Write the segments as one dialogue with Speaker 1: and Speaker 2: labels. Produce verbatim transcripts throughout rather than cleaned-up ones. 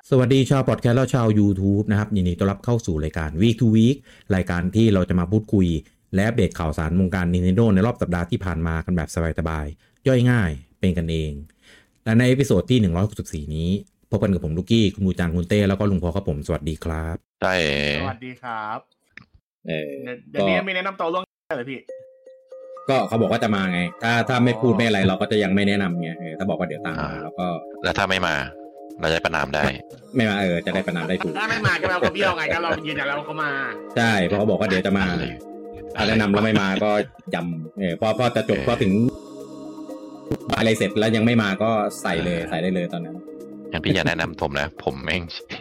Speaker 1: สวัสดีชาวพอดแคสต์และชาว YouTube นะครับยินดีต้อนรับเข้าสู่รายการ Week to Week รายการที่เราจะมาพูดคุยและอัปเดตข่าวสารวงการ Nintendo ในรอบสัปดาห์ที่ผ่านมากันแบบสบายๆย่อยง่ายเป็นกันเองและในเอพิโซดที่หนึ่งร้อยหกสิบสี่นี้พบกันกับผมลูกี้คุณมูจังคุณเต้แล้วก็ลุงพอครับผมสวัสดีครับ
Speaker 2: ใช่
Speaker 3: สวัสดีครับ
Speaker 1: เออ
Speaker 3: เดี๋ยวนี้มีแนะนำตัวล่วงหน้าเลยพี่
Speaker 1: ก็เขาบอกว่าจะมาไงถ้าถ้าไม่พูดไม่อะไรเราก็จะยังไม่แนะนำไงถ้าบอกว่าเดี๋ยวตามมาแล้วก็
Speaker 2: แล้วถ้าไม่มาเราจะประนามได้
Speaker 1: ไม่มาเออจะได้ประนามได้ถูก
Speaker 3: ถ้าไม่มาก็เราก็เบี้ยวไงก็เรายืนยันแล้วเขามา
Speaker 1: ใช่เพราะเขาบอกว่าเดี๋ยวจะมาแนะนำแล้วไม่มาก็ยำเออพอพอจะจบพอถึงอะไรเสร็จแล้วยังไม่มาก็ใส่เลยใส่ได้เลยตอนนั้น
Speaker 2: อย่างพี่อย่าแนะนำผมนะผมแม่ง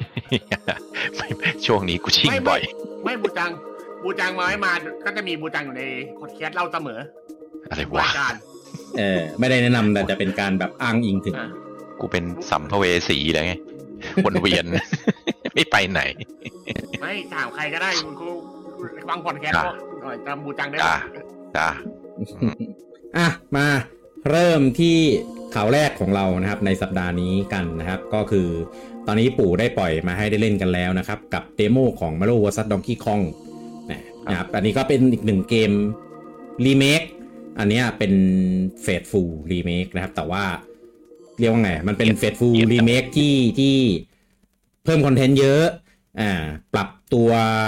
Speaker 2: ช่วงนี้กูชิ่งบ่อย
Speaker 3: ไม่บูจังบูจังมาไม่มาก็จะมีบูจังอยู่ในพอดแคสต์เราเสมอ
Speaker 2: อะไรวะ
Speaker 1: เออไม่ได้แนะนำแต่จะเป็นการแบบอ้างอิงถึง
Speaker 2: กูเป็นสัมภเวสีเลยไงวนเวียนไม่ไปไหน
Speaker 3: ไม่ถามใครก็ได้กูฟังพอดแคสต์ก็จำบูจังได้
Speaker 2: จ้าจ้า
Speaker 1: อ่ะมาเริ่มที่ข่าวแรกของเรานะครับในสัปดาห์นี้กันนะครับก็คือตอนนี้ปู่ได้ปล่อยมาให้ได้เล่นกันแล้วนะครับกับเดโมของ Mario เวอร์ซัส Donkey Kong นะครับอันนี้ก็เป็นอีกหนึ่งเกมรีเมคอันนี้เป็น Faithful Remake นะครับแต่ว่าเรียกว่าไงมันเป็น Faithful Remake ที่ที่เพิ่มคอนเทนต์เยอะอ่าปรับตัว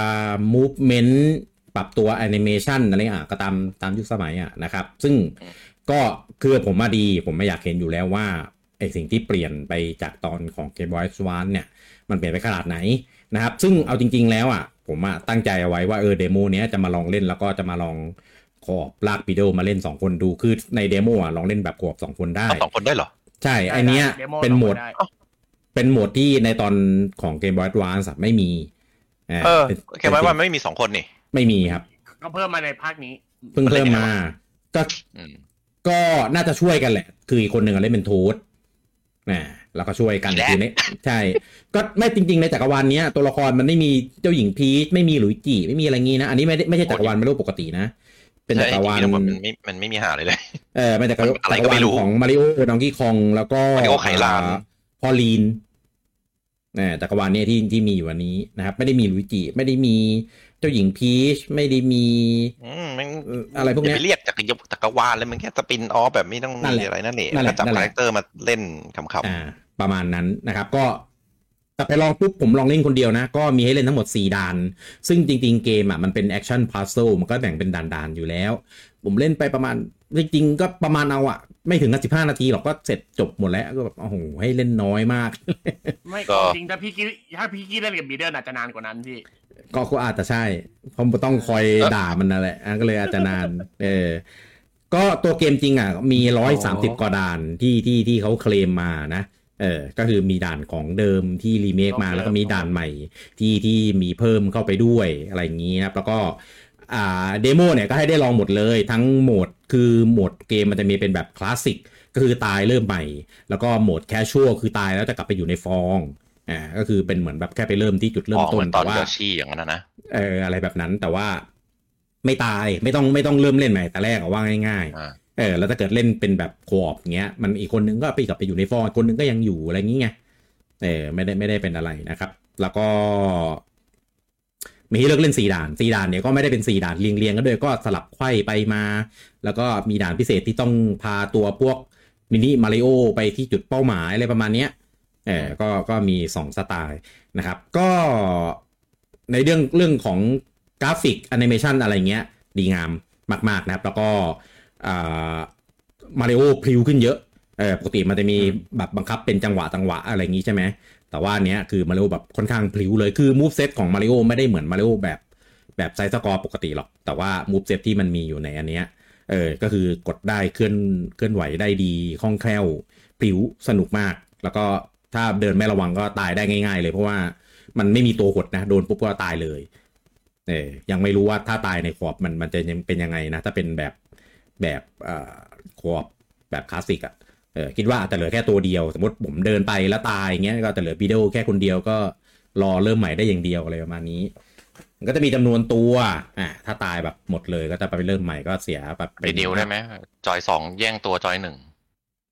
Speaker 1: movement ปรับตัว animation อะไรอ่ะก็ตามตามยุคสมัยอ่ะนะครับซึ่งก็คือผมมาดีผมไม่อยากเห็นอยู่แล้วว่าไอสิ่งที่เปลี่ยนไปจากตอนของ Game Boy Advance เนี่ยมันเปลี่ยนไปขนาดไหนนะครับซึ่งเอาจริงๆแล้วอ่ะผมอ่ะตั้งใจเอาไว้ว่าเออเดโมเนี้ยจะมาลองเล่นแล้วก็จะมาลองขอบลากปีโดมาเล่นสองคนดูคือในเดโมอ่ะลองเล่นแบบขอบสองคนได้
Speaker 2: สองคนได้เหรอ
Speaker 1: ใช่ไอเนี้ยเป็นโหมดเป็นโหมดที่ในตอนของ Game Boy Advance ไม่มี
Speaker 2: เออ Game Boy Advance ไม่มีสองคนนี่
Speaker 1: ไม่มีครับ
Speaker 3: ก็เพิ่มมาในภาคนี้
Speaker 1: เพิ่งเพิ่มมาก็ก็น่าจะช่วยกันแหละคืออีกคนหนึ่งเล่นเป็นโทสนะแล้วก็ช่วยกันคือเนี่ยใช่ก็ไม่จริงๆในจักรวาลเนี้ยตัวละครมันไม่มีเจ้าหญิงพีชไม่มีหลุยจิไม่มีอะไรงี้นะอันนี้ไม่ไม่ใช่จักรวาลมาโลกปกตินะเป็นจักรวาล
Speaker 2: มันไม่มันไม่มีหาเลยเลย
Speaker 1: เออเป็นจักรวาลของมาริโอดองกี้คองแล้วก็
Speaker 2: มาริโอไขลาน
Speaker 1: พอลีนนะจักรวาลนี้ที่ที่มีอยู่วันนี้นะครับไม่ได้มีหลุยจิไม่ได้มีเจ้าหญิงพีชไม่ได้มีอะไรพวกนี้
Speaker 2: ไปเรียกจักรจักรวาลเลยมันแค่สปินออฟแบบไม่ต้องมีอะไรนั่นเองจับคาแรคเตอร์มาเล่นขำๆ
Speaker 1: อ่าประมาณนั้นนะครับก็แต่ไปลองปุ๊บผมลองเล่นคนเดียวนะก็มีให้เล่นทั้งหมดสี่ด่านซึ่งจริงๆเกมอ่ะมันเป็นแอคชั่นพัซเซิลมันก็แบ่งเป็นด่านๆอยู่แล้วผมเล่นไปประมาณจริงๆก็ประมาณเอาอ่ะไม่ถึงสิบห้านาทีหรอกก็เสร็จจบหมดแล้วก็แบบโอ้โหให้เล่นน้อยมาก
Speaker 3: ไม่จริงถ้าพี่กี้ถ้าพี่กี้เล่นกับบีเดอร์อาจจะนานกว่านั้นพี่
Speaker 1: ก็ก็อาจจะใช่เพราะต้องคอยด่ามันนั่นแหละก็เลยอาจจะนานเออก็ตัวเกมจริงอ่ะมีหนึ่งร้อยสามสิบกว่าด่านที่ที่ที่เขาเคลมมานะเออก็คือมีด่านของเดิมที่รีเมคมาแล้วก็มีด่านใหม่ที่ที่มีเพิ่มเข้าไปด้วยอะไรอย่างงี้นะครับแล้วก็อ่าเดโมเนี่ยก็ให้ได้ลองหมดเลยทั้งโหมดคือโหมดเกมมันจะมีเป็นแบบคลาสสิกก็คือตายเริ่มใหม่แล้วก็โหมดแคชชวลคือตายแล้วจะกลับไปอยู่ในฟองอ่าก็คือเป็นเหมือนแบบแค่ไปเริ่มที่จุดเริ่มต้น
Speaker 2: แต่ว่าชี้อย่างนั้นนะ
Speaker 1: เอออะไรแบบนั้นแต่ว่าไม่ตายไม่ต้องไม่ต้องเริ่มเล่นใหม่แต่แรกว่าง่ายๆเออแล้วถ้าเกิดเล่นเป็นแบบโคออปเงี้ยมันอีกคนนึงก็ไปกลับไปอยู่ในฟอร์คนนึงก็ยังอยู่อะไรอย่างเงี้ยเออไม่ได้ไม่ได้เป็นอะไรนะครับแล้วก็มีให้เลือกเล่นสี่ด่านสี่ด่านเนี่ยก็ไม่ได้เป็นสี่ด่านเรียงๆกันด้วยก็สลับไขว้ไปมาแล้วก็มีด่านพิเศษที่ต้องพาตัวพวกมินิมาริโอไปที่จุดเป้าหมายอะไรประมาณเนี้ยเออก็ก็มีสองสไตล์นะครับก็ในเรื่องเรื่องของกราฟิกแอนิเมชันอะไรเงี้ยดีงามมากๆนะครับแล้วก็อ่ามาริโอพลิ้วขึ้นเยอะเออปกติมันจะมีแบบบังคับเป็นจังหวะจังหวะอะไรอย่างงี้ใช่ไหมแต่ว่าเนี้ยคือมาริโอแบบค่อนข้างพลิ้วเลยคือมูฟเซตของมาริโอไม่ได้เหมือนมาริโอแบบแบบไซส์สกอร์ปกติหรอกแต่ว่ามูฟเซตที่มันมีอยู่ในอันเนี้ยเออก็คือกดได้เคลื่อนเคลื่อนไหวได้ดีคล่องแคล่วพลิ้วสนุกมากแล้วก็ถ้าเดินไม่ระวังก็ตายได้ง่ายๆเลยเพราะว่ามันไม่มีตัวหดนะโดนปุ๊บก็ตายเลยเออยังไม่รู้ว่าถ้าตายในขอบมันมันจะเป็นยังไงนะถ้าเป็นแบบแบบเอ่อขอบแบบคลาสสิกอ่ะเออคิดว่าอาจจะเหลือแค่ตัวเดียวสมมติผมเดินไปแล้วตายเงี้ยก็จะเหลือวิดีโอแค่คนเดียวก็รอเริ่มใหม่ได้อย่างเดียวอะไรประมาณนี้มันก็จะมีจำนวนตัวอ่ะถ้าตายแบบหมดเลยก็จะไปเริ่มใหม่ก็เสียแบบ
Speaker 2: ไปนิวได้ไหมจอยสองแย่งตัวจอยหนึ่ง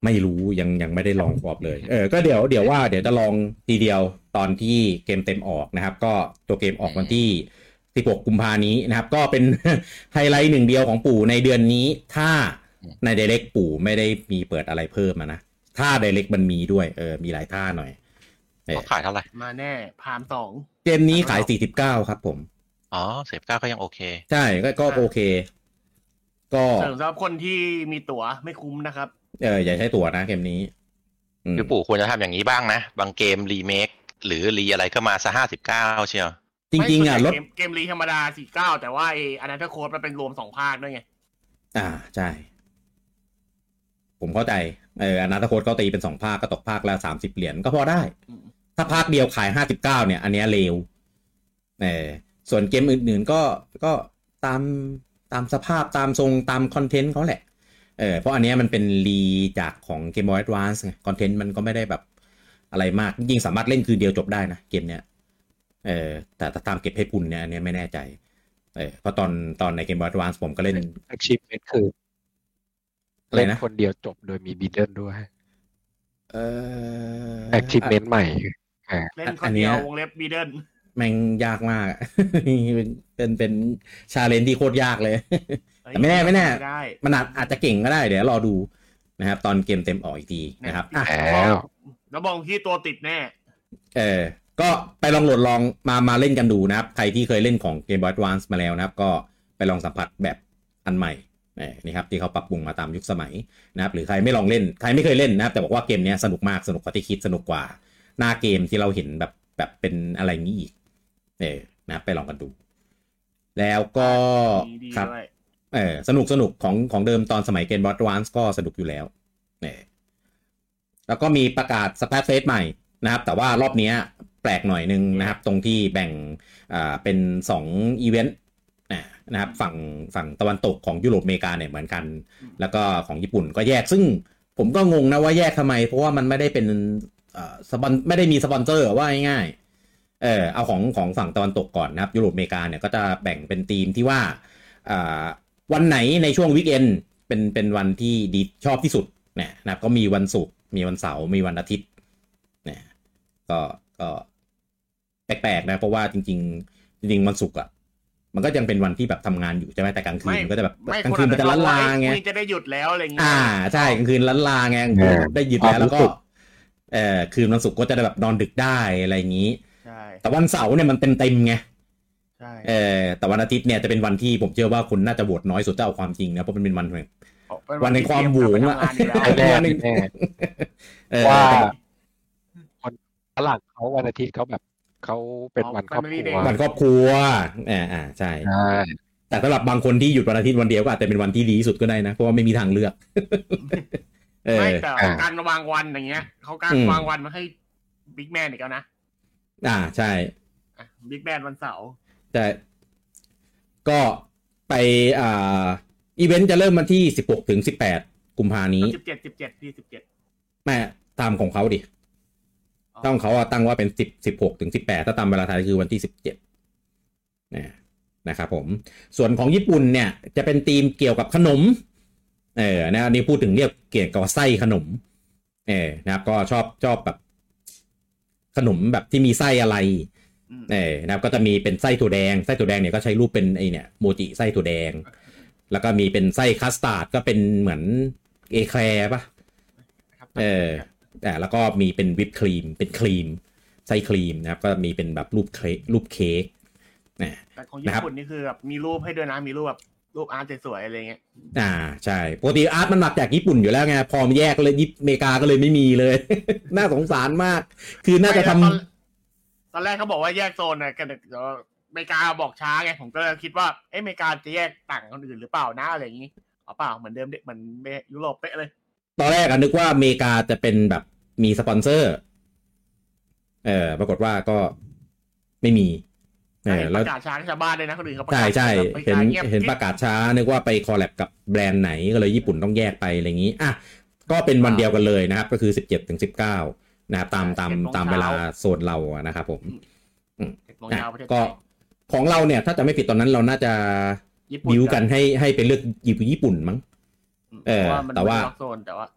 Speaker 1: ไม่รู้ยังยังไม่ได้ลองคอร์ปเลยเออก็เดี๋ยวเดี๋ยวว่าเดี๋ยวจะลองทีเดียวตอนที่เกมเต็มออกนะครับก็ตัวเกมออกวันที่สิบหกกุมภานี้นะครับก็เป็น ไฮไลท์หนึ่งเดียวของปู่ในเดือนนี้ถ้าใน Direct ปู่ไม่ได้มีเปิดอะไรเพิ่มนะถ้า Direct มันมีด้วยเออมีหลายท่าหน่อย
Speaker 2: ขายเท่าไหร่
Speaker 3: มาแน่พามสอง
Speaker 1: เกมนี้ขายสี่สิบเก้าครับผม
Speaker 2: อ๋อสี่สิบเก้าก็ยังโอเค
Speaker 1: ใช่ก็ก็โอเคก็
Speaker 3: สำหรับคนที่มีตั๋วไม่คุ้มนะครับ
Speaker 1: เอออย่าใช้ตั๋วนะเกมนี้
Speaker 2: คือปู่ควรจะทำอย่างนี้บ้างนะบางเกมรีเมคหรือรีอะไรก็มาซะห้าสิบเก้าเชียว
Speaker 1: จริงๆอ่ะรถ
Speaker 3: เกมรีธรรมดาสี่สิบเก้าแต่ว่าไอ้อันนั้นถ้าโค้ดมันเป็นรวมสองภาคด้วยไง
Speaker 1: อ่าใช่ผมเข้าใจเอออันนั้นถ้าโค้ดเขาตีเป็นสองภาคก็ตกภาคละสามสิบเหรียญก็พอได้ถ้าภาคเดียวขายห้าสิบเก้าเนี่ยอันนี้เลวเออส่วนเกมอื่นๆก็ก็ตามตามสภาพตามทรงตามคอนเทนต์เขาแหละเออเพราะอันนี้มันเป็นรีจากของ Game Boy Advance ไงคอนเทนต์มันก็ไม่ได้แบบอะไรมากจริงๆสามารถเล่นคืนเดียวจบได้นะเกมเนี้ยเออแต่ถ้าตามเก็บให้ปุ่นเนี่ยอันนี้ไม่แน่ใจเออเพราะตอนตอนใน Game Boy Advance ผมก็เล่น
Speaker 4: Achievement คือเล่นคนเดียวจบโดยมีบีเดิลด้วย
Speaker 1: เอ
Speaker 4: อ Achievement ใหม่
Speaker 3: เล่นคนเดียววงเล็บบีเดิล
Speaker 1: แม่งยากมากเป็นเป็นชาเลนจ์ที่โคตรยากเลยแต่ไม่แน่ไม่แน่มันอาจจะเก่งก็ได้เดี๋ยวรอดูนะครับตอนเกมเต็มออกอีกทีนะครับ
Speaker 3: แล้วแล้วมองที่ตัวติดแน่
Speaker 1: เออก็ไปลองโหลดลองมามาเล่นกันดูนะครับใครที่เคยเล่นของ Game Boy Advance มาแล้วนะครับก็ไปลองสัมผัสแบบอันใหม่นี่ครับที่เขาปรับปรุงมาตามยุคสมัยนะครับหรือใครไม่ลองเล่นใครไม่เคยเล่นนะครับแต่บอกว่าเกมนี้สนุกมากสนุกกว่าที่คิดสนุกกว่าหน้าเกมที่เราเห็นแบบแบบเป็นอะไรงี้อีกเออนะครับไปลองกันดูแล้วก็ครับเออสนุกสนุกของของเดิมตอนสมัย Game Boy Advance ก็สนุกอยู่แล้วเนี่ยแล้วก็มีประกาศสแปซเฟสใหม่นะครับแต่ว่ารอบนี้แปลกหน่อยนึงนะครับตรงที่แบ่งอ่าเป็นสองอีเวนต์นะครับฝั่งฝั่งตะวันตกของยุโรปอเมริกาเนี่ยเหมือนกันแล้วก็ของญี่ปุ่นก็แยกซึ่งผมก็งงนะว่าแยกทำไมเพราะว่ามันไม่ได้เป็นเอ่อสปอนไม่ได้มีสปอนเซอร์ว่าง่ายๆเออเอาของของฝั่งตะวันตกก่อนนะครับยุโรปอเมริกาเนี่ยก็จะแบ่งเป็นทีมที่ว่าอ่าวันไหนในช่วงวีคเอนด์เป็นเป็นวันที่ดีชอบที่สุดเนี่ยนะครับก็มีวันศุกร์มีวันเสาร์มีวันอาทิตย์เนี่ยก็ก็แปลกๆนะเพราะว่าจริงๆจริงๆวันศุกร์อ่ะมันก็ยังเป็นวันที่แบบทำงานอยู่ใช่ไหมแต่กลางคืนก็จะแบบกลางคืนมันจะล้านลาไง
Speaker 3: จะได้หยุดแล้วอะไรเงี้ย
Speaker 1: อ่าใช่กลางคืนล้านลาไงได้หยุดแล้วแล้วก็เอ่อคืนวันศุกร์ก็จะได้แบบนอนดึกได้อะไรอย่างนี้
Speaker 3: ใช่
Speaker 1: แต่วันเสาร์เนี่ยมันเต็มเต็มไงใช่เออแต่วันอาทิตย์เนี่ยจะเป็นวันที่ผมเชื่อว่าคนน่าจะโหวตน้อยสุดจะเอาความจริงนะเพราะมันเป็นวันวันในความหวงอะ
Speaker 4: แน่แน่ว่าคนฝรั่งเขาวันอาทิตย์เขาแบบเขาเป็นวันครอบครัว
Speaker 1: วันครอบครัวอ่าอ่าใช่แต่สำหรับบางคนที่หยุดวันอาทิตย์วันเดียวก็อาจจะเป็นวันที่ดีที่สุดก็ได้นะเพราะว่าไม่มีทางเลือก
Speaker 3: ไม่แต่การวางวันอย่างเงี้ยเขาการวางวันมาให้บิ๊กแมนอีกแล้วนะ
Speaker 1: อ่าใช่
Speaker 3: บิ๊กแมนวันเสาร์
Speaker 1: แต่ก็ไปอ่าอีเวนต์จะเริ่มวันที่สิบหกถึงสิบแปดกุมภาพันธ์นี้
Speaker 3: สิบเจ็ด สิบเจ็ดที่สิบเจ็ด
Speaker 1: แม่ตามของเขาดิต้องเขาตั้งว่าเป็นสิบ สิบหกถึงสิบแปดถ้าตามเวลาไทยคือวันที่สิบเจ็ดนะนะครับผมส่วนของญี่ปุ่นเนี่ยจะเป็นธีมเกี่ยวกับขนมเออนะอันนี้พูดถึงเรียกเกี่ยวกับไส้ขนมเออนะครับก็ชอบชอบแบบขนมแบบที่มีไส้อะไรเออนะครับก็จะมีเป็นไส้ถั่วแดงไส้ถั่วแดงเนี่ยก็ใช้รูปเป็นไอเนี่ยโมจิไส้ถั่วแดงแล้วก็มีเป็นไส้คัสตาร์ดก็เป็นเหมือนเอแคลร์ป่ะเออแต่แล้วก็มีเป็นวิปครีมเป็นครีมไส้ครีมนะครับก็มีเป็นแบบรูปเค้กรูปเค้กนะ
Speaker 3: แต่ของญี่ปุ่นนี่คือแบบมีรูปให้ด้วยนะมีรูปแบบรูปอาร์ตสวยๆอะไรเงี้ย
Speaker 1: อ่าใช่ปกติอาร์ตมันมาจากญี่ปุ่นอยู่แล้วไงพอมาแยกเลยญี่ปุ่นอเมริกาก็เลยไม่มีเลย น่าสงสารมากคือน่าจะท
Speaker 3: ำตอนแรกเขาบอกว่าแยกโซนนะกันเดี๋ยวอเมริกาบอกช้าไงผมก็คิดว่าเอ๊ะอเมริกาจะแยกต่างคนอื่นหรือเปล่านะอะไรอย่างงี้อ๋อเปล่าเหมือนเดิมเหมือนยุโรปเป๊ะเลย
Speaker 1: ตอนแรกอะนึกว่าอเมริกาจะเป็นแบบมีสปอนเซอร์เออปรากฏว่าก็ไม่มี
Speaker 3: เออแล้วประกาศช้าชาวบ้านเลยนะคนอื่นเขาประกาศ
Speaker 1: ใช่ใช่เห็นเห็นประกาศช้านึกว่าไปคอลแลบกับแบรนด์ไหนก็เลยญี่ปุ่นต้องแยกไปอะไรอย่างนี้อ่ะก็เป็นวันเดียวกันเลยนะครับก็คือสิบเจ็ดถึงสิบเก้านะครับตามตามตามเวลาโซนเราอะนะครับผมก็ของเราเนี่ยถ้าจะไม่ผิดตอนนั้นเราน่าจะดิวกันให้ให้เป็นเลือกญี่ปุ่นมั้งเออแต่ว่า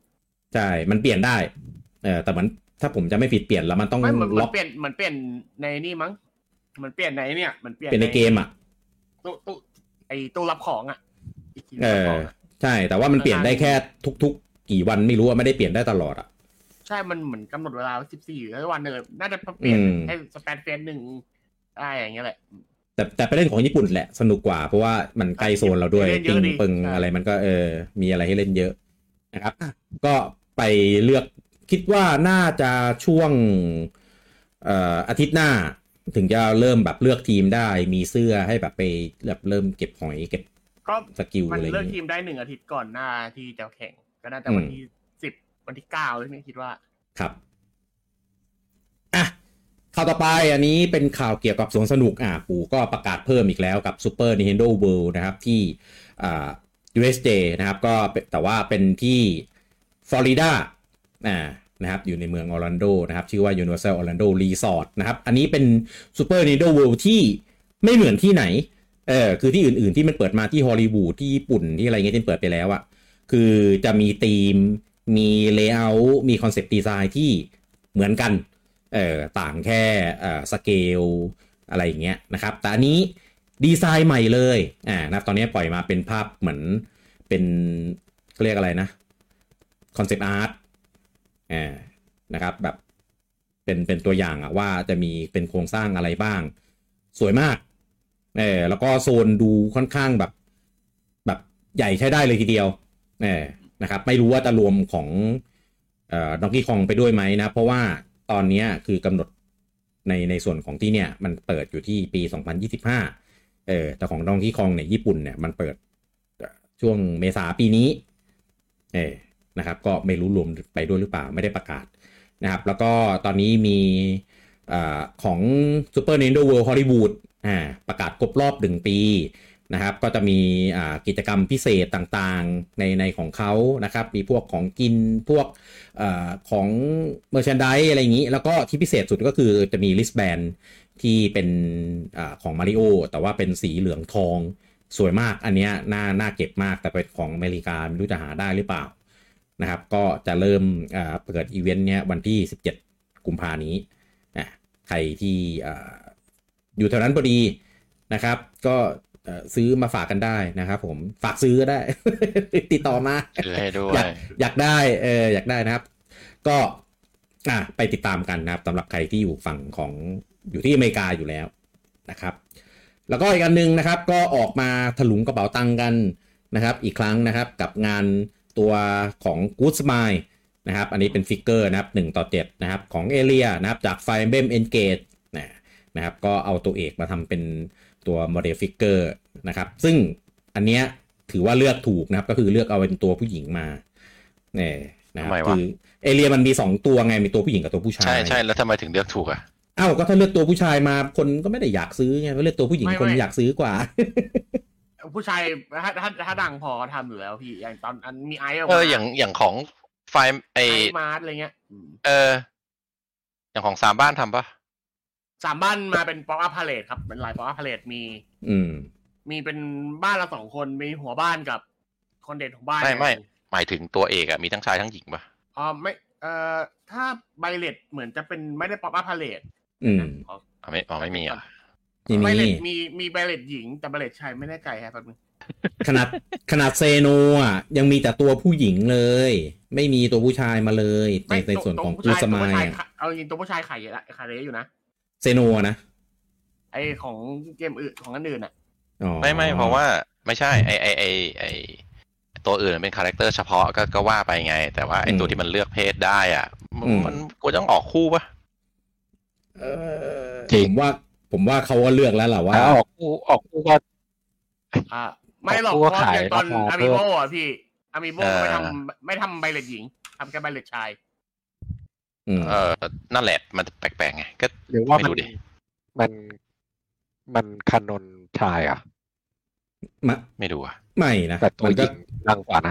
Speaker 1: ใช่มันเปลี่ยนได้เออแต่มันถ้าผมจะไม่ผิดเปลี่ยนแล้วมันต้อง
Speaker 3: ล็อกเปลี่ยนมันเปลี่ยนในนี่มั้งมันเปลี่ยนในเนี่ยมันเปลี่ยน
Speaker 1: ในเกมอ่ะ
Speaker 3: ตู้ตู้ไอตู้รับของอ่ะ
Speaker 1: เออใช่แต่ว่ามันเปลี่ยนได้แค่ทุกๆกี่วันไม่รู้ว่าไม่ได้เปลี่ยนได้ตลอดอ่ะ
Speaker 3: ใช่มันเหมือนกำหนดเวลาสิบสี่วันเนอน่าจะเปลี่ยนให้สเปนเฟสหนึ่งได้อย่างเงี้ยแหละ
Speaker 1: แต่แต่ไปเล่นของญี่ปุ่นแหละสนุกกว่าเพราะว่ามันใกล้โซนเราด้วยปิงปึงอะไรมันก็เออมีอะไรให้เล่นเยอะนะครับก็ไปเลือกคิดว่าน่าจะช่วงเอ่ออาทิตย์หน้าถึงจะเริ่มแบบเลือกทีมได้มีเสื้อให้แบบไปแบบเริ่มเก็บหอยเก็บสกิลอะไรอย่างเงี้ย
Speaker 3: มันเลือกทีมได้หนึ่งอาทิตย์ก่อนหน้าที่จะแข่งก็น่าจะวันที่สิบวันที่เก้าเลยนี่คิดว่า
Speaker 1: ครับอ่ะข่าวต่อไปอันนี้เป็นข่าวเกี่ยวกับสวนสนุกอ่ะปู่ก็ประกาศเพิ่มอีกแล้วกับ Super Nintendo World นะครับที่อ่า ยู เอส เจ นะครับก็แต่ว่าเป็นที่ฟลอริดาอ่านะครับอยู่ในเมืองออร์แลนโดนะครับชื่อว่า Universal Orlando Resort นะครับอันนี้เป็น Super Nintendo World ที่ไม่เหมือนที่ไหนเออคือที่อื่นๆที่มันเปิดมาที่ฮอลลีวูดที่ญี่ปุ่นที่อะไรเงี้ยที่เปิดไปแล้วอะคือจะมีธีมมีเลเยอร์มีคอนเซปต์ดีไซน์ที่เหมือนกันเอ่อต่างแค่เอ่อสเกลอะไรอย่างเงี้ยนะครับแต่อันนี้ดีไซน์ใหม่เลยอ่านะตอนนี้ปล่อยมาเป็นภาพเหมือนเป็นเขาเรียกอะไรนะคอนเซปต์อาร์ตอ่านะครับแบบเป็นเป็นตัวอย่างอะว่าจะมีเป็นโครงสร้างอะไรบ้างสวยมากเออแล้วก็โซนดูค่อนข้างแบบแบบใหญ่ใช้ได้เลยทีเดียวเออนะครับไม่รู้ว่าจะรวมของเอ่อ Donkey Kong ไปด้วยไหมนะเพราะว่าตอนนี้คือกำหนดในในส่วนของที่เนี่ยมันเปิดอยู่ที่ปีสองพันยี่สิบห้าเออแต่ของ Donkey Kong เนี่ยญี่ปุ่นเนี่ยมันเปิดช่วงเมษาปีนี้เออนะครับก็ไม่รู้รวมไปด้วยหรือเปล่าไม่ได้ประกาศนะครับแล้วก็ตอนนี้มีอ่าของ Super Nintendo World Hollywood อ่าประกาศครบรอบหนึ่งปีนะครับก็จะมีอ่ากิจกรรมพิเศษต่างๆในในของเขานะครับมีพวกของกินพวกอ่าของ merchandise อะไรอย่างนี้แล้วก็ที่พิเศษสุดก็คือจะมี wristband ที่เป็นอ่าของ Mario แต่ว่าเป็นสีเหลืองทองสวยมากอันเนี้ยน่าน่าเก็บมากแต่เป็นของอเมริกาไม่รู้จะหาได้หรือเปล่านะครับก็จะเริ่มอ่าเปิดอีเวนต์เนี้ยวันที่สิบเจ็ดกุมภาพันธ์นี้อ่ะใครที่อ่าอยู่แถวนั้นพอดีนะครับก็ซื้อมาฝากกันได้นะครับผมฝากซื้อก็ได้ ติดต่อมาอยากอยากได้เอออยากได้นะครับก็อ่ะไปติดตามกันนะครับสำหรับใครที่อยู่ฝั่งของอยู่ที่อเมริกาอยู่แล้วนะครับแล้วก็อีกอันนึงนะครับก็ออกมาถลุงกระเป๋าตังค์กันนะครับอีกครั้งนะครับกับงานตัวของ Good Smile นะครับอันนี้เป็นฟิกเกอร์นะครับหนึ่งต่อเจ็ดนะครับของเอเลียนะครับจาก Fire Emblem Engage นะนะครับก็เอาตัวเอกมาทำเป็นตัวโมเดลฟิกเกอร์นะครับซึ่งอันเนี้ยถือว่าเลือกถูกนะครับก็คือเลือกเอาเป็นตัวผู้หญิงมาเนี่ยนะครับคือเอเลียมันมีสองตัวไงมีตัวผู้หญิงกับตัวผู้ชาย
Speaker 2: ใช่ใช่แล้วทำไมถึงเลือกถูกอ่ะ
Speaker 1: อ้าวก็ถ้าเลือกตัวผู้ชายมาคนก็ไม่ได้อยากซื้อไงเพราะเลือกตัวผู้หญิงคนอยากซื้อกว่า
Speaker 3: ผู้ชายถ้าถ้าถ้าดังพอทำอยู่แล้วพี่อย่างตอนอันมีไอ
Speaker 2: เอออย่างอย่างของไฟไอ
Speaker 3: มาร์ทอะไรเงี้ย
Speaker 2: เอออย่างของสามบ้านทำปะ
Speaker 3: สามบ้านมาเป็นป๊อปอัพพาเลทครับเป็นลายป๊อปอัพพาเลทมี
Speaker 1: อืม
Speaker 3: มีเป็นบ้านละสองคนมีหัวบ้านกับคนเด่นของบ้าน
Speaker 2: ไม่ไม่หมายถึงตัวเอกอะมีทั้งชายทั้งหญิงปะ
Speaker 3: อ๋อไม่เอ่อถ้าไบเลตเหมือนจะเป็นไม่ได้ป๊อปอัพพาเลท
Speaker 1: อืม
Speaker 2: อ๋อไม่อ๋อไม่มีอ่ะ
Speaker 3: ไบเลตมีมีไบเลตหญิงแต่ไบเลตชายไม่แน่ใจครับแป๊บนึง
Speaker 1: ขนาดขนาดเซโนอ่ะยังมีแต่ตัวผู้หญิงเลยไม่มีตัวผู้ชายมาเลยในในส่วนของกูสมาย
Speaker 3: เอาจริงตัวผู้ชายขายเยอะขายเยอะอยู่นะ
Speaker 1: เซโนนะ
Speaker 3: ไอของเกมอื่นของอันอื่นอ่ะ
Speaker 2: ไม่ไม่เพราะว่าไม่ใช่ไอไอไอไอตัวอื่นเป็นคาแรคเตอร์เฉพาะก็ก็ว่าไปไงแต่ว่าไอตัวที่มันเลือกเพศได้อ่ะมันกูต้องออกคู่ป่ะ
Speaker 1: เออผมว่าผมว่าเขาก็เลือกแล้วแหละว่า
Speaker 4: ออกคู่ออกคู่ก็
Speaker 3: อ่าไม่หรอกเพราะตอนอามิโบอ่ะพี่อามิโบไม่ทำไม่ทำไบเลตหญิงทำแค่ไบเลตชาย
Speaker 2: เออนั่นแหละมันแปลกๆไงก็
Speaker 4: หรือว่ามันมันมันคานนชายอ่ะ
Speaker 2: ไม่ดูอ่ะ
Speaker 1: ไม่นะ
Speaker 4: แต่ตัวหญิงดังกว่านะ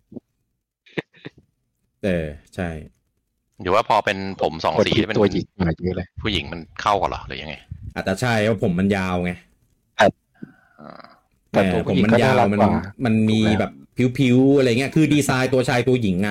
Speaker 1: เออใช่
Speaker 2: หรือว่าพอเป็นผมสองสี
Speaker 4: เป็นตัวหญิงมาเยอะเลย
Speaker 2: ผู้หญิงมันเข้ากันหรอหรือยังไง
Speaker 1: อาจจะใช่เพราะผมมันยาวไง
Speaker 4: แต่ตัว
Speaker 1: ผมมันยาวมันมันมีแบบผิวๆอะไรเงี้ยคือดีไซน์ตัวชายตัวหญิงอ่ะ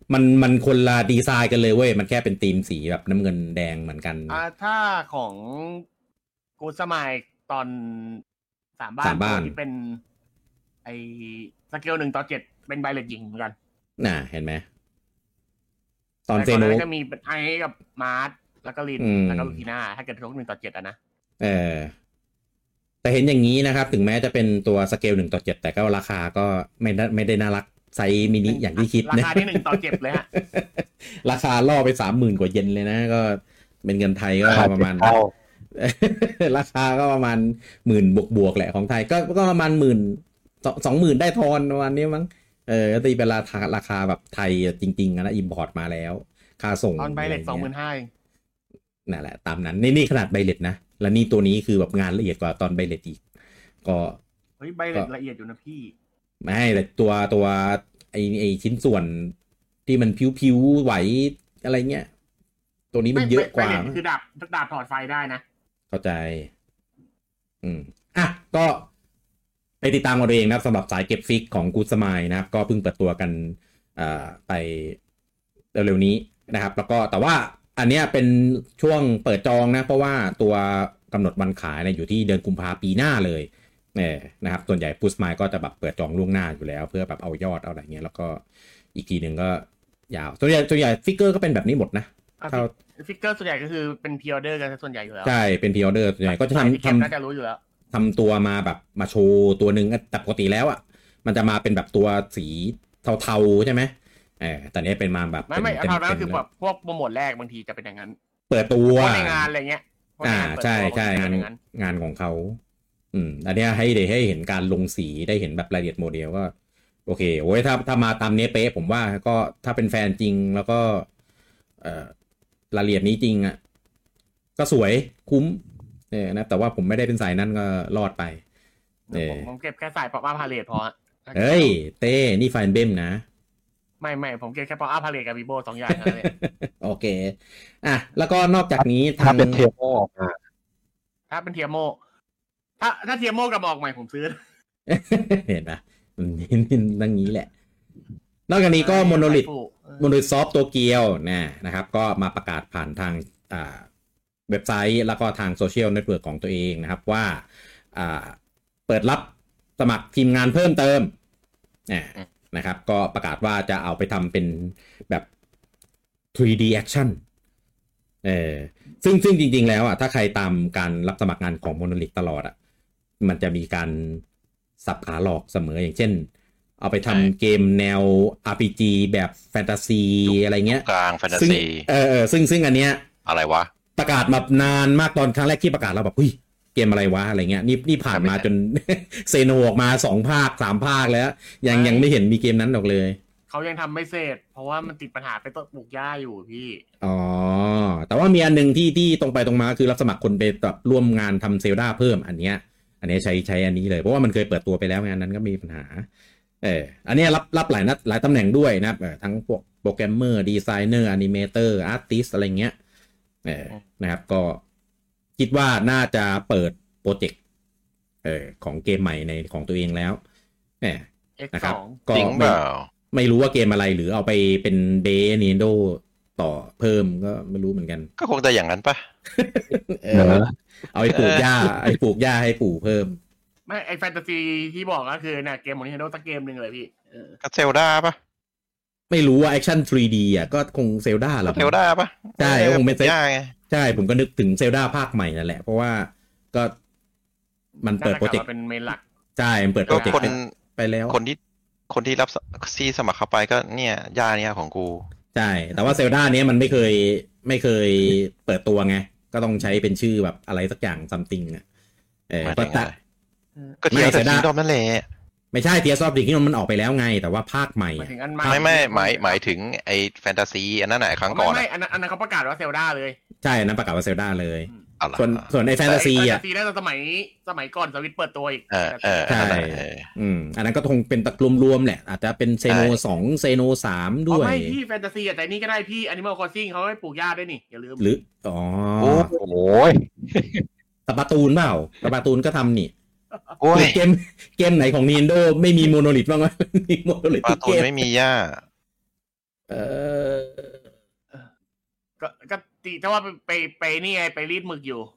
Speaker 1: มันมันคนละดีไซน์กันเลยเว้ยมันแค่เป็นธีมสีแบบน้ำเงินแดงเหมือนกัน
Speaker 3: อ่าถ้าของกูสมัยตอนสามบ้าน
Speaker 1: สามบ้าน
Speaker 3: ที่เป็นไอสเกลหนึ่งต่อเจ็ดเป็นไบเลตหญิงเหมือนกัน
Speaker 1: น่ะเห็นไหมตอนเซโน
Speaker 3: จะมีเป็นไอกับมาร์ทแล้วก็ลินแล้วก็ลูทีน่าถ้าเกิดทุกหนึ่งต่อเจ็ดอ่ะนะ
Speaker 1: เออแต่เห็นอย่างนี้นะครับถึงแม้จะเป็นตัวสเกลหนึ่งต่อเจ็ดแต่ก็ราคาก็ไม่ได้ไม่ได้น่ารักไซส์มินิอย่างที่คิด
Speaker 3: นะราคาที่หนึ่งต่อเจ็ดเลยฮะ
Speaker 1: ราคาล่อไปสามหมื่นกว่าเยนเลยนะก็เป็นเงินไทยก็ประมาณราคาก็ประมาณหมื่นบวกบวกแหละของไทยก็ก็ประมาณหมื่นสองหมื่นได้ทอนประมาณนี้มั้งเออตีเป็นราคาราคาแบบไทยจริงๆนะอิมพอร์ตมาแล้วค่าส่ง
Speaker 3: ตอนไบเลตสองหมื่นห้า
Speaker 1: นั่นแหละตามนั้นนี่นี่ขนาดไบเลตนะแล้วนี่ตัวนี้คือแบบงานละเอียดกว่าตอนไบเลตอีกก็
Speaker 3: เฮ้ยไบเลตละเอียดอยู่นะพี่
Speaker 1: ไม่แต่ตัวตัวไอไอชิ้นส่วนที่มันผิวๆไหวอะไรเงี้ยตัวนี้มันเยอะกว่า
Speaker 3: คือดาบดาบถอดไฟได้นะ
Speaker 1: เข้าใจอืมอ่ะก็ไปติดตามกันเองนะครับสำหรับสายเก็บฟิกของกู๊ดสมายนะครับก็เพิ่งเปิดตัวกันอ่าไปเร็วๆนี้นะครับแล้วก็แต่ว่าอันเนี้ยเป็นช่วงเปิดจองนะเพราะว่าตัวกำหนดวันขายเนี่ยอยู่ที่เดือนกุมภาพันธ์ปีหน้าเลยเนี่ยนะครับส่วนใหญ่กู๊ดสมายก็จะแบบเปิดจองล่วงหน้าอยู่แล้วเพื่อแบบเอายอดเอาอะไรเงี้ยแล้วก็อีกทีหนึ่งก็ยาวส่วนใหญ่ส่วนใหญ่ฟิกเกอร์ก็เป็นแบบนี้หมดนะ
Speaker 3: ฟิกเกอร์ส่วนใหญ่ก็คือเป็นพรีออเดอร์กันส่วนใหญ่อยู่แล้ว
Speaker 1: ใช่เป็นพรีออเดอร์ส่วนใหญ่ก็จะทำ
Speaker 3: ทำน่าจะรู้อยู่แล้ว
Speaker 1: ทำตัวมาแบบมาโชว์ตัวหนึ่งแต่ปกติแล้วอ่ะมันจะมาเป็นแบบตัวสีเทาๆใช่ไหมเออแต่นี้เป็นมาแบบ
Speaker 3: ไม่ไม่เทาๆคือแบบพวกโปรโมทแรกบางทีจะเป็นอย่างนั้น
Speaker 1: เปิดตัว
Speaker 3: ในงานอะไรเงี้ย
Speaker 1: อ่าใช่ใช่งานงานของเขาอืมอันนี้ให้ได้ให้เห็นการลงสีได้เห็นแบบรายละเอียดโมเดลก็โอเคโอ้ยถ้าถ้ามาตามนี้เป๊ะผมว่าก็ถ้าเป็นแฟนจริงแล้วก็เอ่อรายละเอียดนี้จริงอ่ะก็สวยคุ้มเออนะแต่ว่าผมไม่ได้เป็นสายนั้นก็รอดไป
Speaker 3: เออผมเก็บแค่สายป๊อปอัพพาเลทพอ
Speaker 1: เฮ้ยเต้นี่ไฟน์เบมนะ
Speaker 3: ไม่ไม่ผมเก็บแค่ป๊อปอัพพาเลทกับวีโบสองอย่างนั่นแหละ
Speaker 1: โอเคอ่ะแล้วก็นอกจากนี้
Speaker 4: ถ้าเป็นเทียโมออกมา
Speaker 3: ถ้าเป็นเทียโมถ้าถ้าเทียโมกับออกใหม่ผมซื้อ
Speaker 1: เห็นปะมันนั่งนี้แหละนอกจากนี้ก็โมโนลิทโมโนลิทซอฟต์โตเกียวนะนะครับก็มาประกาศผ่านทางอ่าเว็บไซต์แล้วก็ทางโซเชียลเน็ตเวิร์กของตัวเองนะครับว่าอ่าเปิดรับสมัครทีมงานเพิ่มเติมนะครับก็ประกาศว่าจะเอาไปทำเป็นแบบ ทรี ดี Action เออซึ่งซึ่งจริงๆแล้วอ่ะถ้าใครตามการรับสมัครงานของ Monolith ตลอดอ่ะมันจะมีการสับขาหลอกเสมออย่างเช่นเอาไปทำเกมแนว อาร์ พี จี แบบแฟนตาซีอะไรเงี้ย
Speaker 2: กลางแฟนตาซี
Speaker 1: เออซึ่งซึ่งอันเนี้ย
Speaker 2: อะไรวะ
Speaker 1: ประกาศมานานมากตอนครั้งแรกที่ประกาศเราแบบเฮ้ยเกมอะไรวะอะไรเงี้ยนี่นี่ผ่านมาจนเซโนออกมาสองภาคสามภาคแล้วยังยังไม่เห็นมีเกมนั้นออกเลย
Speaker 3: เขายังทำไม่เสร็จเพราะว่ามันติดปัญหาไปต้นปลูกหญ้าอยู่พี่
Speaker 1: อ๋อแต่ว่ามีอันนึงที่ที่ตรงไปตรงมาคือรับสมัครคนไปแบบร่วมงานทำเซลดาเพิ่มอันเนี้ยอันนี้ใช้ใช้อันนี้เลยเพราะว่ามันเคยเปิดตัวไปแล้วงานนั้นก็มีปัญหาเอออันนี้รับรับหลายนัดหลายตำแหน่งด้วยนะเออทั้งพวกโปรแกรมเมอร์ดีไซเนอร์แอนิเมเตอร์อาร์ติสอะไรเงี้ยเออนะครับก็คิดว่าน่าจะเปิดโปรเจกต์เออของเกมใหม่ในของตัวเองแล้วเออนะครับก็ไม่ไม่รู้ว่าเกมอะไรหรือเอาไปเป็นเดย์นีโดต่อเพิ่มก็ไม่รู้เหมือนกัน
Speaker 2: ก็คงจะอย่างนั้นปะ
Speaker 1: เออเอาไปปลูกหญ้าไอ้ปลูกหญ้าให้ปลูกเพิ่ม
Speaker 3: ไม่ไอแฟนตาซีที่บอกก็คือเนี่ยเกมของ Nintendo สักเกมนึงเลยพี่เออ
Speaker 2: ก็เซลดาปะ
Speaker 1: ไม่รู้ว่าแอคชั่น ทรี ดี อ่ะก็คงเซลดาหรอ
Speaker 2: เซลดาปะ
Speaker 1: ใช่คงเป็นเซลดาใช่ผมก็นึกถึงเซลดาภาคใหม่นั่นแหละเพราะว่าก็มันเปิดโปรเจกต์
Speaker 3: เป็นเมนหลัก
Speaker 1: ใช่มันเปิดโปรเจกต์ไปแล้ว
Speaker 2: คนที่คนที่รับซีสมัครเข้าไปก็เนี่ยหญ้าเนี่ยของกู
Speaker 1: ใช่แต่ว่าเซลดาเนี้ยมันไม่เคยไม่เคยเปิดตัวไงก็ต้องใช้เป็นชื่อแบบอะไรสักอย่างซัมติงอ่ะเออก็ตัด
Speaker 2: ก็เทียร์สกินดอมนั่นแหละ
Speaker 1: ไม่ใช่เทียร์ซอฟต์ดิคิงมันออกไปแล้วไงแต่ว่าภาคใหม่
Speaker 2: ไม่ไม่หมายหมายถึงไอ้แฟนตาซีอันนั้นไหนครั้งก่อน
Speaker 3: ไม่อันนั้นอันนั้นเขาประกาศว่าเซลดาเลย
Speaker 1: ใช่อันนั้นประกาศว่าเซลดาเลยส่วนส่วนไอ้แฟนตาซีอ่ะ
Speaker 3: แฟนตาซีน่าจะสมัยสมัยก่อนสวิตเปิดตัวอีก
Speaker 1: ใช่อืมอันนั้นก็คงเป็นตะกรวมๆแหละอาจจะเป็นเซโนสองเซโนสามด้วย
Speaker 3: ไม่พี่แฟนตาซีแต่นี่ก็ได้พี่ Animal Crossing เขาให้ปลูกหญ้าด้วยนี่อย่าลืม
Speaker 1: หรืออ๋อ
Speaker 4: โอ้ย
Speaker 1: ตะปาตูนเปล่าตะปาตูนก็ทำนี่เกมเกมไหนของ Nintendo ไม่มีโมโนลิทบ้างวะมีโมโนลิท
Speaker 2: ปาตูนไม่มีหญ้า
Speaker 1: เออ
Speaker 3: ก็ก็ตีถ้าว่าไปไปนี่ไงไปรีดหมึกอยู่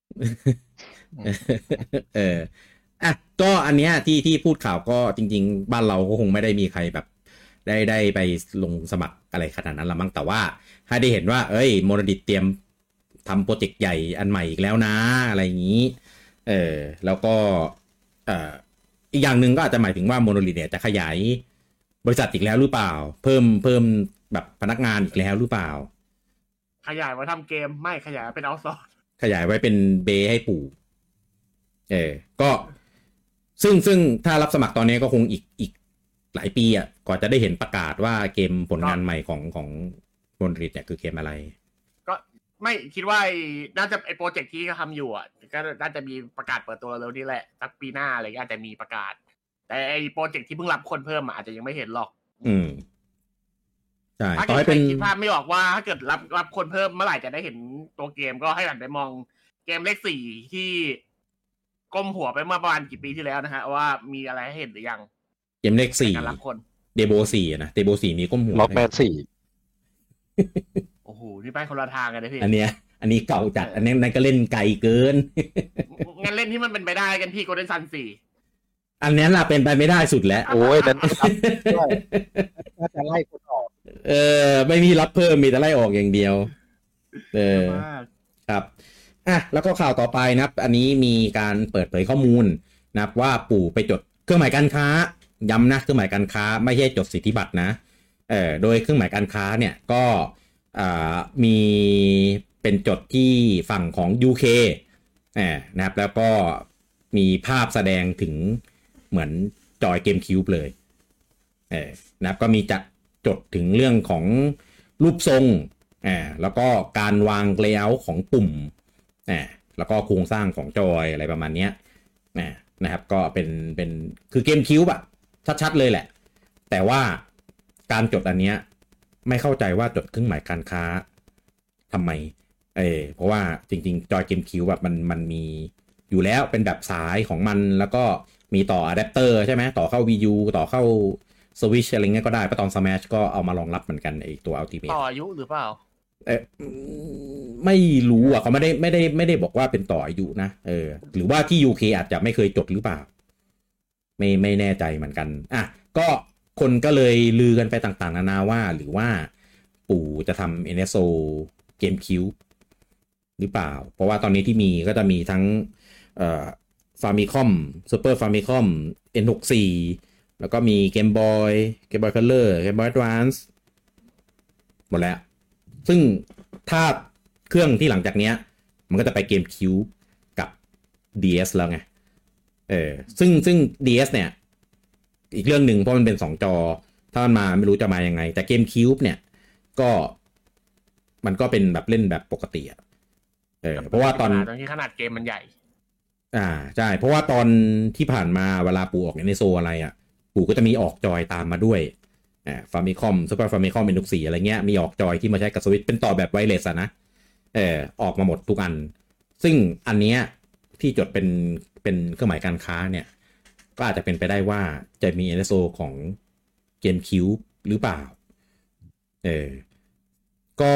Speaker 1: เอออ่ะก็อันเนี้ยที่ที่พูดข่าวก็จริงๆบ้านเราก็คงไม่ได้มีใครแบบได้ได้ไปลงสมัครอะไรขนาดนั้นละมั้งแต่ว่าให้ได้เห็นว่าเอ้ยโมนาดิตเตรียมทำโปรเจกต์ใหญ่อันใหม่อีกแล้วนะอะไรอย่างนี้เออแล้วก็เอ่ออีกอย่างหนึ่งก็อาจจะหมายถึงว่าโมโนลิทเนี่ยจะขยายบริษัทอีกแล้วหรือเปล่าเพิ่มเพิ่มแบบพนักงานอีกแล้วหรือเปล่า
Speaker 3: ขยายไว้ทำเกมไม่ขยายเป็นเอาซอร์
Speaker 1: ขยายไว้เป็นเบย์ให้ปู่เออก็ซึ่งซึ่งถ้ารับสมัครตอนนี้ก็คงอีกอีกหลายปีอ่ะก่อนจะได้เห็นประกาศว่าเกมผลงานใหม่ของของโมโนลิทเนี่ยคือเกมอะไร
Speaker 3: ก็ไม่คิดว่าน่าจะไอโปรเจกต์ที่เขาทำอยู่อ่ะก็น่าจะมีประกาศเปิดตัวเร็วนี่แหละสักปีหน้าอะไรก็อาจจะมีประกาศแต่ไอโปรเจกต์ที่เพิ่งรับคนเพิ่มอาจจะยังไม่เห็นหรอก
Speaker 1: อืมใช่
Speaker 3: ถ้าเกิดใครคิดภาพไม่ออกว่าถ้าเกิดรับรับคนเพิ่มเมื่อไหร่จะได้เห็นตัวเกมก็ให้หันไปมองเกมเลขสี่ที่ก้มหัวไปเมื่อประมาณกี่ปีที่แล้วนะฮะว่ามีอะไรให้เห็นหรือยัง
Speaker 1: เกมเลขสี่
Speaker 3: การรับคน
Speaker 1: เดโบสี่นะเดโบสี่มีก้มหัว
Speaker 4: ล็อกแมนสี่
Speaker 3: โอ้โหนี่ไปคนละทางกันเลยพี่
Speaker 1: อันเนี้ยอันนี้เก่าจัดอันนี้นั่นก็เล่นไกลเกิน
Speaker 3: งั้นเล่นที่มันเป็นไปได้กันพี่โกลเด้นซันสี่
Speaker 1: อันนี้ล่ะเป็นไปไม่ได้สุดแล้ว
Speaker 4: โอ้ยนั่นน่าจะไล่คนออก
Speaker 1: เออไม่มีรับเพิ่มมีแต่ไล่ออกอย่างเดียวเออครับอ่ะแล้วก็ข่าวต่อไปนะครับอันนี้มีการเปิดเผยข้อมูลนะครับว่าปู่ไปจดเครื่องหมายการค้าย้ำนะเครื่องหมายการค้าไม่ใช่จดสิทธิบัตรนะเออโดยเครื่องหมายการค้าเนี่ยก็อ่ามีเป็นจดที่ฝั่งของ ยู เค อ่านะครับแล้วก็มีภาพแสดงถึงเหมือนจอยเกมคิวบ์เลยเออนะครับก็มีจะจดถึงเรื่องของรูปทรงอ่าแล้วก็การวางเลเยอร์ของปุ่มอ่าแล้วก็โครงสร้างของจอยอะไรประมาณเนี้ยนะนะครับก็เป็นเป็นคือเกมคิวบ์อะชัดๆเลยแหละแต่ว่าการจดอันเนี้ยไม่เข้าใจว่าจดเครื่องหมายการค้าทำไมเออเพราะว่าจริงๆจอยเกมคิวแบบมันมันมีอยู่แล้วเป็นแบบสายของมันแล้วก็มีต่ออะแดปเตอร์ใช่ไหมต่อเข้า วี ยู ต่อเข้า Switch อะไรเงี้ยก็ได้เพราะตอน Smash ก็เอามารองรับเหมือนกันไอตัว Ultimate
Speaker 3: ต่ออายุหรือเปล่า
Speaker 1: เออไม่รู้อ่ะเขาไม่ได้ไม่ได้ไม่ได้บอกว่าเป็นต่ออายุนะเออหรือว่าที่ ยู เค อาจจะไม่เคยจดหรือเปล่าไม่ไม่แน่ใจเหมือนกันอ่ะก็คนก็เลยลือกันไปต่างๆนานาว่าหรือว่าปู่จะทำ เอ็น เอส โอ GameCube หรือเปล่าเพราะว่าตอนนี้ที่มีก็จะมีทั้งเอ่อ Famicom Super Famicom เอ็น หกสิบสี่ แล้วก็มี Game Boy Game Boy Color Game Boy Advance หมดแล้วซึ่งถ้าเครื่องที่หลังจากเนี้ยมันก็จะไป GameCube กับ ดี เอส แล้วไงเออซึ่งซึ่ง ดี เอส เนี่ยอีกเรื่องหนึ่งเพราะมันเป็นสองจอถ้ามันมาไม่รู้จะมายังไงแต่ GameCube เนี่ยก็มันก็เป็นแบบเล่นแบบปกติอ่ะเออเพราะว่าตอน
Speaker 3: ตอนที่ขนาดเกมมันใหญ่
Speaker 1: อ่าใช่เพราะว่าตอนที่ผ่านมาเวลาปู่ออก เอ็น เอส โอ อะไรอ่ะปู่ก็จะมีออกจอยตามมาด้วยอ่า Famicom Super Famicom เอ็น หกสิบสี่อะไรเงี้ยมีออกจอยที่มาใช้กับ Switch เป็นต่อแบบไวเลสอ่ะนะเออออกมาหมดทุกอันซึ่งอันเนี้ยที่จดเป็นเป็นเครื่องหมายการค้าเนี่ยก็อาจจะเป็นไปได้ว่าจะมี เอ็น เอส โอ ของ GameCube หรือเปล่าเออก็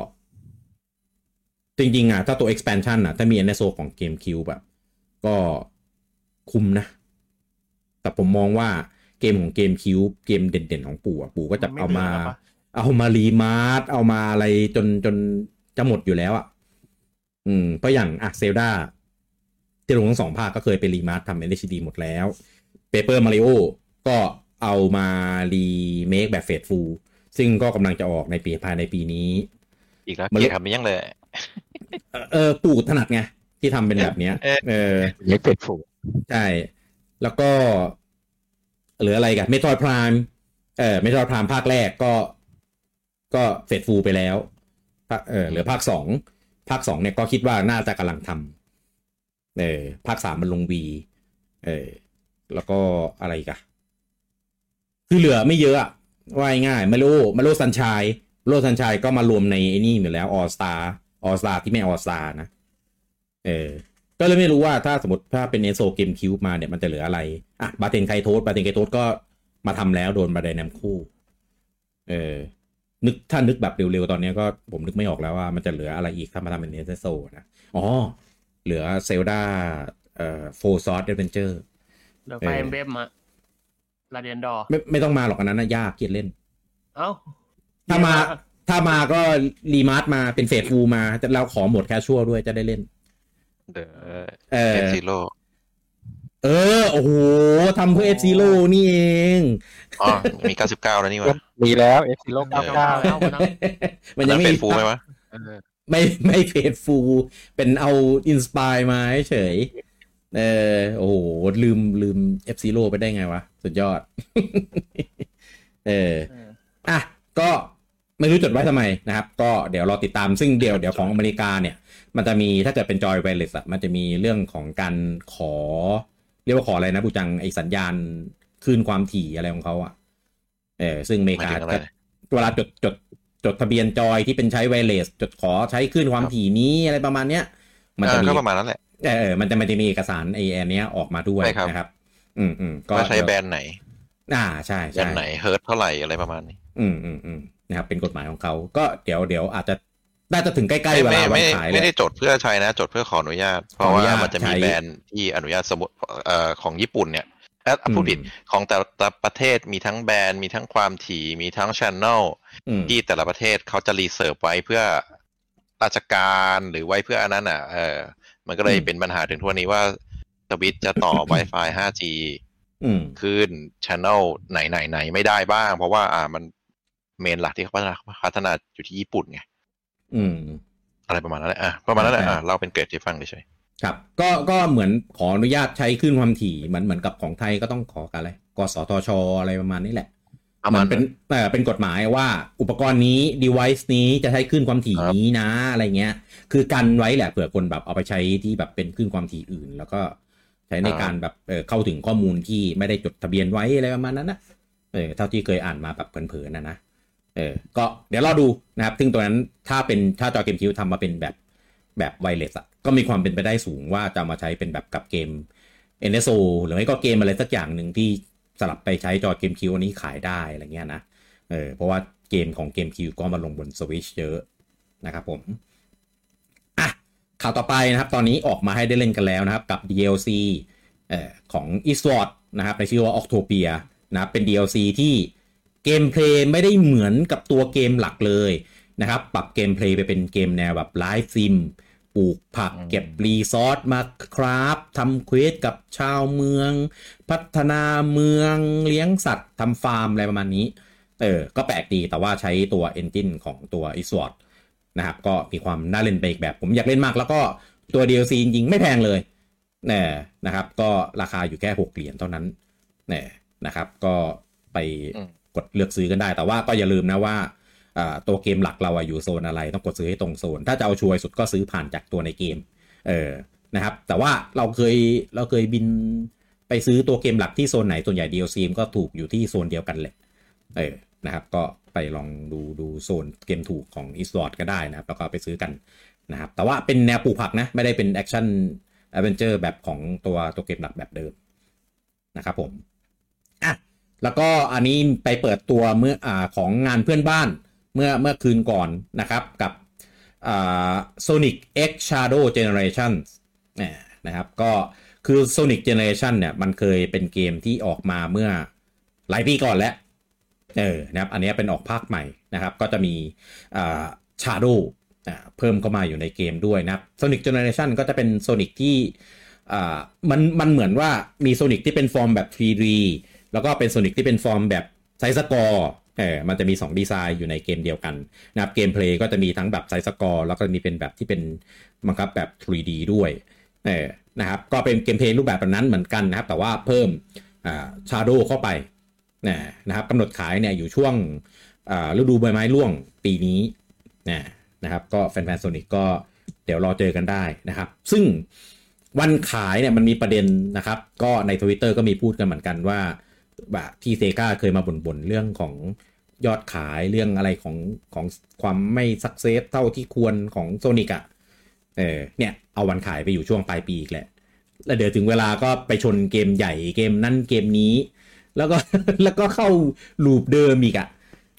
Speaker 1: จริงๆอ่ะถ้าตัว expansion อ่ะถ้ามี เอ็น เอส โอ ของ GameCube แบบก็คุ้มนะแต่ผมมองว่าเกมของ GameCube เกมเด่นๆของปู่อ่ะปู่ก็จะเอามาเอามารีมาสเอามาอะไรจนจนจะหมดอยู่แล้วอ่ะอืมเพราะอย่างอ่ะ Zelda ที่ลงทั้งสองภาคก็เคยไปรีมาสทำ เอ็น เอช ดี หมดแล้ว Paper Mario ก็เอามารีเมคแบบเฟสฟูลซึ่งก็กำลังจะออกในปีภายในปีนี้
Speaker 2: อีกแล้วเกียร์ทำไม่ยังเลย
Speaker 1: เออปู่ถนัดไงที่ทำเป็นแบบเนี้ยเออ
Speaker 4: เมคเฟสฟูล
Speaker 1: ใช่แล้วก็เหลืออะไรกันเมโทรพรามเออเมโทรพรามภาคแรกก็ก็เฟสฟูลไปแล้วเออเหลือภาคสองภาคสองเนี่ยก็คิดว่าน่าจะกำลังทำเออภาคสามมันลง V เออแล้วก็อะไรกันคือเหลือไม่เยอะอะว่าง่ายมาโลมาโลซันชัยโลซันชัยก็มารวมในไอ้นี่อยู่แล้วออสตาออสตาที่ไม่ออสตานะเออก็เลยไม่รู้ว่าถ้าสมมติถ้าเป็นเอโซเกมคิวมาเนี่ยมันจะเหลืออะไรอ่ะบาเทนไคโทสบาเทนไคโทสก็มาทำแล้วโดนบาไดแนมคู่เออนึกถ้านึกแบบเร็วๆตอนนี้ก็ผมนึกไม่ออกแล้วว่ามันจะเหลืออะไรอีกถ้ามาทำเป็นเอสโซนะอ๋อเหลือเซลดาเอ่อโฟร์ซอร์สแอดเวนเจอร์
Speaker 3: เดี๋ยวไฟเอ็มเบมมาลาเดียนดอร์
Speaker 1: ไม่ไม่ต้องมาหรอกอันนั้นนะยากเกียดเล่น
Speaker 3: เอ้า
Speaker 1: ถ้ามาถ้ามาก็รีมาร์ทมาเป็นเฟสฟูมาแล้วขอหมดแคชชัวด้วยจะได้เล่น
Speaker 2: เดอเอฟซีโร่
Speaker 1: เออโอ้โหทำเพื่อเอฟซีโร่นี่เอง
Speaker 2: อ๋อมีเก้าสิบเก้าแล้วนี่วะ
Speaker 4: มีแล้วเอฟซีโร่เก้าสิบเก้าแล้ว
Speaker 2: มันยังไม่เฟสฟูไหมวะ
Speaker 1: ไม่ไม่เฟสฟูเป็นเอาอินสปายมาเฉยเออโอ้โหลืมลืม F Zero ไปได้ไงวะสุดยอดเอออ่ะก็ไม่รู้จดไว้ทำไมนะครับก็เดี๋ยวรอติดตามซึ่งเดี๋ยวเดี๋ยวของอเมริกาเนี่ยมันจะมีถ้าเกิดเป็นจอยไวเลสอ่ะมันจะมีเรื่องของการขอเรียกว่าขออะไรนะบูจังไอสัญญาณคลื่นความถี่อะไรของเขาอ่ะเออซึ่งอเมริกาเวลาจดจดจดทะเบียนจอยที่เป็นใช้ไวเลสจดขอใช้คลื่นความถี่นี้อะไรประมาณเนี้ย
Speaker 2: มันจะมีประมาณนั้นแหละ
Speaker 1: เออมันจะมันจะมีเอกสารไอ้อันเนี้ยออกมาด้วยนะครับอืมอืม
Speaker 2: ก็ใช้แบรนด์ไหน
Speaker 1: อ่าใช่
Speaker 2: ใช่แบรนด์ไหนเฮิร์ตเท่าไหร่อะไรประมาณนี้
Speaker 1: อืมอืมอืมนะครับเป็นกฎหมายของเขาก็เดี๋ยวเดี๋ยวอาจจะน่าจะถึงใกล้ๆเวลาวันขาย
Speaker 2: ไม่ได้จดเพื่อใช้นะจดเพื่อขออนุญาตเพราะว่ามันจะมีแบรนด์ที่อนุญาตสมมติเอ่อของญี่ปุ่นเนี่ยผู้ผิดของแต่ละประเทศมีทั้งแบรนด์มีทั้งความถี่มีทั้งชานเนลที่แต่ละประเทศเขาจะรีเซิร์ฟไว้เพื่อราชการหรือไว้เพื่ออันนั้นอ่ะเออมันก็เลยเป็นปัญหาถึงทั่วนี้ว่าสวิตจะต่อ Wi-Fi ห้าจี ขึ้น Channel ไหนไหนไหนไม่ได้บ้างเพราะว่าอ่ามันเมนหลักที่เขาพัฒนาพัฒนาอยู่ที่ญี่ปุ่นไง
Speaker 1: อืม
Speaker 2: อะไรประมาณนั้นแหละอ่ะประมาณนั้นแหละอ่ะเราเป็นเกรดที่ฟังเฉย
Speaker 1: ๆครับก็ก็เหมือนขออนุญาตใช้คลื่นความถี่เหมือนเหมือนกับของไทยก็ต้องขอกันอะไรกสทชอะไรประมาณนี้แหละมันเป็นเอ่อเป็นกฎหมายว่าอุปกรณ์นี้ device นี้จะใช้คลื่นความถี่นี้นะอะไรเงี้ยคือกันไว้แหละเผื่อคนแบบเอาไปใช้ที่แบบเป็นคลื่นความถี่อื่นแล้วก็ใช้ในการแบบเออเข้าถึงข้อมูลที่ไม่ได้จดทะเบียนไว้อะไรประมาณนั้นนะเออเท่าที่เคยอ่านมาแบบเผลอๆนะนะเออก็เดี๋ยวรอดูนะครับซึ่งตัวนั้นถ้าเป็นถ้าจอเกมคิวทำมาเป็นแบบแบบไวเลสอ่ะก็มีความเป็นไปได้สูงว่าจะมาใช้เป็นแบบกับเกม เอ็น เอส โอ หรือไม่ก็เกมอะไรสักอย่างหนึ่งที่สลับไปใช้จอเกมคิวอันนี้ขายได้อะไรเงี้ยนะเออเพราะว่าเกมของเกมคิวก็มาลงบน Switch เยอะนะครับผมอ่ะข่าวต่อไปนะครับตอนนี้ออกมาให้ได้เล่นกันแล้วนะครับกับ ดี แอล ซี เอ่อของ Eastward นะครับในชื่อว่า Octopia นะครับเป็น ดี แอล ซี ที่เกมเพลย์ไม่ได้เหมือนกับตัวเกมหลักเลยนะครับปรับเกมเพลย์ไปเป็นเกมแนวแบบไลฟ์ซิมปลูกผักเก็บรีซอสมาคราฟทำเควสกับชาวเมืองพัฒนาเมืองเลี้ยงสัตว์ทำฟาร์มอะไรประมาณนี้เออก็แปลกดีแต่ว่าใช้ตัว engine ของตัว Eastward นะครับก็มีความน่าเล่นไปอีกแบบผมอยากเล่นมากแล้วก็ตัว ดี แอล ซี จริงๆไม่แพงเลยแน่นะครับก็ราคาอยู่แค่หกเหรียญเท่านั้นแน่นะครับก็ไปกดเลือกซื้อกันได้แต่ว่าก็อย่าลืมนะว่าตัวเกมหลักเราอยู่โซนอะไรต้องกดซื้อให้ตรงโซนถ้าจะเอาช่วยสุดก็ซื้อผ่านจากตัวในเกมเออนะครับแต่ว่าเราเคยเราเคยบินไปซื้อตัวเกมหลักที่โซนไหนส่วนใหญ่ ดี แอล ซี ก็ถูกอยู่ที่โซนเดียวกันแหละเออนะครับก็ไปลองดูดูโซนเกมถูกของ Eastward ก็ได้นะครับแล้วก็ไปซื้อกันนะครับแต่ว่าเป็นแนวปลูกผักนะไม่ได้เป็นแอคชั่นแอดเวนเจอร์แบบของตัวตัวเกมหลักแบบเดิมนะครับผมอ่ะแล้วก็อันนี้ไปเปิดตัวเมื่ออ่าของงานเพื่อนบ้านเมื่อเมื่อคืนก่อนนะครับกับอ่า Sonic X Shadow Generation นะครับก็คือ Sonic Generation เนี่ยมันเคยเป็นเกมที่ออกมาเมื่อหลายปีก่อนแล้วเออนะครับอันนี้เป็นออกภาคใหม่นะครับก็จะมีอ่า Shadow อ่าเพิ่มเข้ามาอยู่ในเกมด้วยนะครับ Sonic Generation ก็จะเป็น Sonic ที่อ่ามันมันเหมือนว่ามี Sonic ที่เป็นฟอร์มแบบ ทรี ดี แล้วก็เป็น Sonic ที่เป็นฟอร์มแบบไซส์สกอร์เออมันจะมีสองดีไซน์อยู่ในเกมเดียวกันนะครับเกมเพลย์ก็จะมีทั้งแบบไซส์สกอร์แล้วก็มีเป็นแบบที่เป็นบังคับแบบ ทรี ดี ด้วยเออนะครับก็เป็นเกมเพลย์รูปแบบแบบนั้นเหมือนกันนะครับแต่ว่าเพิ่มอ่า Shadow เข้าไปนะครับกำหนดขายเนี่ยอยู่ช่วงอ่าฤดูใบไม้ร่วงปีนี้นะครับก็แฟนๆ Sonic ก็เดี๋ยวรอเจอกันได้นะครับซึ่งวันขายเนี่ยมันมีประเด็นนะครับก็ใน Twitter ก็มีพูดกันเหมือนกันว่าแบบที่เซกาเคยมาบ่นๆเรื่องของยอดขายเรื่องอะไรของของความไม่ซักเซสเท่าที่ควรของ Sonic อ่ะเออเนี่ยเอาวันขายไปอยู่ช่วงปลายปีอีกแหละแล้วเดี๋ยวถึงเวลาก็ไปชนเกมใหญ่เกมนั้นเกมนี้แล้วก็แล้วก็เข้าลูปเดิมอีกอ่ะ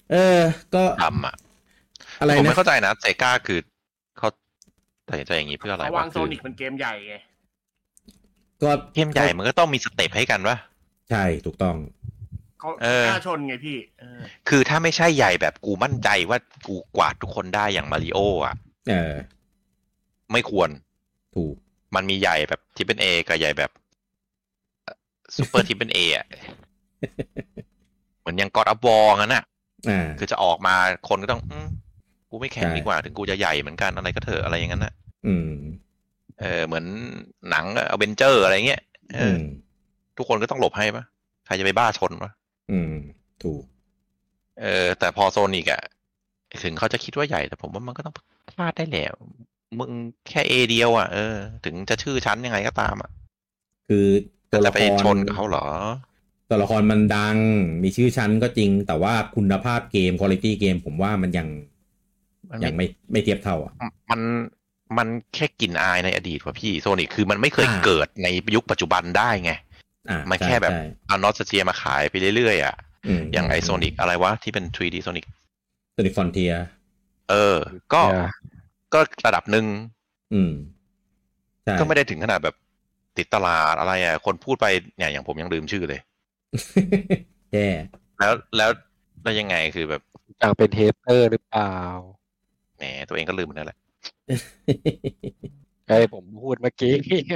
Speaker 1: เออก็
Speaker 2: ทำอ่ะ
Speaker 1: อะไรนะ
Speaker 2: ผมไม่เข้าใจนะเซกาคือเขาตัดสินใจอย่างนี้เพื่ออะไร
Speaker 3: วางโซนิกเป็นเกมใหญ่ไง
Speaker 1: ก็
Speaker 2: เกมใหญ่มันก็ต้องมีสเต็ปให้กันวะ
Speaker 1: ใช่ถูกต้อง
Speaker 3: เขากล้าชนไงพี่
Speaker 2: คือถ้าไม่ใช่ใหญ่แบบกูมั่นใจว่ากูกวาดทุกคนได้อย่างมาริโออ่ะ
Speaker 1: เออ
Speaker 2: ไม่ควร
Speaker 1: ถูก
Speaker 2: มันมีใหญ่แบบทิปเปิลเอกับใหญ่แบบซูเปอร์ทิปเปิลเออ่ะเหมือนยังกอดอัพวอร์งั้นน่ะคือจะออกมาคนก็ต้องกูไม่แข่งดีกว่าถึงกูจะใหญ่เหมือนกันอะไรก็เถอะอะไรอย่างนั้นน่ะ
Speaker 1: อืม
Speaker 2: เออเหมือนหนังอเวนเจอร์อะไรเงี้ยเออทุกคนก็ต้องหลบให้ปะใครจะไปบ้าชนปะ
Speaker 1: อืมถูก
Speaker 2: เออแต่พอโซนิกอ่ะถึงเขาจะคิดว่าใหญ่แต่ผมว่ามันก็ต้องพลาดได้แล้วมึงแค่เอเดียวอ่ะเออถึงจะชื่อชั้นยังไงก็ตามอ่ะ
Speaker 1: คือ
Speaker 2: ตัวละครจะไปชนกับเขาเหรอ
Speaker 1: ตัวละครมันดังมีชื่อชั้นก็จริงแต่ว่าคุณภาพเกมคุณภาพเกมผมว่ามันยังยังไม่ไม่เทียบเท่าอ่ะ
Speaker 2: มันมันแค่กลิ่นอายในอดีตว่ะพี่โซนิกคือมันไม่เคยเกิดในยุคปัจจุบันได้ไงมันแค่แบบเอานอสเจียมาขายไปเรื่อยๆอ่ะอย่างไอโซนิกอะไรวะที่เป็น ทรี ดี โซนิก
Speaker 1: โซนิกฟอนเทีย
Speaker 2: เออก็ก็ระดับหนึ่ง
Speaker 1: อืม
Speaker 2: ก็ไม่ได้ถึงขนาดแบบติดตลาดอะไรอ่ะคนพูดไปเนี่ยอย่างผมยังลืมชื่อเลย
Speaker 1: แย่
Speaker 2: แล้วแล้วแล้วยังไงคือแบบ
Speaker 4: อยากเป็นเฮเตอร์หรือเปล่า
Speaker 2: แหมตัวเองก็ลืมเหมือนกันแหละ
Speaker 4: ไอ้ผมพูดเมื่อกี้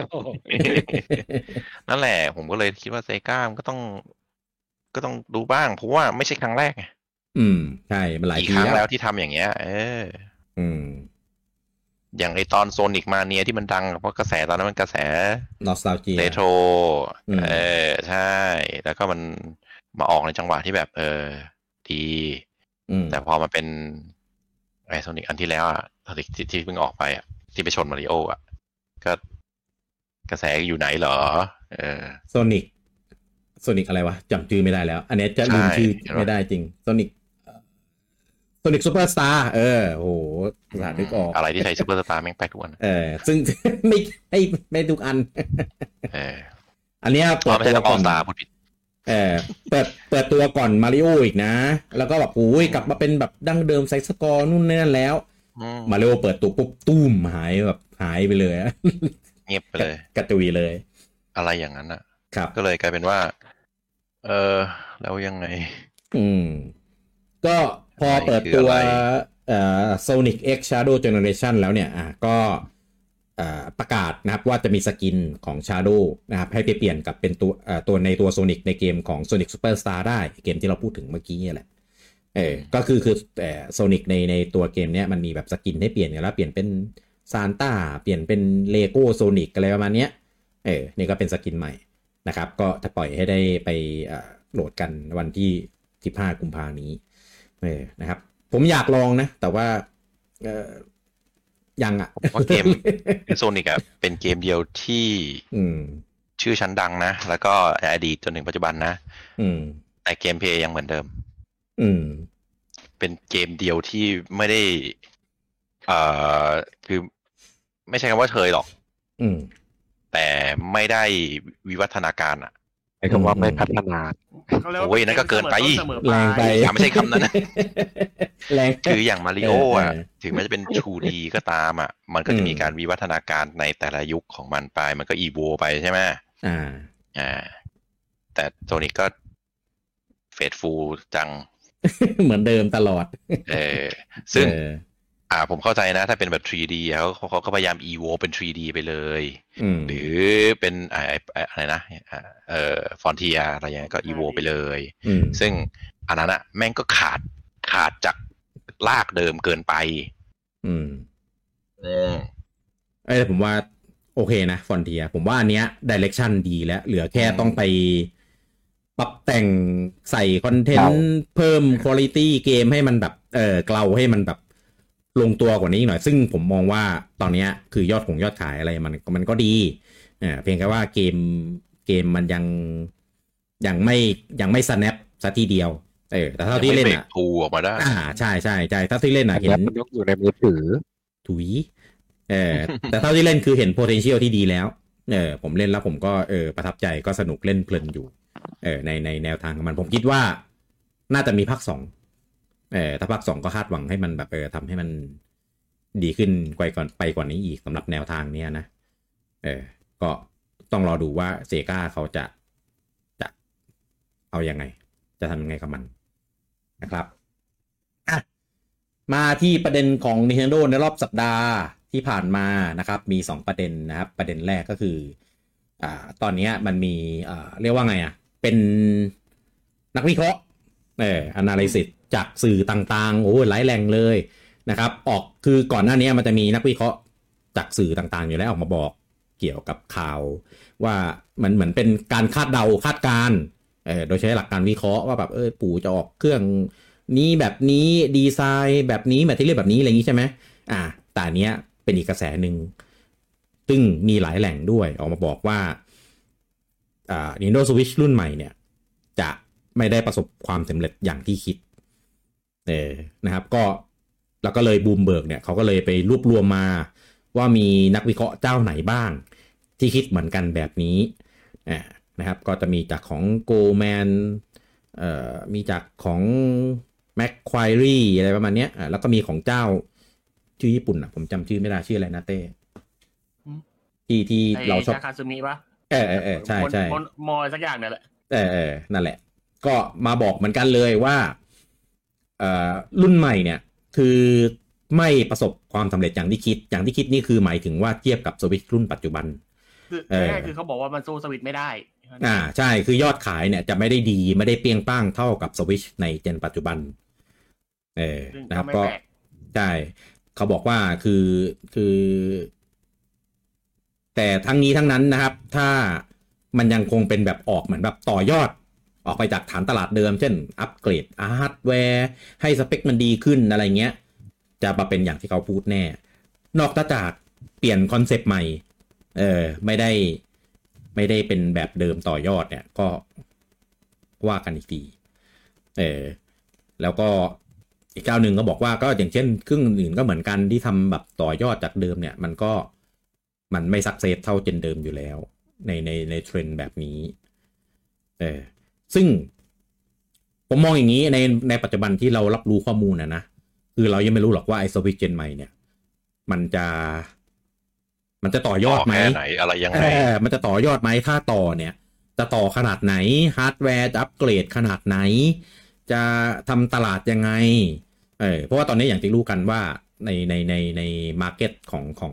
Speaker 2: นั่นแหละผมก็เลยคิดว่าเซก้ามันก็ต้องก็ต้องดูบ้างเพราะว่าไม่ใช่ครั้งแรกไง
Speaker 1: อืมใช่มันหลาย
Speaker 2: ทีแล้วที่ทำอย่างเงี้ยเออ
Speaker 1: อืม
Speaker 2: อย่างไอตอนโซนิกมาเนียที่มันดังเพราะกระแสตอนนั้นมันกระแส
Speaker 1: นอสตาเจีย
Speaker 2: เรโทรเออใช่แล้วก็มันมาออกในจังหวะที่แบบเออดีแต่พอมาเป็นไอโซนิกอันที่แล้วอ่ะที่ที่เพิ่งออกไปอ่ะที่ไปชนมาริโออ่ะก็กระแสอยู่ไหนเหรอเออ
Speaker 1: โซนิกโซนิกอะไรวะจำชื่อไม่ได้แล้วอันนี้จะลืมชื่อไม่ได้จริงโซนิกโซนิกซูเปอร์สตาร์เออโอ้โหภาษานึกออก
Speaker 2: อะไรที่ใช้ซูเปอร์สตาร์แม่งแปลกทุกอัน
Speaker 1: เออซึ่งไม่ไม่ไม่ทุกอัน
Speaker 2: เออ
Speaker 1: อันนี้เปิดตัว
Speaker 2: ก่อน
Speaker 1: เออเปิดเปิดตัวก่อนมาริโออีกนะแล้วก็แบบโอ้ยกลับมาเป็นแบบดั้งเดิมไซส์สกอร์นู่นนี่แล้วมาริโอเปิดตัวปุ๊บตุ้มหายแบบหายไปเลย
Speaker 2: เงียบไปเลย
Speaker 1: กระจุยเลย
Speaker 2: อะไรอย่างนั้นอ่ะ
Speaker 1: ครับ
Speaker 2: ก็เลยกลายเป็นว่าเออแล้วยังไง
Speaker 1: อืมก็พอเปิดตัวเอ่อ Sonic X Shadow Generation แล้วเนี่ยอ่ะก็ประกาศนะครับว่าจะมีสกินของ Shadow นะครับให้ไปเปลี่ยนกับเป็นตัวตัวในตัว Sonic ในเกมของ Sonic Superstar ได้เกมที่เราพูดถึงเมื่อกี้นี่แหละเออก็คือคือเอ่อ Sonic ในในตัวเกมเนี้ยมันมีแบบสกินให้เปลี่ยนกันแล้วเปลี่ยนเป็นซานต้าเปลี่ยนเป็น Lego Sonic อะไรประมาณเนี้ยเออนี่ก็เป็นสกินใหม่นะครับก็จะปล่อยให้ได้ไปโหลดกันวันที่สิบห้ากุมภาพันธ์นี้เออนะครับผมอยากลองนะแต่ว่าเออยังอ่ะ
Speaker 2: ว่าเกมโซนิกอ่ะเป็นเกมเดียวที่ชื่อชั้นดังนะแล้วก็อดีตจนถึงปัจจุบันนะแต่เกมเพลย์ยังเหมือนเดิมเป็นเกมเดียวที่ไม่ได้เอ่อคือไม่ใช่คำว่าเชยหรอกแต่ไม่ได้วิวัฒนาการอ่ะ
Speaker 4: ไอ้คำว่าไม่พัฒนา
Speaker 2: โอ้ยนั่นก็เกินไป
Speaker 1: แรงไป
Speaker 2: ไม่ใช่คำนั้นนะ
Speaker 1: แรง
Speaker 2: คืออย่างมาริโออ่ะถึงแม้จะเป็น ทู ดี ก็ตามอ่ะมันก็จะมีการวิวัฒนาการในแต่ละยุคของมันไปมันก็อีโวไปใช่ไหม
Speaker 1: อ่า
Speaker 2: อ่าแต่โซนิกก็เฟดฟูลจัง
Speaker 1: เหมือนเดิมตลอด
Speaker 2: เออซึ่งอ่าผมเข้าใจนะถ้าเป็นแบบ ทรี ดี เขาเขาก็พยายาม evo เป็น ทรี ดี ไปเลยหรือเป็นอะไรนะเอ่อ Frontier อะไรอย่างเงี้ยก็ evo ไปเลยซึ่งอันนั้นอะแม่งก็ขาดขาดจากลากเดิมเกินไป
Speaker 1: อืมเออไอ้ผมว่าโอเคนะ Frontier ผมว่าอันเนี้ย direction ดีแล้วเหลือแค่ต้องไปปรับแต่งใส่คอนเทนต์เพิ่มคุณภาพเกมให้มันแบบเออเกลาให้มันแบบลงตัวกว่านี้หน่อยซึ่งผมมองว่าตอนนี้คือยอดของยอดขายอะไรมันมันก็ดีเออเพียงแค่ว่าเกมเกมมันยังยังไม่ยังไม่ snap ซะทีเดียวเออแต่เท่าที่เล่นอ่ะ
Speaker 2: ถูออกมาได้
Speaker 1: อ่าใช่ใช่ใช่ถ้าที่เล่นอ่ะเห็น
Speaker 4: มันยกอยู่ในมือถือ
Speaker 1: ถุยเออแต่เท่าที่เล่นคือเห็น potential ที่ดีแล้วเออผมเล่นแล้วผมก็เออประทับใจก็สนุกเล่นเพลินอยู่เออในในแนวทางของมันผมคิดว่าน่าจะมีภาคสองเออถ้าภาคสองก็คาดหวังให้มันแบบเออทำให้มันดีขึ้นไปก่อนไปกว่านี้อีกสำหรับแนวทางเนี้ยนะเออก็ต้องรอดูว่าเซกาเขาจะจะเอายังไงจะทำยังไงกับมันนะครับอ่ะมาที่ประเด็นของ Nintendo ในรอบสัปดาห์ที่ผ่านมานะครับมีสองประเด็นนะครับประเด็นแรกก็คืออ่าตอนนี้มันมีอ่าเรียกว่าไงอ่ะเป็นนักวิเคราะห์เออ analysis จากสื่อต่างๆโอ้ยหลายแหล่งเลยนะครับออกคือก่อนหน้านี้มันจะมีนักวิเคราะห์จากสื่อต่างๆอยู่แล้วออกมาบอกเกี่ยวกับข่าวว่ามันเหมือนเป็นการคาดเดาคาดการณ์เออโดยใช้หลักการวิเคราะห์ว่าแบบเออปู่จะออกเครื่องนี้แบบนี้ดีไซน์แบบนี้แบบที่เรียกแบบนี้อะไรอย่างนี้ใช่ไหมอ่าแต่เนี้ยเป็นอีกกระแสหนึ่งซึ่งมีหลายแหล่งด้วยออกมาบอกว่าอ่า Nintendo Switch รุ่นใหม่เนี่ยจะไม่ได้ประสบความสำเร็จอย่างที่คิดเออนะครับก็แล้วก็เลยบูมเบิร์กเนี่ยเขาก็เลยไปรวบรวมมาว่ามีนักวิเคราะห์เจ้าไหนบ้างที่คิดเหมือนกันแบบนี้อ่านะครับก็จะมีจากของ Goldman เอ่อมีจากของ Macquarie อะไรประมาณเนี้ยอ่าแล้วก็มีของเจ้าชื่อญี่ปุ่นอ่ะผมจำชื่อไม่ได้ชื่ออะไรนะเต้ที่ที่เราชอบ
Speaker 3: คาซึมิปะ
Speaker 1: เออเออเออใช่ใช่
Speaker 3: มอสักอย่างเนี่ยแหละ
Speaker 1: เออเออนั่นแหละก็มาบอกเหมือนกันเลยว่าเอ่อรุ่นใหม่เนี่ยคือไม่ประสบความสำเร็จอย่างที่คิดอย่างที่คิดนี่คือหมายถึงว่าเทียบกับสวิตช์รุ่นปัจจุบัน
Speaker 3: คือแค่คือเขาบอกว่ามันสู้สวิตช์ไม่ได้
Speaker 1: อ่าใช่คือยอดขายเนี่ยจะไม่ได้ดีไม่ได้เปรี้ยงป้างเท่ากับสวิตช์ในเจนปัจจุบันเออนะครับก็ใช่เขาบอกว่าคือคือแต่ทั้งนี้ทั้งนั้นนะครับถ้ามันยังคงเป็นแบบออกเหมือนแบบต่อยอดออกไปจากฐานตลาดเดิมเช่นอัปเกรดฮาร์ดแวร์ให้สเปคมันดีขึ้นอะไรเงี้ยจะมาเป็นอย่างที่เขาพูดแน่นอกจากเปลี่ยนคอนเซปต์ใหม่เออไม่ได้ไม่ได้เป็นแบบเดิมต่อยอดเนี่ยก็ว่ากันอีกทีเออแล้วก็อีกเจ้าหนึ่งก็บอกว่าก็อย่างเช่นเครื่องอื่นก็เหมือนกันที่ทำแบบต่อยอดจากเดิมเนี่ยมันก็มันไม่ซักเซสเท่าเจนเดิมอยู่แล้วในในในเทรนด์แบบนี้เออซึ่งผมมองอย่างนี้ในในปัจจุบันที่เรารับรู้ข้อมูลนะนะคือเรายังไม่รู้หรอกว่าไอ้สวิตช์เจนใหม่เนี่ยมันจะมันจะต่อยอดไหม
Speaker 2: ไหนอะไรยังไง
Speaker 1: มันจะต่อยอดไหมถ้าต่อเนี่ยจะต่อขนาดไหนฮาร์ดแวร์จะอัปเกรดขนาดไหนจะทำตลาดยังไงเออเพราะว่าตอนนี้อย่างที่รู้กันว่าในในในในมาร์เก็ตของของ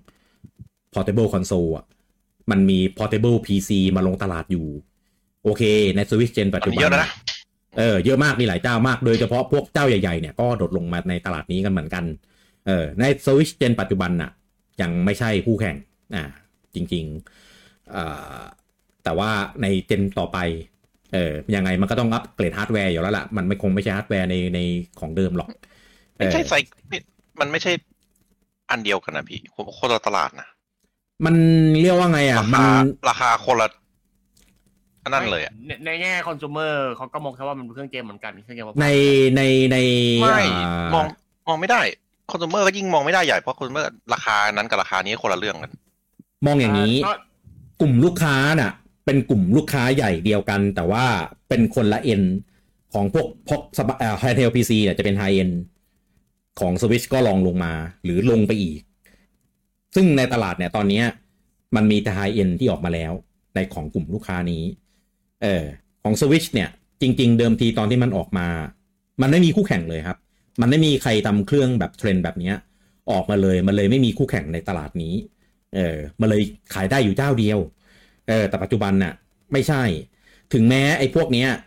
Speaker 1: portable console อ่ะมันมี portable พี ซี มาลงตลาดอยู่โอเคใน Switch Gen ปัจจุบันเยอะนะเออเยอะมากมีหลายเจ้ามากโดยเฉพาะพวกเจ้าใหญ่ๆเนี่ยก็โดดลงมาในตลาดนี้กันเหมือนกันเออใน Switch Gen ปัจจุบันน่ะยังไม่ใช่คู่แข่งอ่าจริงๆอ่าแต่ว่าในเจนต่อไปเออยังไงมันก็ต้องอัปเกรดฮาร์ดแวร์อยู่แล้วล่ะมันไม่คงไม่ใช่ฮาร์ดแวร์ในในของเดิมหรอก
Speaker 2: ไม่ใช่ไซมันไม่ใช่อันเดียวกันนะพี่คนละตลาดนะ
Speaker 1: มันเรียกว่าไงอ่ะ
Speaker 2: มันราคาคนละนั่นเลยอ่ะ
Speaker 3: ในแง่คอน sumer เขาก็มองแค่ว่ามันเป็นเครื่องเกมเหมือนกันเครื่องเกม
Speaker 1: ในในใน
Speaker 2: ไม่มองมองไม่ได้คอน sumer ก็ยิ่งมองไม่ได้ใหญ่เพราะคอน sumer ราคานั้นกับราคานี้คนละเรื่องกัน
Speaker 1: มองอย่างนี้กลุ่มลูกค้าน่ะเป็นกลุ่มลูกค้าใหญ่เดียวกันแต่ว่าเป็นคนละเอ็นของพวกพวกเอ่อ Handheld พี ซี เนี่ยจะเป็นไฮเอ็นของ Switch ก็ลองลงมาหรือลงไปอีกซึ่งในตลาดเนี่ยตอนนี้มันมีแต่ไฮเอ็นที่ออกมาแล้วในของกลุ่มลูกค้านี้เออของ Switch เนี่ยจริงๆเดิมทีตอนที่มันออกมามันไม่มีคู่แข่งเลยครับมันไม่มีใครทำเครื่องแบบเทรนด์แบบนี้ออกมาเลยมันเลยไม่มีคู่แข่งในตลาดนี้เออมันเลยขายได้อยู่เจ้าเดียวเออแต่ปัจจุบันน่ะไม่ใช่ถึงแม้ไอ้พวกเนี้ย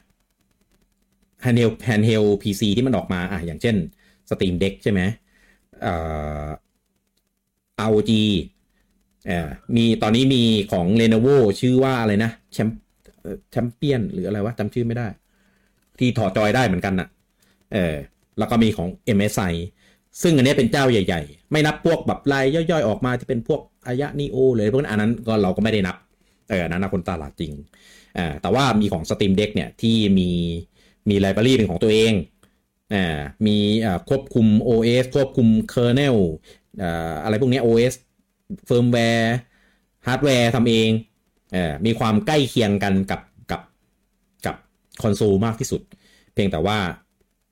Speaker 1: handheld handheld พี ซี ที่มันออกมาอ่ะอย่างเช่น Steam Deck ใช่ไหมเอ่อ อาร์ โอ จี เอ่อมีตอนนี้มีของ Lenovo ชื่อว่าอะไรนะแชมแชมเปี้ยนหรืออะไรวะจำชื่อไม่ได้ที่ถอดจอยได้เหมือนกันน่ะเออแล้วก็มีของ เอ็ม เอส ไอ ซึ่งอันนี้เป็นเจ้าใหญ่ๆไม่นับพวกแบบรายย่อยๆออกมาที่เป็นพวกอายะนีโอเลยพวกนั้นอันนั้นก็เราก็ไม่ได้นับเออนั้นนะคนตลาดจริงอ่าแต่ว่ามีของ Steam Deck เนี่ยที่มีมีไลบรารีเป็นของตัวเองอ่ามีอ่าควบคุม โอ เอส ควบคุม kernel อ่าอะไรพวกนี้ โอ เอส เฟิร์มแวร์ฮาร์ดแวร์ทำเองเอ่อมีความใกล้เคียงกันกับกับกับคอนโซลมากที่สุดเพียงแต่ว่า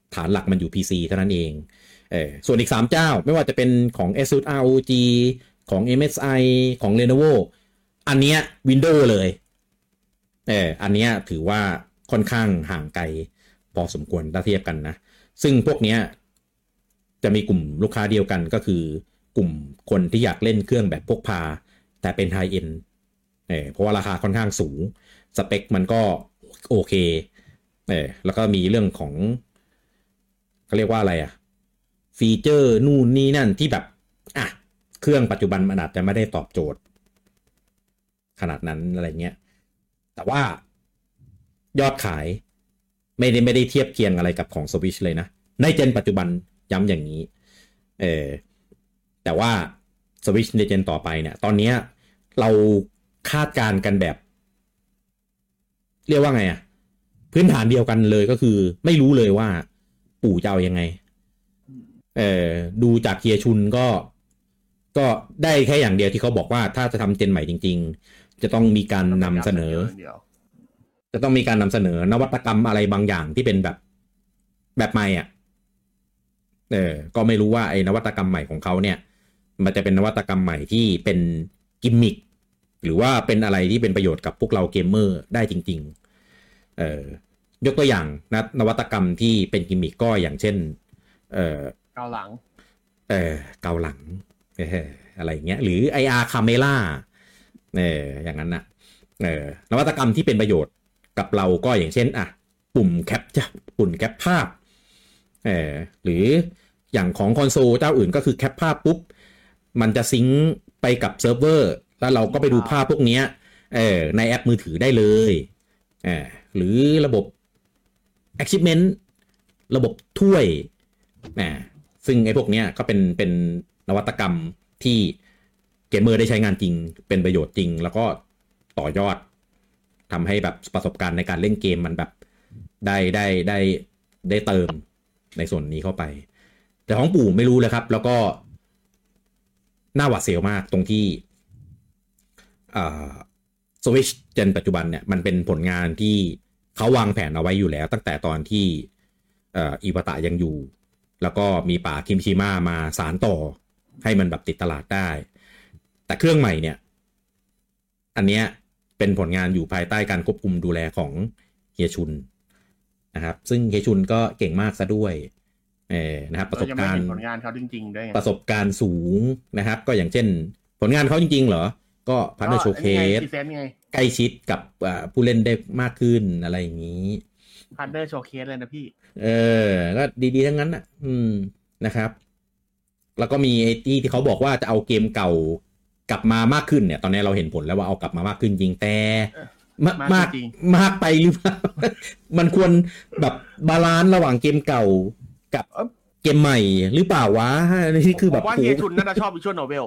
Speaker 1: ฐานหลักมันอยู่ พี ซี เท่านั้นเองเออส่วนอีกสามเจ้าไม่ว่าจะเป็นของ ASUS อาร์ โอ จี ของ เอ็ม เอส ไอ ของ Lenovo อันเนี้ย Windows เลยเอออันเนี้ยถือว่าค่อนข้างห่างไกลพอสมควรถ้าเทียบกันนะซึ่งพวกเนี้ยจะมีกลุ่มลูกค้าเดียวกันก็คือกลุ่มคนที่อยากเล่นเครื่องแบบพกพาแต่เป็นไฮเอ็นด์เออเพราะว่าราคาค่อนข้างสูงสเปคมันก็โอเคเออแล้วก็มีเรื่องของเขาเรียกว่าอะไรอะฟีเจอร์นู่นนี่นั่นที่แบบอ่ะเครื่องปัจจุบันมันอาจจะไม่ได้ตอบโจทย์ขนาดนั้นอะไรเงี้ยแต่ว่ายอดขายไม่ได้ไม่ได้เทียบเคียงอะไรกับของ Switch เลยนะในเจนปัจจุบันย้ำอย่างนี้เออแต่ว่า Switch ในเจนต่อไปเนี่ยตอนนี้เราคาดการณ์กันแบบเรียกว่าไงอะพื้นฐานเดียวกันเลยก็คือไม่รู้เลยว่าปู่จะเอายังไงเออดูจากเฮียชุนก็ก็ได้แค่อย่างเดียวที่เขาบอกว่าถ้าจะทำเจนใหม่จริงๆจะต้องมีการนำเสนอจะต้องมีการนำเสนอนวัตกรรมอะไรบางอย่างที่เป็นแบบแบบใหม่อ่ะเออก็ไม่รู้ว่าไอ้นวัตกรรมใหม่ของเขาเนี่ยมันจะเป็นนวัตกรรมใหม่ที่เป็นกิมมิคหรือว่าเป็นอะไรที่เป็นประโยชน์กับพวกเราเกมเมอร์ได้จริงๆเออยกตัวอย่างนะนวัตกรรมที่เป็นกิมมิคก็อย่างเช่นเออ
Speaker 3: เกาหลัง
Speaker 1: เออเกาหลังเอออะไรอย่างเงี้ยหรือ ไอ อาร์ Camera เอออย่างนั้นนะเออนวัตกรรมที่เป็นประโยชน์กับเราก็อย่างเช่นอ่ะปุ่มแคปจะปุ่มแคปภาพเออหรืออย่างของคอนโซลเจ้าอื่นก็คือแคปภาพปุ๊บมันจะซิงค์ไปกับเซิร์ฟเวอร์แล้วเราก็ไปดูภาพพวกนี้เออในแอปมือถือได้เลยเออหรือระบบ achievement ระบบถ้วยนะซึ่งไอ้พวกนี้ก็เป็นเป็นนวัตกรรมที่เกมเมอร์ได้ใช้งานจริงเป็นประโยชน์จริงแล้วก็ต่อยอดทำให้แบบประสบการณ์ในการเล่นเกมมันแบบได้ได้ได้ได้เติมในส่วนนี้เข้าไปแต่ของปู่ไม่รู้เลยครับแล้วก็น่าหวาดเสียวมากตรงที่อ่า Switch เจนปัจจุบันเนี่ยมันเป็นผลงานที่เขาวางแผนเอาไว้อยู่แล้วตั้งแต่ตอนที่เอ่ออิวาตะยังอยู่แล้วก็มีป่าคิมชิมะมาสานต่อให้มันแบบติดตลาดได้แต่เครื่องใหม่เนี่ยอันเนี้ยเป็นผลงานอยู่ภายใต้การควบคุมดูแลของเฮียชุนนะครับซึ่งเฮียชุนก็เก่งมากซะด้วยเออนะครับประสบการณ์
Speaker 3: ผลงานเขาจริงๆด้วย
Speaker 1: ประสบการณ์สูงนะครับก็อย่างเช่นผลงานเขาจริงๆเหรอก็พาร์ทเนอร์โชว์เคสใกล้ชิดกับผู้เล่นได้มากขึ้นอะไรอย่างนี้
Speaker 3: พาร์ทเนอร์โชว์เคสเลยนะพี่
Speaker 1: เออก็ดีๆทั้งนั้นนะอืมนะครับแล้วก็มีไอ้ที่ที่เขาบอกว่าจะเอาเกมเก่ากลับมามากขึ้นเนี่ยตอนนี้เราเห็นผลแล้วว่าเอากลับมามากขึ้นจริงแต่มากมากมากไปหรือเปล่า มันควรแบบบาลานซ์ระหว่างเกมเก่ากับเกมใหม่หรือเปล่าวะนี่คือแบบ
Speaker 3: ว่าเฮียชุนน่าจะชอบวิชวลโนเวล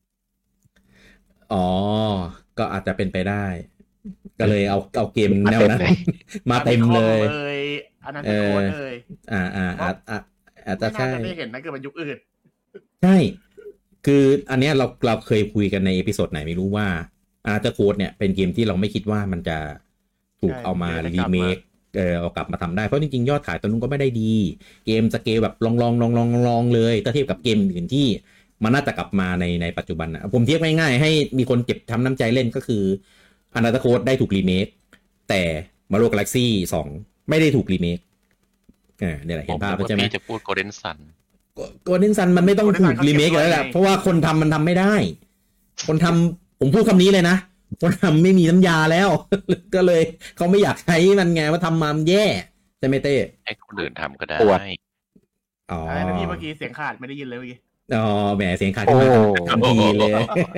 Speaker 1: อ๋อก็อาจจะเป็นไปได้ก็เลยเอาเอาเกมแนวนั้นมาเต็มเลย
Speaker 3: อันนั้นเป็นโค้ดเลย
Speaker 1: อ่าอ่าอาจอาจจะใช่
Speaker 3: ไม่เห็นนะเกิดมันยุคอื่น
Speaker 1: ใช่คืออันเนี้ยเราเราเคยคุยกันในเอพิโซดไหนไม่รู้ว่าอาร์ตโค้ดเนี่ยเป็นเกมที่เราไม่คิดว่ามันจะถูกเอามารีเมคเออเอากลับมาทำได้เพราะจริงๆยอดขายตัวนู้นก็ไม่ได้ดีเกมสเกลแบบลองลองลองลองลองเลยถ้าเทียบกับเกมอื่นที่มันน่าจะกลับมาในในปัจจุบันนะผมเทียบง่ายๆให้มีคนเก็บทำน้ำใจเล่นก็คืออาร์ตโค้ดได้ถูกรีเมคแต่มาโลกาแล็กซี่สองไม่ได้ถูกรีเมคเออเนี่ยแหละเห็นภาพใช่ไหม
Speaker 2: จะพูดโกลเด้นซัน
Speaker 1: โกลเด้นซันมันไม่ต้องถูกรีเมคแล้วแหละเพราะว่าคนทำมันทำไม่ได้คนทำผมพูดคำนี้เลยนะคนทำไม่มีน้ำยาแล้วก็เลยเขาไม่อยากใช้มันไงว่าทำมามันแย่ใช่ไหมเต้
Speaker 2: ให้คนอื่นทำก็ได้
Speaker 3: อ๋อไอ้พี่เมื่อกี้เสียงขาดไม่ได้ยินเลยเมื่อกี้
Speaker 1: อ๋อแหมเสียงขาดขึ้นมาทันทีเลย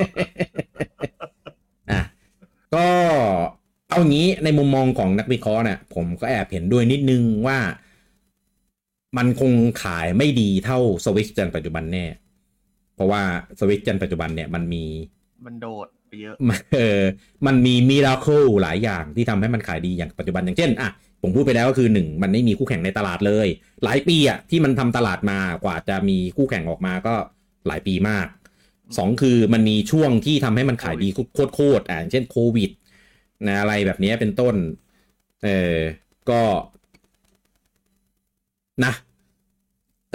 Speaker 1: อ่ะก็เอางี้ในมุมมองของนักวิเคราะห์เนี่ยผมก็แอบเห็นด้วยนิดนึงว่ามันคงขายไม่ดีเท่า Switch เจนปัจจุบันแน่เพราะว่า Switch เจนปัจจุบันเนี่ยมันมี
Speaker 3: มันโดดไปเยอะ
Speaker 1: เออมันมีมิราเคิลหลายอย่างที่ทำให้มันขายดีอย่างปัจจุบันอย่างเช่นอ่ะผมพูดไปแล้วก็คือหนึ่งมันไม่มีคู่แข่งในตลาดเลยหลายปีอ่ะที่มันทำตลาดมากว่าจะมีคู่แข่งออกมาก็หลายปีมากสองคือมันมีช่วงที่ทำให้มันขายดีโคตรๆอ่ะเช่นโควิดนะอะไรแบบนี้เป็นต้นเออก็นะ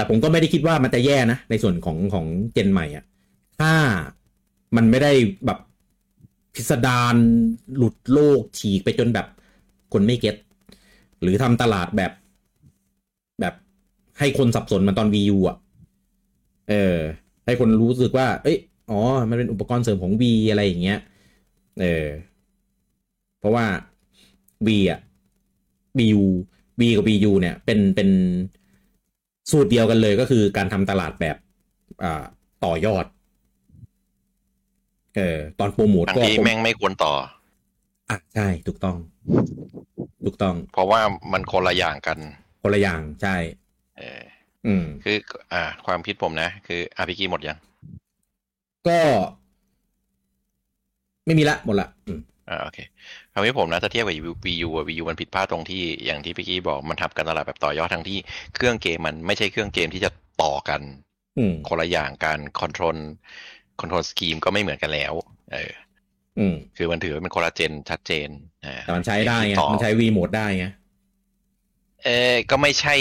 Speaker 1: ผมก็ไม่ได้คิดว่ามันจะแย่นะในส่วนของของเจนใหม่อ่ะถ้ามันไม่ได้แบบพิสดารหลุดโลกฉีกไปจนแบบคนไม่เก็ตหรือทำตลาดแบบแบบให้คนสับสนมันตอน วี ยู อ่ะเออให้คนรู้สึกว่าเอ้ยอ๋อมันเป็นอุปกรณ์เสริมของ V อะไรอย่างเงี้ยเออเพราะว่า V อ่ะ บี ยู V กับ วี ยู เนี่ยเป็นเป็นสูตรเดียวกันเลยก็คือการทำตลาดแบบอ่าต่อยอดเออตอนโปรโมท
Speaker 2: ก็ที่แม่งไม่ควรต่อ
Speaker 1: อ่ะใช่ถูกต้องถูกต้อง
Speaker 2: เพราะว่ามันคนละอย่างกัน
Speaker 1: คนละอย่างใช่
Speaker 2: เอออืมคืออ่าความคิดผมนะคืออาร์พีจีหมดยัง
Speaker 1: ก็ไม่มีละหมดละอืม
Speaker 2: อ่าโอเคความคิดผมนะถ้าเทียบกับ วี ยู อ่ะ วี ยู มันผิดพลาดตรงที่อย่างที่พี่กี้บอกมันทำการตลาดแบบต่อยอดทั้งที่เครื่องเกมมันไม่ใช่เครื่องเกมที่จะต่อกันคนละอย่างการคอนโทรลคอนโทรลสกีมก็ไม่เหมือนกันแล้วเอออืมคือมันถือว่าเป็นคนละเจนชัดเจน
Speaker 1: อ่าแต่มันใช้ได้ไงมันใช้ V โหมดได้ไง
Speaker 2: เออก็ไม่ใช่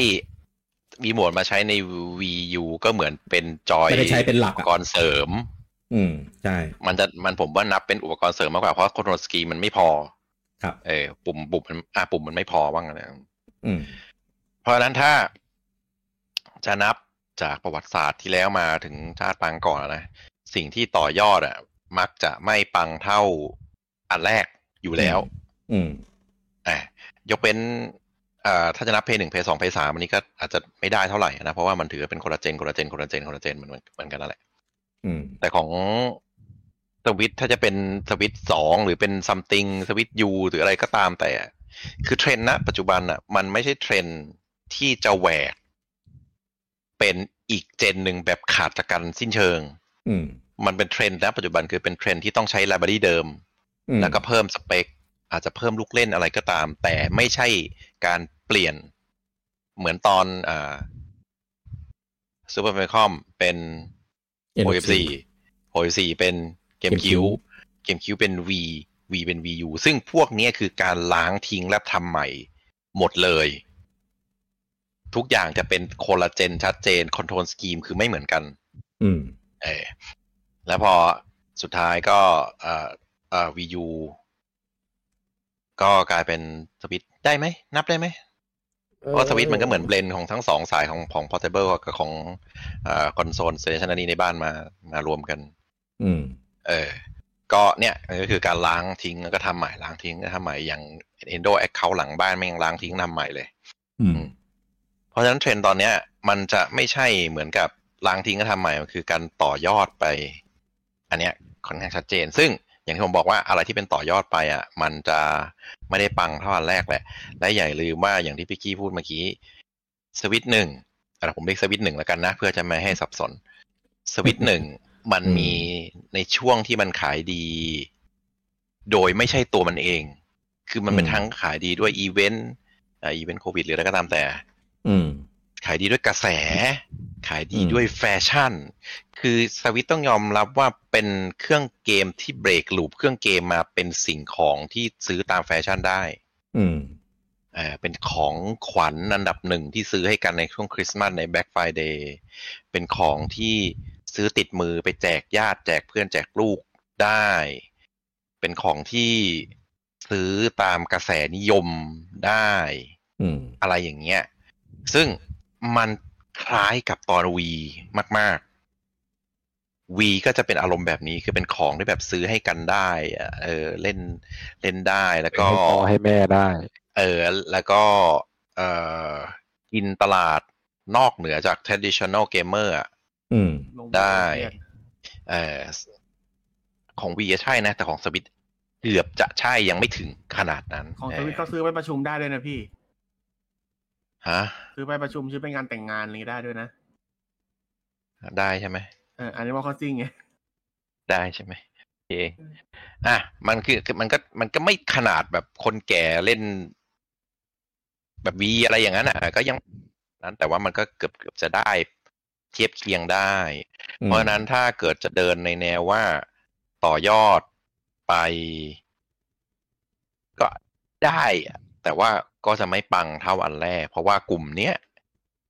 Speaker 2: V โหมดมาใช้ใน วี ยู ก็เหมือนเป็นจอย
Speaker 1: ไม่ได้ใช้เป็นหลัก
Speaker 2: อุปกรณ์เสริม
Speaker 1: อืมใช่
Speaker 2: มันจะมันผมว่านับเป็นอุปกรณ์เสริมมากกว่าเพราะคอนโทรลสกีมันไม่พอ
Speaker 1: ครับ
Speaker 2: เออปุ่มปุ่มมันอ่ะปุ่มมันไม่พอบ้างนะ
Speaker 1: อืม
Speaker 2: เพราะฉะนั้นถ้าจะนับจากประวัติศาสตร์ที่แล้วมาถึงชาติปางก่อนนะสิ่งที่ต่อยอดอ่ะมักจะไม่ปังเท่าอันแรกอยู่แล้ว
Speaker 1: อืม
Speaker 2: อ่ะยกเป็นอ่าถ้าจะนับเพย์หนึ่งเพย์สองเพย์สามอันนี้ก็อาจจะไม่ได้เท่าไหร่นะเพราะว่ามันถือเป็นคนละเจนคนละเจนคนละเจนคนละเจนเหมือนเหมือนกันนั่นแหละแต่ของสวิตถ้าจะเป็นสวิตสองหรือเป็นซัมติงสวิตยูหรืออะไรก็ตามแต่คือเทรนด์ณปัจจุบันอ่ะมันไม่ใช่เทรนด์ที่จะแหวกเป็นอีกเจนหนึ่งแบบขาดจากกันสิ้นเชิงมันเป็นเทรนด์ณปัจจุบันคือเป็นเทรนด์ที่ต้องใช้ไลบรารีเดิมแล้วก็เพิ่มสเปคอาจจะเพิ่มลูกเล่นอะไรก็ตามแต่ไม่ใช่การเปลี่ยนเหมือนตอนอ่าซูเปอร์แฟมิคอมเป็น โอ เอฟ ซี โอ เอฟ ซี เป็นเกมคิวเกมคิวเป็น V V เป็น วี ยู ซึ่งพวกนี้คือการล้างทิ้งและทำใหม่หมดเลยทุกอย่างจะเป็นโคลลาเจนชัดเจนคอนโทรลสกีมคือไม่เหมือนกัน
Speaker 1: อืม
Speaker 2: เออแล้วพอสุดท้ายก็เอ่อเอ่อ วี ยู ก็กลายเป็นสวิตช์ได้ไหมนับได้ไหมเพราะสวิตช์มันก็เหมือนเบลนด์ของทั้งสองสายของของ Portable กับของเอ่อคอนโซลสเตชันนี้ในบ้านมามารวมกัน
Speaker 1: อืม
Speaker 2: เออก็เนี่ยก็คือการล้างทิ้งแล้วก็ทำใหม่ล้างทิ้งก็ทำใหม่อย่าง Endo Account หลังบ้านไม่ยังล้างทิ้งทำใหม่เลย
Speaker 1: อืม
Speaker 2: เพราะฉะนั้นเทรนด์ตอนเนี้ยมันจะไม่ใช่เหมือนกับล้างทิ้งก็ทำใหม่มันคือการต่อยอดไปอันเนี้ยค่อนข้างชัดเจนซึ่งอย่างที่ผมบอกว่าอะไรที่เป็นต่อยอดไปอ่ะมันจะไม่ได้ปังเท่าอันแรกแหละและอย่าลืมว่าอย่างที่พี่กี้พูดเมื่อกี้สวิตช์หนึ่งอ่ะผมเรียกสวิตช์หนึ่งแล้วกันนะเพื่อจะไม่ให้สับสนสวิตช์หนึ่งมันมีในช่วงที่มันขายดีโดยไม่ใช่ตัวมันเองคือมันเป็นทั้งขายดีด้วยอีเวนต์อ่าอีเวนต์โควิดหรืออะไรก็ตามแต่ขายดีด้วยกระแสขายดีด้วยแฟชั่นคือสวิตต้องยอมรับว่าเป็นเครื่องเกมที่เบรกลูปเครื่องเกมมาเป็นสิ่งของที่ซื้อตามแฟชั่นได้
Speaker 1: อืม
Speaker 2: อ่าเป็นของขวัญอันดับหนึ่งที่ซื้อให้กันในช่วงคริสต์มาสใน Black Friday เป็นของที่ซื้อติดมือไปแจกญาติแจกเพื่อนแจกลูกได้เป็นของที่ซื้อตามกระแสนิยมได้อะไรอย่างเงี้ยซึ่งมันคล้ายกับตอน V มากๆ V ก็จะเป็นอารมณ์แบบนี้คือเป็นของที่แบบซื้อให้กันได้เออเล่นเล่นได้แล้วก็
Speaker 4: ให้พ่อให้แม่ได้
Speaker 2: เออแล้วก็เอ่อกินตลาดนอกเหนือจาก traditional gamer อ่ะได้เอ่อของ V ใช่นะแต่ของสวิตเกือบจะใช่ยังไม่ถึงขนาดนั้น
Speaker 3: ของสวิตเขาซื้อไปประชุมได้ด้วยนะพี่
Speaker 2: ฮะ
Speaker 3: ซื้อไปประชุมซื้อไปงานแต่งงานอะไรได้ด้วยนะ
Speaker 2: ได้ใช่ไหม
Speaker 3: เอออันนี้ว่าเขาซิ่งไง
Speaker 2: ได้ใช่ไหมโอเคอ่ะมันคือมันก็มันก็ไม่ขนาดแบบคนแก่เล่นแบบวีอะไรอย่างนั้นอ่ะก็ยังนั้นแต่ว่ามันก็เกือบเกือบจะได้เทียบเคียงได้เพราะฉะนั้นถ้าเกิดจะเดินในแนวว่าต่อยอดไปก็ได้แต่ว่าก็จะไม่ปังเท่าอันแรกเพราะว่ากลุ่มเนี้ย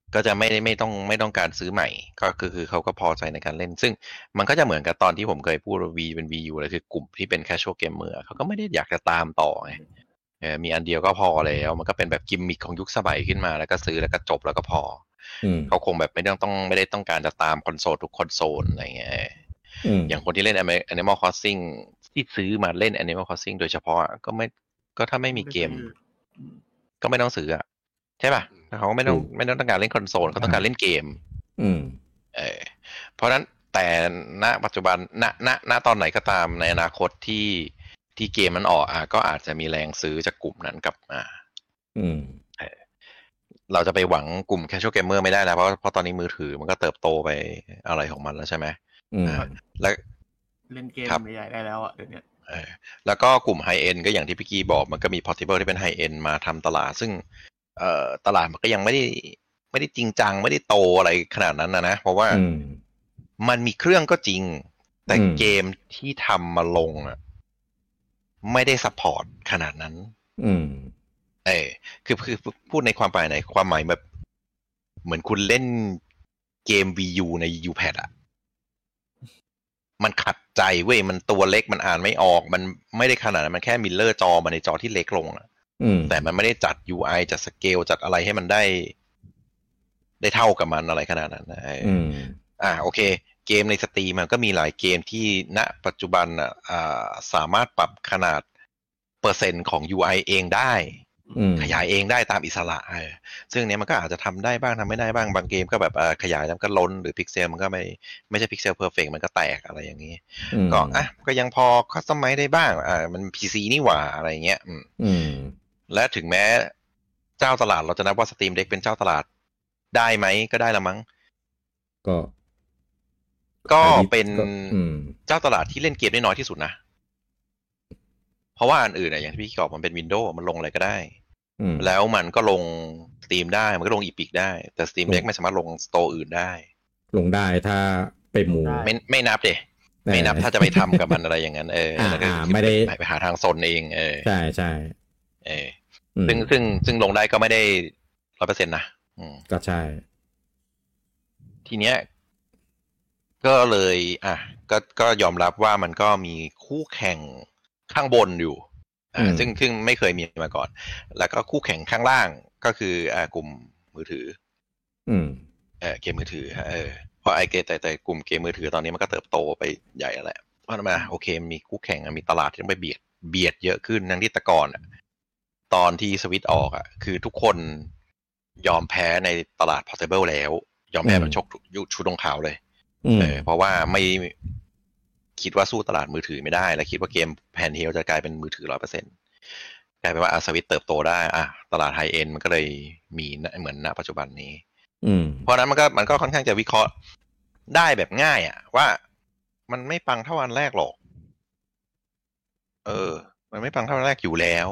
Speaker 2: ก็จะไม่ไม่ต้องไม่ต้องการซื้อใหม่ก็คือคือเขาก็พอใจในการเล่นซึ่งมันก็จะเหมือนกับตอนที่ผมเคยพูดว่า V เป็น วี ยู เลยคือกลุ่มที่เป็น casual gamer เขาก็ไม่ได้อยากจะตามต่อไงเออมีอันเดียวก็พอแล้วมันก็เป็นแบบกิมมิคของยุคสมัยขึ้นมาแล้วก็ซื้อแล้วก็จบแล้วก็พอเขาคงแบบไม่ต้องต้องไม่ได้ต้องการจะตามคอนโซลทุกคอนโซลอะไรเงี้ยอย่างคนที่เล่น Animal Crossing ที่ซื้อมาเล่น Animal Crossing โดยเฉพาะก็ไม่ก็ถ้าไม่มีเกมก็ไม่ต้องซื้ออ่ะใช่ป่ะเขาไม่ต้องไม่ต้องการเล่นคอนโซลเขาต้องการเล่นเกม
Speaker 1: อืม
Speaker 2: เออเพราะนั้นแต่ณปัจจุบันณณณตอนไหนก็ตามในอนาคตที่ที่เกมมันออกอ่ะก็อาจจะมีแรงซื้อจากกลุ่มนั้นกลับมา
Speaker 1: อืม
Speaker 2: เออเราจะไปหวังกลุ่ม casual gamer ไม่ได้แล้วเพราะเพราะตอนนี้มือถือมันก็เติบโตไปอะไรของมันแล้วใช่ไหม
Speaker 1: อืม
Speaker 2: แล้ว
Speaker 3: เล่นเกมใหญ่ได้แล้วอ่ะเดี๋ยวนี้
Speaker 2: เออแล้วก็กลุ่ม high end ก็อย่างที่พี่กี้บอกมันก็มี portable ที่เป็น high end มาทำตลาดซึ่งเอ่อตลาดมันก็ยังไม่ได้ไม่ได้จริงจังไม่ได้โตอะไรขนาดนั้นนะนะเพราะว่ามันมีเครื่องก็จริงแต่เกมที่ทำมาลงอ่ะไม่ได้ซัพพอร์ตขนาดนั้น
Speaker 1: อืม
Speaker 2: เออคือคือพูดในความหมายไหนความหมายแบบเหมือนคุณเล่นเกม วี ยู ใน U-Pad อ่ะมันขัดใจเว้ยมันตัวเล็กมันอ่านไม่ออกมันไม่ได้ขนาดนั้นมันแค่มิลเลอร์จอมาในจอที่เล็กลงอ่ะแต่มันไม่ได้จัด ยู ไอ จัดสเกลจัดอะไรให้มันได้ได้เท่ากับมันอะไรขนาดนั้นนะอ่าโอเคเกมในสตรีมมันก็มีหลายเกมที่ณปัจจุบันอ่าสามารถปรับขนาดเปอร์เซ็นต์ของ ยู ไอ เองได้ขยายเองได้ตามอิสระซึ่งเนี้ยมันก็อาจจะทำได้บ้างทำไม่ได้บ้างบางเกมก็แบบขยายแล้วก็ล้นหรือพิกเซลมันก็ไม่ไม่ใช่พิกเซลเพอร์เฟกต์มันก็แตกอะไรอย่างนี้ก็อ่ะก็ยังพอคัสตอมไมซ์ได้บ้างอ่ามัน พี ซี นี่หว่าอะไรเงี้ย
Speaker 1: อืม
Speaker 2: และถึงแม้เจ้าตลาดเราจะนับว่า Steam Deck เป็นเจ้าตลาดได้ไหมก็ได้ละมั้ง
Speaker 1: ก็
Speaker 2: ก็เป็นเจ้าตลาดที่เล่นเกมได้น้อยที่สุดนะเพราะว่าอันอื่นอ่ะอย่างที่พี่บอกมันเป็น Windows มันลงอะไรก็ได้แล้วมันก็ลง Steam ได้มันก็ลง Epic ได้แต่ Steam Deck ไม่สามารถลงสโตร์อื่นได้
Speaker 1: ลงได้ถ้าไปหมู่
Speaker 2: ไม่ไม่นับเด้ไม่นับถ้าจะไปทำกับมันอะไรอย่างนั้นเออ
Speaker 1: ไม่ได้
Speaker 2: ไปหาทางโซนเองเออ
Speaker 1: ใช่ใช่
Speaker 2: เออซึ่งซึ่งซึ่งลงได้ก็ไม่ได้ร้อยเปอร์เซ็นต์นะ
Speaker 1: ก็ใช่
Speaker 2: ทีเนี้ยก็เลยอ่ะก็ก็ยอมรับว่ามันก็มีคู่แข่งข้างบนอยู่อ่าซึ่งซึ่งไม่เคยมีมาก่อนแล้วก็คู่แข่งข้างล่างก็คืออ่ากลุ่มมือถือ
Speaker 1: อืม
Speaker 2: เออเกมมือถือเออเพราะไอเกมแต่แต่กลุ่มเกมมือถือตอนนี้มันก็เติบโตไปใหญ่แล้วแหละเพราะมาโอเคมีคู่แข่งมีตลาดที่ต้องไปเบียดเบียดเยอะขึ้นทั้งที่ตะกอนตอนที่สวิตช์ออกอ่ะคือทุกคนยอมแพ้ในตลาด portable แล้วยอมแพ้มันชกยุชุดลงขาวเลยเออเพราะว่าไม่คิดว่าสู้ตลาดมือถือไม่ได้และคิดว่าเกมแฮนด์เฮลจะกลายเป็นมือถือ ร้อยเปอร์เซ็นต์ กลายเป็นว่าอาสวิตเติบโตได้อ่ะตลาดไฮเอ็นด์มันก็เลยมีเหมือนณปัจจุบันนี้เพราะนั้นมันก็มันก็ค่อนข้างจะวิเคราะห์ได้แบบง่ายอ่ะว่ามันไม่ปังเท่าอันแรกหรอกเออมันไม่ปังเท่าอันแรกอยู่แล้ว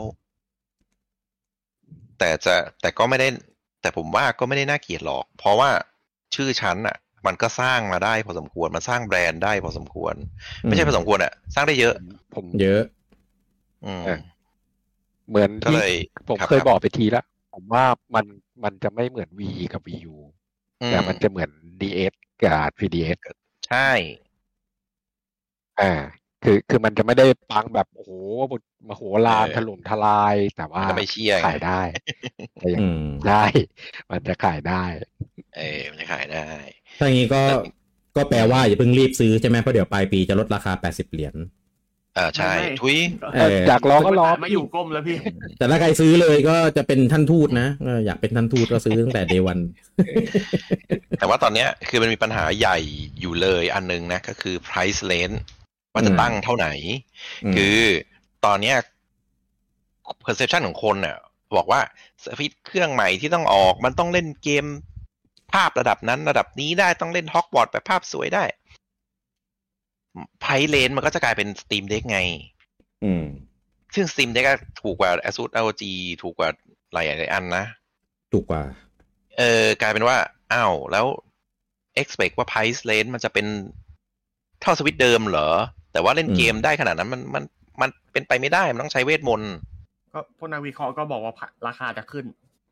Speaker 2: แต่จะแต่ก็ไม่ได้แต่ผมว่าก็ไม่ได้น่าเกลียดหรอกเพราะว่าชื่อชั้นอ่ะมันก็สร้างมาได้พอสมควรมันสร้างแบรนด์ได้พอสมควรไม่ใช่พอสมควรอ่ะสร้างได้เยอะ
Speaker 4: ผม
Speaker 1: เยอะ
Speaker 2: อืม
Speaker 4: เหมือนที่ผมเคยบอกไปทีแล้วผมว่ามันมันจะไม่เหมือน V กับ วี ยู แต่มันจะเหมือน ดี เอส กับ พี ดี เอส
Speaker 2: ใช่
Speaker 4: อ่าคือคือมันจะไม่ได้ปังแบบโอ้โหมโหฬารถล่มทลายแต่ว่า
Speaker 2: ไม่เชี่ย
Speaker 4: ขายได้ได้มันจะขายได้
Speaker 2: เออมันจะขายได้
Speaker 1: ถ้าอย่างนี้ก็ก็แปลว่าอย่าเพิ่งรีบซื้อใช่ไหมเพราะเดี๋ยวปลายปีจะลดราคาแปดสิบเหรียญ
Speaker 2: อ่าใช่ทุย
Speaker 4: จากรอก็รอ
Speaker 3: ไม่อยู่ก้มแล้วพี่
Speaker 1: แต่ถ้าใครซื้อเลยก็จะเป็นท่านทูตนะอยากเป็นท่านทูตก็ซื้อตั้งแต่เดย์วัน
Speaker 2: แต่ว่าตอนนี้คือมันมีปัญหาใหญ่อยู่เลยอันนึงนะก็คือ price range ว่าจะตั้งเท่าไหร่คือตอนนี้ perception ของคนเนี่ยบอกว่าสวิตช์เครื่องใหม่ที่ต้องออกมันต้องเล่นเกมภาพระดับนั้นระดับนี้ได้ต้องเล่นฮอกวอตส์แบบภาพสวยได้ไพเลนมันก็จะกลายเป็น Steam Deck ไง
Speaker 1: อืม
Speaker 2: ซึ่ง Steam Deck ก็ถูกกว่า Asus อาร์ โอ จี ถูกกว่าหลายหลายอันนะ
Speaker 1: ถูกกว่า
Speaker 2: เออกลายเป็นว่าอ้าวแล้ว expect ว่า price range มันจะเป็นเท่าสวิตช์เดิมเหรอแต่ว่าเล่นเกมได้ขนาดนั้นมันมันมันเป็นไปไม่ได้มันต้องใช้เวทมนต์
Speaker 3: ก็พวกนักวิเคราะห์ก็บอกว่าราคาจะขึ้นอยู่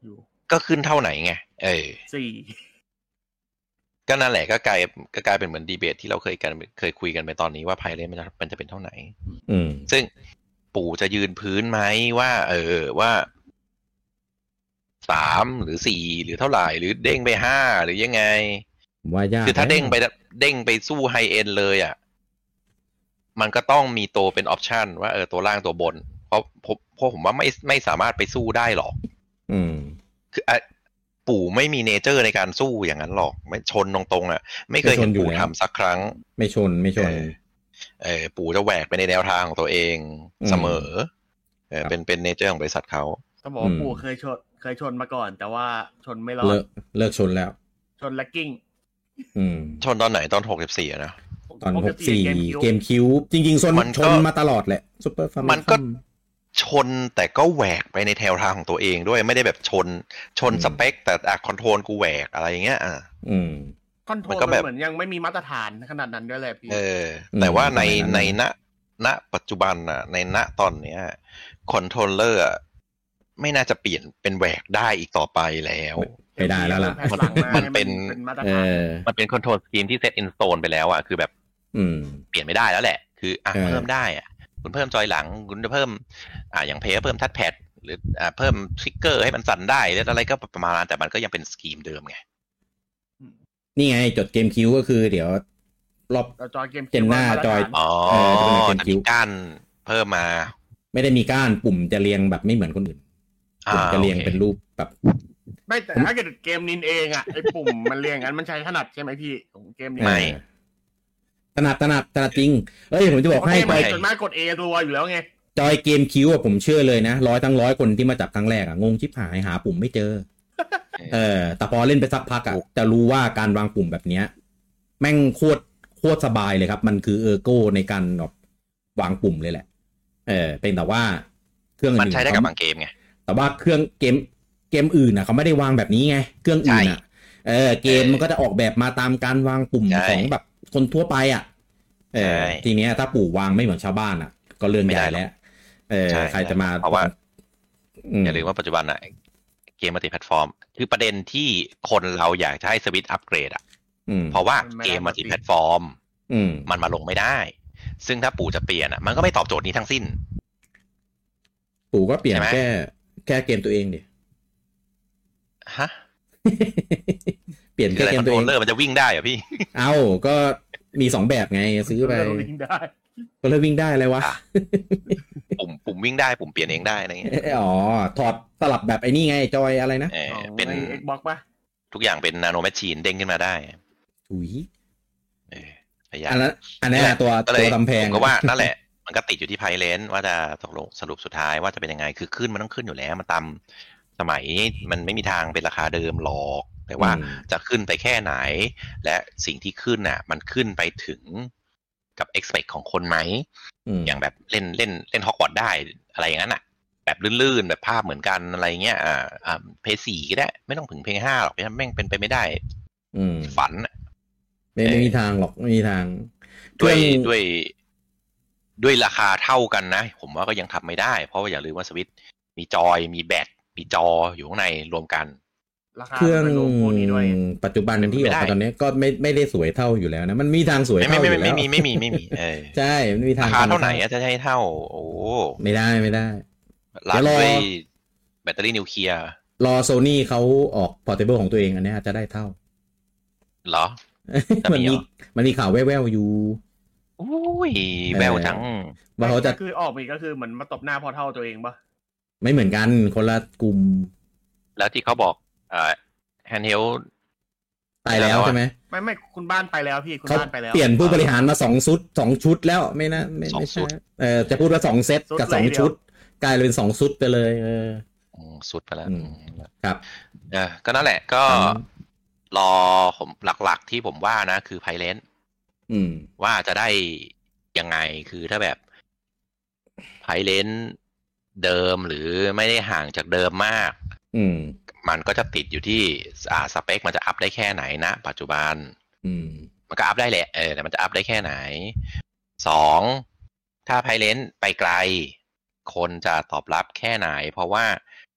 Speaker 2: ก็ขึ้นเท่าไหนไงเออ
Speaker 3: สี่
Speaker 2: ก็นั่นแหละก็กลายก็กลายเป็นเหมือนดีเบตที่เราเคยกันเคยคุยกันไปตอนนี้ว่าไพเรนมันจะมันจะเป็นเท่าไหน
Speaker 1: อืม
Speaker 2: ซึ่งปู่จะยืนพื้นไหมว่าเออว่าสามหรือสี่หรือเท่าไหร่หรือเด้งไปห้าหรือยังไง
Speaker 1: ว่ายาก
Speaker 2: คือถ้าเด้งไปเด้งไปสู้ไฮเอ็นเลยอ่ะมันก็ต้องมีตัวเป็นออปชันว่าเออตัวล่างตัวบนเพราะเพราะผมว่าไม่ไม่สามารถไปสู้ได้หรอก
Speaker 1: อืม
Speaker 2: คือปู่ไม่มีเนเจอร์ในการสู้อย่างนั้นหรอกไม่ชนตรงๆอ่ะไม่เคยเห็นปู่ทำสักครั้ง
Speaker 1: ไม่ชนไม่ชน
Speaker 2: เออปู่จะแหวกไปในแนวทางของตัวเองเสมอเออเป็นเป็นเนเจอร์ของบริษัทเขา
Speaker 3: ต้องบอกว่าปู่เคยชนเคยชนมาก่อนแต่ว่าชนไม่รอด
Speaker 1: เลิกเลิกชนแล้ว
Speaker 3: ชนแลกกิ้ง
Speaker 1: อืม
Speaker 2: ชนตอนไหนตอนหกสิบสี่นะ
Speaker 1: ตอนหกสิบสี่เกมคิวจริงๆชนชนมาตลอดแหละซุปเปอร์ฟาร์ม
Speaker 2: มันก็ชนแต่ก็แหวกไปในแนวทางของตัวเองด้วยไม่ได้แบบชนชนสเปคแต่อ่ะคอนโทรลกูแหวกอะไรอย่างเงี้ยอ่ะ
Speaker 1: อืม
Speaker 3: คอนโทรลมันเหมือนยังไม่มีมาตรฐานขนาดนั้นด้วยแหละพี่
Speaker 2: เออแต่ว่าในในณณปัจจุบันน่ะในณตอนเนี้ยคอนโทรลเลอร์ไม่น่าจะเปลี่ยนเป็นแหวกได้อีกต่อไปแล้ว
Speaker 1: ไม่ได้แล้วล่ะ
Speaker 2: มันเป็นมันเป็นคอนโทรลสกีมที่เซตอินสโตนไปแล้วอ่ะคือแบบเปลี่ยนไม่ได้แล้วแหละคืออ่ะเพิ่มได้อ่ะคุณเพิ่มจอยหลังคุณจะเพิ่มอ่าอย่างเพย์เพิ่มทัชแพดหรืออ่าเพิ่มทริกเกอร์ให้มันสั่นได้หรืออะไรก็ประมาณนั้นแต่มันก็ยังเป็นสกีมเดิมไง
Speaker 1: นี่ไงจดเกมคิวก็คือเดี๋ยวรอบ
Speaker 3: จอยเกม
Speaker 1: เจนหน้าจอย
Speaker 2: อ๋อจะมีก้านเพิ่มมา
Speaker 1: ไม่ได้มีก้านปุ่มจะเรียงแบบไม่เหมือนคนอื่นปุ่มจะเรียงเป็นรูปแบบ
Speaker 3: ไม่แต่ถ้าเกิดเกมนินเองอ่ะไอ้ปุ่มมันเรียงงั้นมันใช้ถนัดใช่ไหมพี่ของเกมนี้
Speaker 2: ไม่
Speaker 1: ถนัดถนัดถนัดจริงเอ้ยผมจะบอกให้
Speaker 3: จอยจนมากกด A ตัวอยู่แล้วไง
Speaker 1: จอยเกมคิวอ่ะผมเชื่อเลยนะร้อยทั้งร้อยคนที่มาจับครั้งแรกอ่ะงงชิบหายหาปุ่มไม่เจอเออแต่พอเล่นไปสักพักอ่ะจะรู้ว่าการวางปุ่มแบบเนี้ยแม่งโคตรโคตรสบายเลยครับมันคือเออร์โก้ในการแบบวางปุ่มเลยแหละเออเป็นแต่ว่าเครื่อง
Speaker 2: มันใช้ได้กับบางเกมไง
Speaker 1: แต่ว่าเครื่องเกมเกมอื่นน่ะเขาไม่ได้วางแบบนี้ไงเครื่องอื่นน่ะเออเกมมันก็จะออกแบบมาตามการวางปุ่มของแบบคนทั่วไปอ่ะเออทีเนี้ยถ้าปู่วางไม่เหมือนชาวบ้านอ่ะก็เรื่องใหญ่แล้วเออใครจะมา
Speaker 2: เพราะว่าอย่าลืมว่าปัจจุบันอ่ะเกมมัลติแพลตฟอร์มคือประเด็นที่คนเราอยากจะให้สวิตช์อัปเกรดอ่ะเพราะว่าเกมมัลติแพลตฟอร์มมันมาลงไม่ได้ซึ่งถ้าปู่จะเปลี่ยนอ่ะมันก็ไม่ตอบโจทย์นี้ทั้งสิ้น
Speaker 1: ปู่ก็เปลี่ยนแค่แค่เกมตัวเองดิ
Speaker 2: ฮะ
Speaker 1: เปลี่ยนแค่เกมตัวเอง
Speaker 2: เลอร์มันจะวิ่งได้เหรอพี่
Speaker 1: เอ้าก็มีสองแบบไงซื้อไปก็เลยวิ่งได้อะไรวะ
Speaker 2: ปุ่มปุ่มวิ่งได้ปุ่มเปลี่ยนเองได้อะไรเงี้ย
Speaker 1: อ๋อถอดสลับแบบไอ้นี่ไงจอยอะไรนะ
Speaker 2: เป็น
Speaker 3: Xbox ป่ะ
Speaker 2: ทุกอย่างเป็นนาโนแมชชีนเด้งขึ้นมาได้
Speaker 1: อุ้ย
Speaker 2: เออ
Speaker 1: อันนั้นอันนี้ตัวตัวลำแพง
Speaker 2: ก็ว่านั่นแหละมันก็ติดอยู่ที่ไพเลนว่าจะตกลงสรุปสุดท้ายว่าจะเป็นยังไงคือขึ้นมันต้องขึ้นอยู่แล้วมันตามสมัยมันไม่มีทางเป็นราคาเดิมหรอกแต่ว่าจะขึ้นไปแค่ไหนและสิ่งที่ขึ้นน่ะมันขึ้นไปถึงกับ expect ของคนไหมอย่างแบบเล่นเล่นเล่นฮอกวอตส์ได้อะไรอย่างนั้นน่ะแบบลื่นๆแบบภาพเหมือนกันอะไรเงี้ยอ่าอ่าเพย์สี่ก็ได้ไม่ต้องถึงเพย์ห้าหรอกเพราะแม่งเป็นไปไม่ได้ฝัน
Speaker 1: ไม่ไม่มีทางหรอกไม่มีทาง
Speaker 2: ด้วยด้วยด้วยราคาเท่ากันนะผมว่าก็ยังทำไม่ได้เพราะว่าอย่าลืมว่าสวิตช์มีจอยมีแบตมีจออยู่ข้างในรวมกัน
Speaker 1: เครื่องปัจจุบันที่ออกมาตอนนี้ก็ไม่ไม่ได้สวยเท่าอยู่แล้วนะมันมีทางสวยเท่าอยู่แล้ว
Speaker 2: ไม่มีไม่มีไม่มี
Speaker 1: ใช่ไม่มีทาง
Speaker 2: ราคาเท่าไหร่จะให้เท่าโอ้
Speaker 1: ไม่ได้ไม่ได้
Speaker 2: เดี๋ยวรอแบตเตอรี่นิวเคลียร์
Speaker 1: รอโซนี่เขาออกพอร์ตเทเบิลของตัวเองอันนี้จะได้เท่า
Speaker 2: เหรอ
Speaker 1: มันมีมันมีข่าวแว่วๆอยู่
Speaker 2: โอ้ยแววจัง
Speaker 1: ว่าเขาจะ
Speaker 3: คือออกอีกก็คือเหมือนมาตบหน้าพอเท่าตัวเองปะ
Speaker 1: ไม่เหมือนกันคนละกลุ่ม
Speaker 2: แล้วที่เขาบอกเอ่อแฮนด์เฮล
Speaker 1: ตายแล้วใช่ไหม
Speaker 3: ไม่ไม่คุณบ้านไปแล้วพี่คุณบ้านไปแล้ว
Speaker 1: เปลี่ยนผู้บริหารมาสองชุดสองชุดแล้วไม่นะไม่ไม่ใช่เออจะพูดว่าสองเซตกับสองชุดกลายเป็นสองชุดไปเลยเออ
Speaker 2: ชุดไปแล้ว
Speaker 1: ครับ
Speaker 2: เออก็นั่นแหละก็รอผมหลักๆที่ผมว่านะคือไพเลนว่าจะได้ยังไงคือถ้าแบบไพเลนเดิมหรือไม่ได้ห่างจากเดิมมากมันก็จะติดอยู่ที่อ่าสเปคมันจะอัพได้แค่ไหนนะปัจจุบันมันก็อัพได้แหละเออแต่มันจะอัพได้แค่ไหนสองถ้าไพเลนไปไกลคนจะตอบรับแค่ไหนเพราะว่า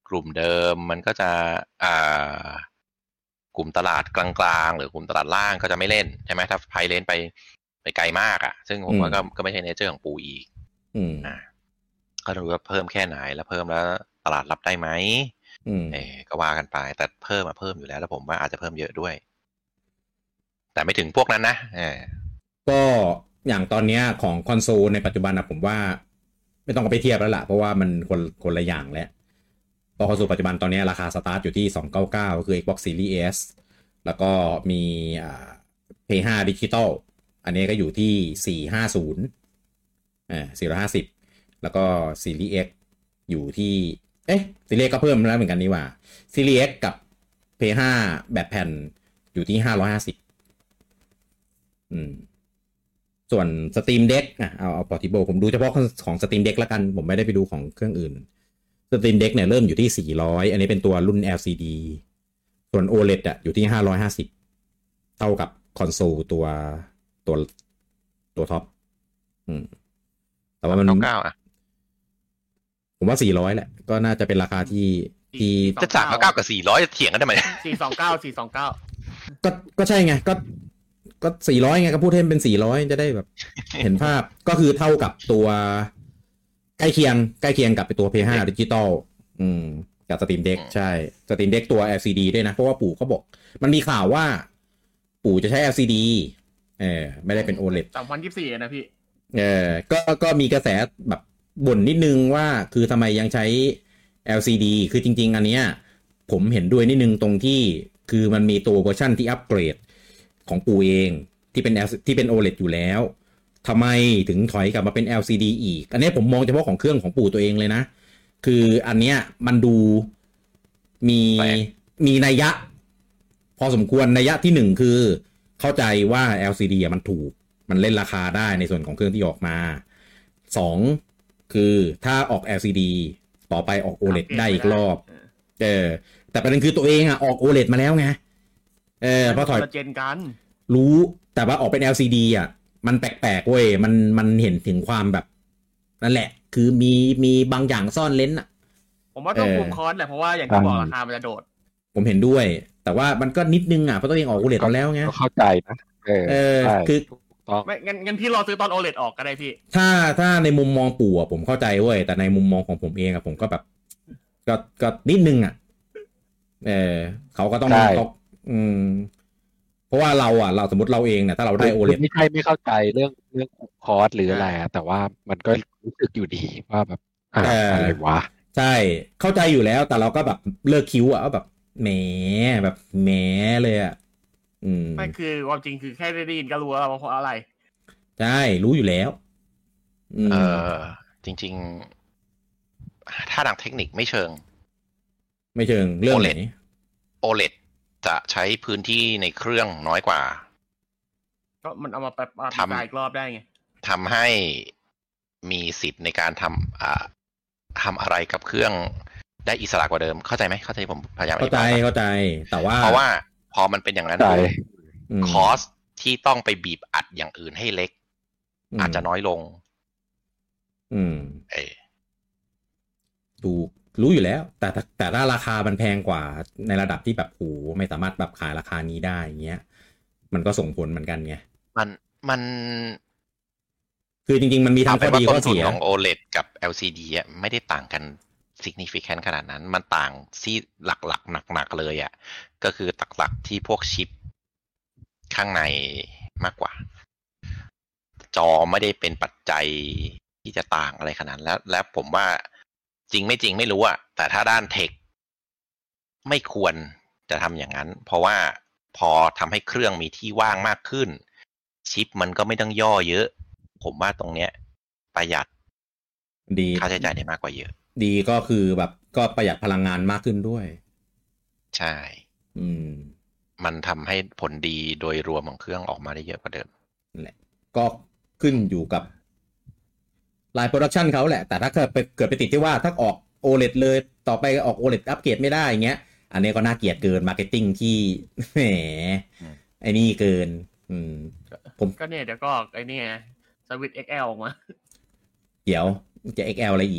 Speaker 2: กลุ่มเดิมมันก็จะอ่ากลุ่มตลาดกลางๆหรือกลุ่มตลาดล่างก็จะไม่เล่นใช่ไหมถ้าไพเลนไปไปไกลมากอ่ะซึ่งผมว่าก็ก็ไม่ใช่เนเจอร์ของปูอีกอ่าก็ดูว่าเพิ่มแค่ไหนแล้วเพิ่มแล้วตลาดรับได้ไหมเออก็ว่ากันไปแต่เพิ่มมาเพิ่มอยู่แล้วแล้วผมว่าอาจจะเพิ่มเยอะด้วยแต่ไม่ถึงพวกนั้นนะเออ
Speaker 1: ก็อย่างตอนนี้ของคอนโซลในปัจจุบันนะผมว่าไม่ต้องไปเทียบแล้วล่ะเพราะว่ามันคนคนละอย่างแล้วเพราะคอนโซลปัจจุบันตอนนี้ราคาสตาร์ทอยู่ที่สองร้อยเก้าสิบเก้าก็คือ Xbox Series S แล้วก็มีอ่า พี ไฟว์ Digital อันนี้ก็อยู่ที่สี่ร้อยห้าสิบอ่าสี่ร้อยห้าสิบแล้วก็ Series X อยู่ที่เอ๊ะ Series X ก็เพิ่มแล้วเหมือนกันนี่ว่า Series X กับ พี ไฟว์ แบบแผ่นอยู่ที่ห้าร้อยห้าสิบอืมส่วน Steam Deck อ่ะเอาเอา Portable ผมดูเฉพาะของ Steam Deck ละกันผมไม่ได้ไปดูของเครื่องอื่น Steam Deck เนี่ยเริ่มอยู่ที่สี่ร้อยอันนี้เป็นตัวรุ่น แอล ซี ดี ส่วน โอ แอล อี ดี อ่ะอยู่ที่ห้าร้อยห้าสิบเท่ากับคอนโซลตัวตัวตัวท็อปอืมแต่ว่ามัน
Speaker 2: เก้าอ่ะ
Speaker 1: ผมว่าสี่ร้อยแหละก็น่าจะเป็นราคาที่ที่
Speaker 2: จะจากเก้ากับสี่ร้อยเถียงกันได้ไหม
Speaker 3: สี่สองเก้า สี่สองเก้า
Speaker 1: ก็ก็ใช่ไงก็ก็สี่ร้อยไงก็พูดให้มันเป็นสี่ร้อยจะได้แบบเห็นภาพก็คือเท่ากับตัวใกล้เคียงใกล้เคียงกับตัว พี ไฟว์ Digital อืมกับ Steam Deck ใช่ Steam Deck ตัว แอล ซี ดี ด้วยนะเพราะว่าปู่เขาบอกมันมีข่าวว่าปู่จะใช้ แอล ซี ดี เออไม่ได้เป็น โอ แอล อี ดี
Speaker 3: สองพันยี่สิบสี่นะพี่
Speaker 1: เออก็ก็มีกระแสแบบบ่นนิดนึงว่าคือทำไมยังใช้ แอล ซี ดี คือจริงๆอันเนี้ยผมเห็นด้วยนิดนึงตรงที่คือมันมีตัวเวอร์ชันที่อัปเกรดของปู่เองที่เป็น L ที่เป็น โอ แอล อี ดี อยู่แล้วทำไมถึงถอยกลับมาเป็น แอล ซี ดี อีกอันนี้ผมมองเฉพาะของเครื่องของปู่ตัวเองเลยนะคืออันเนี้ยมันดูมีมีนัยยะพอสมควรนัยยะที่หนึ่งคือเข้าใจว่า แอล ซี ดี อ่ะมันถูกมันเล่นราคาได้ในส่วนของเครื่องที่ออกมาสองคือถ้าออก แอล ซี ดี ต่อไปออก โอ แอล อี ดี ได้อีกรอบเออแต่ประเด็นคือตัวเองอ่ะออก โอ แอล อี ดี มาแล้วไงเออพอถอย
Speaker 3: เจนกัน
Speaker 1: รู้แต่ว่าออกเป็น แอล ซี ดี อ่ะมันแปลกๆเว้ยมันมันเห็นถึงความแบบนั่นแหละคือมีมีบางอย่างซ่อนเล้นอ่ะ
Speaker 3: ผมว่าต้องคุมคอสแหละเพราะว่าอย่างที่บอกราคามันจะโดด
Speaker 1: ผมเห็นด้วยแต่ว่ามันก็นิดนึงอ่ะเพราะตัวเองออก โอ แอล อี ดี มาแล้วไง
Speaker 4: เข้าใจนะ
Speaker 1: เออคือ
Speaker 3: ไม่งั้นงั้นพี่รอซื้อตอน โอ แอล อี ดี ออกก็ได้พี่
Speaker 1: ถ้าถ้าในมุมมองปู่อ่ะผมเข้าใจเว้ยแต่ในมุมมองของผมเองอ่ะผมก็แบบก็ก็นิดนึงอ่ะเออเขาก็ต้องเขาอืมเพราะว่าเราอ่ะเราสมมติเราเองเนี่ยถ้าเราได้ โอ แอล อี ดี
Speaker 4: ไม่ใช่ไม่เข้าใจเรื่องเรื่องคอร์สหรืออะไรแต่ว่ามันก็รู้สึกอยู่ดีว่าแบบอะไรวะ
Speaker 1: ใช่เข้าใจอยู่แล้วแต่เราก็แบบเลิกคิ้วอ่ะแบบแหมแบบแหมเลยอ่ะอืม
Speaker 3: ไม่คือความจริงคือแค่ได้ยินก็รู้แล้วว่าเพราะอะไร
Speaker 1: ใช่รู้อยู่แล้ว
Speaker 2: เออจริงๆถ้าทางเทคนิคไม่เชิง
Speaker 1: ไม่เชิงเรื่องไหน
Speaker 2: โอ แอล อี ดี จะใช้พื้นที่ในเครื่องน้อยกว่า
Speaker 3: ก็มันเอามาไปทำอีกรอบได้ไง
Speaker 2: ทำให้มีสิทธิ์ในการทำอ่าทำอะไรกับเครื่องได้อิสระกว่าเดิมเข้าใจไหมเข้าใจผมพยายาม
Speaker 1: เข้าใจเข้าใจแต่ว่า
Speaker 2: เพราะว่าพอมันเป็นอย่างนั้นคอสที่ต้องไปบีบอัดอย่างอื่นให้เล็กอาจจะน้อยลง
Speaker 1: อืมเออดูรู้อยู่แล้วแต่แต่ถ้าราคามันแพงกว่าในระดับที่แบบโหไม่สามารถแบบขายราคานี้ได้อย่างเงี้ยมันก็ส่งผลเหมือนกันไง
Speaker 2: มันมัน
Speaker 1: คือจริงๆมันมีทั้งข้อดีข้อเสีย
Speaker 2: ของ โอ แอล อี ดี กับ แอล ซี ดี อ่ะไม่ได้ต่างกัน significant ขนาดนั้นมันต่างที่หลักๆหนักๆเลยอ่ะก็คือหลักๆที่พวกชิปข้างในมากกว่าจอไม่ได้เป็นปัจจัยที่จะต่างอะไรขนาดนั้นแล้วและผมว่าจริงไม่จริงไม่รู้อะแต่ถ้าด้านเทคไม่ควรจะทำอย่างนั้นเพราะว่าพอทำให้เครื่องมีที่ว่างมากขึ้นชิปมันก็ไม่ต้องย่อเยอะผมว่าตรงเนี้ยประหยัด
Speaker 1: ดี
Speaker 2: ค่าใช้จ่ายได้มากกว่าเยอะ
Speaker 1: ดีก็คือแบบก็ประหยัดพลังงานมากขึ้นด้วย
Speaker 2: ใช่
Speaker 1: อืม
Speaker 2: มันทำให้ผลดีโดยรวมของเครื่องออกมาได้เยอะกว่าเดิม
Speaker 1: นั่นแหละก็ขึ้นอยู่กับลายโปรดักชันเขาแหละแต่ถ้าเกิดไปเกิดไปติดที่ว่าถ้าออก โอ แอล อี ดี เลยต่อไปออก โอ แอล อี ดี อัปเกรดไม่ได้อย่างเงี้ยอันนี้ก็น่าเกลียดเกินมาร์เก็ตติ้งที่แหมไอ้นี่เกินอืม
Speaker 3: ผมก็เนี่ยเดี๋ยวก็ไอ้นี่ไงสวิตช์ เอ็กซ์ แอล ออกมา
Speaker 1: เดี๋ยวจะ เอ็กซ์ แอล อะไรอีก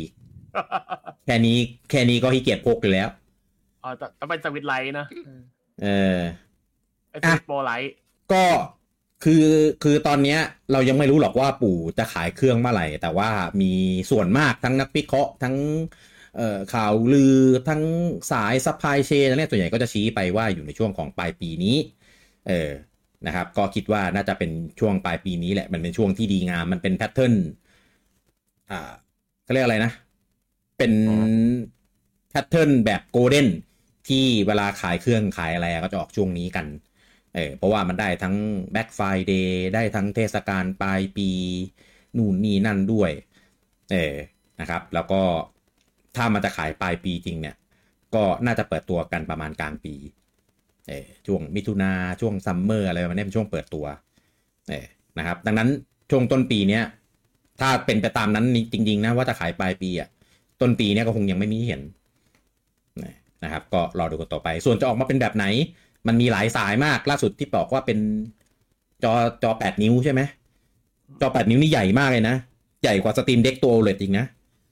Speaker 1: แค่นี้แค่นี้ก็ขี้เกียจพกอยู่แล้ว
Speaker 3: อ๋อต้องเป็นสวิตช์ไลท์นะ
Speaker 1: เออ
Speaker 3: ไอ้สวิตช์โปรไลท์
Speaker 1: ก็คือคือตอนเนี้ยเรายังไม่รู้หรอกว่าปู่จะขายเครื่องเมื่อไหร่แต่ว่ามีส่วนมากทั้งนักวิเคราะห์ทั้งเอ่อข่าวลือทั้งสายซัพพลายเชนเนี่ยส่วนใหญ่ก็จะชี้ไปว่าอยู่ในช่วงของปลายปีนี้เออนะครับก็คิดว่าน่าจะเป็นช่วงปลายปีนี้แหละมันเป็นช่วงที่ดีงามมันเป็นแพทเทิร์นอ่าเขาเรียกอะไรนะเป็นแพทเทิร์นแบบโกลเด้นที่เวลาขายเครื่องขายอะไรก็จะออกช่วงนี้กันเออเพราะว่ามันได้ทั้ง Black Friday ได้ทั้งเทศกาลปลายปีนู่นนี่นั่นด้วยเออนะครับแล้วก็ถ้ามันจะขายปลายปีจริงเนี่ยก็น่าจะเปิดตัวกันประมาณกลางปีเออช่วงมิถุนาช่วงซัมเมอร์อะไรประมาณนี้เป็นช่วงเปิดตัวเออนะครับดังนั้นช่วงต้นปีเนี้ยถ้าเป็นไปตามนั้นจริงๆนะว่าจะขายปลายปีอ่ะต้นปีเนี้ยก็คงยังไม่มีเห็นนะครับก็รอดูกันต่อไปส่วนจะออกมาเป็นแบบไหนมันมีหลายสายมากล่าสุดที่บอกว่าเป็นจอจอแปดนิ้วใช่ไหมจอแปดนิ้วนี่ใหญ่มากเลยนะใหญ่กว่า Steam Deck ตัว โอ แอล อี ดี จริงนะ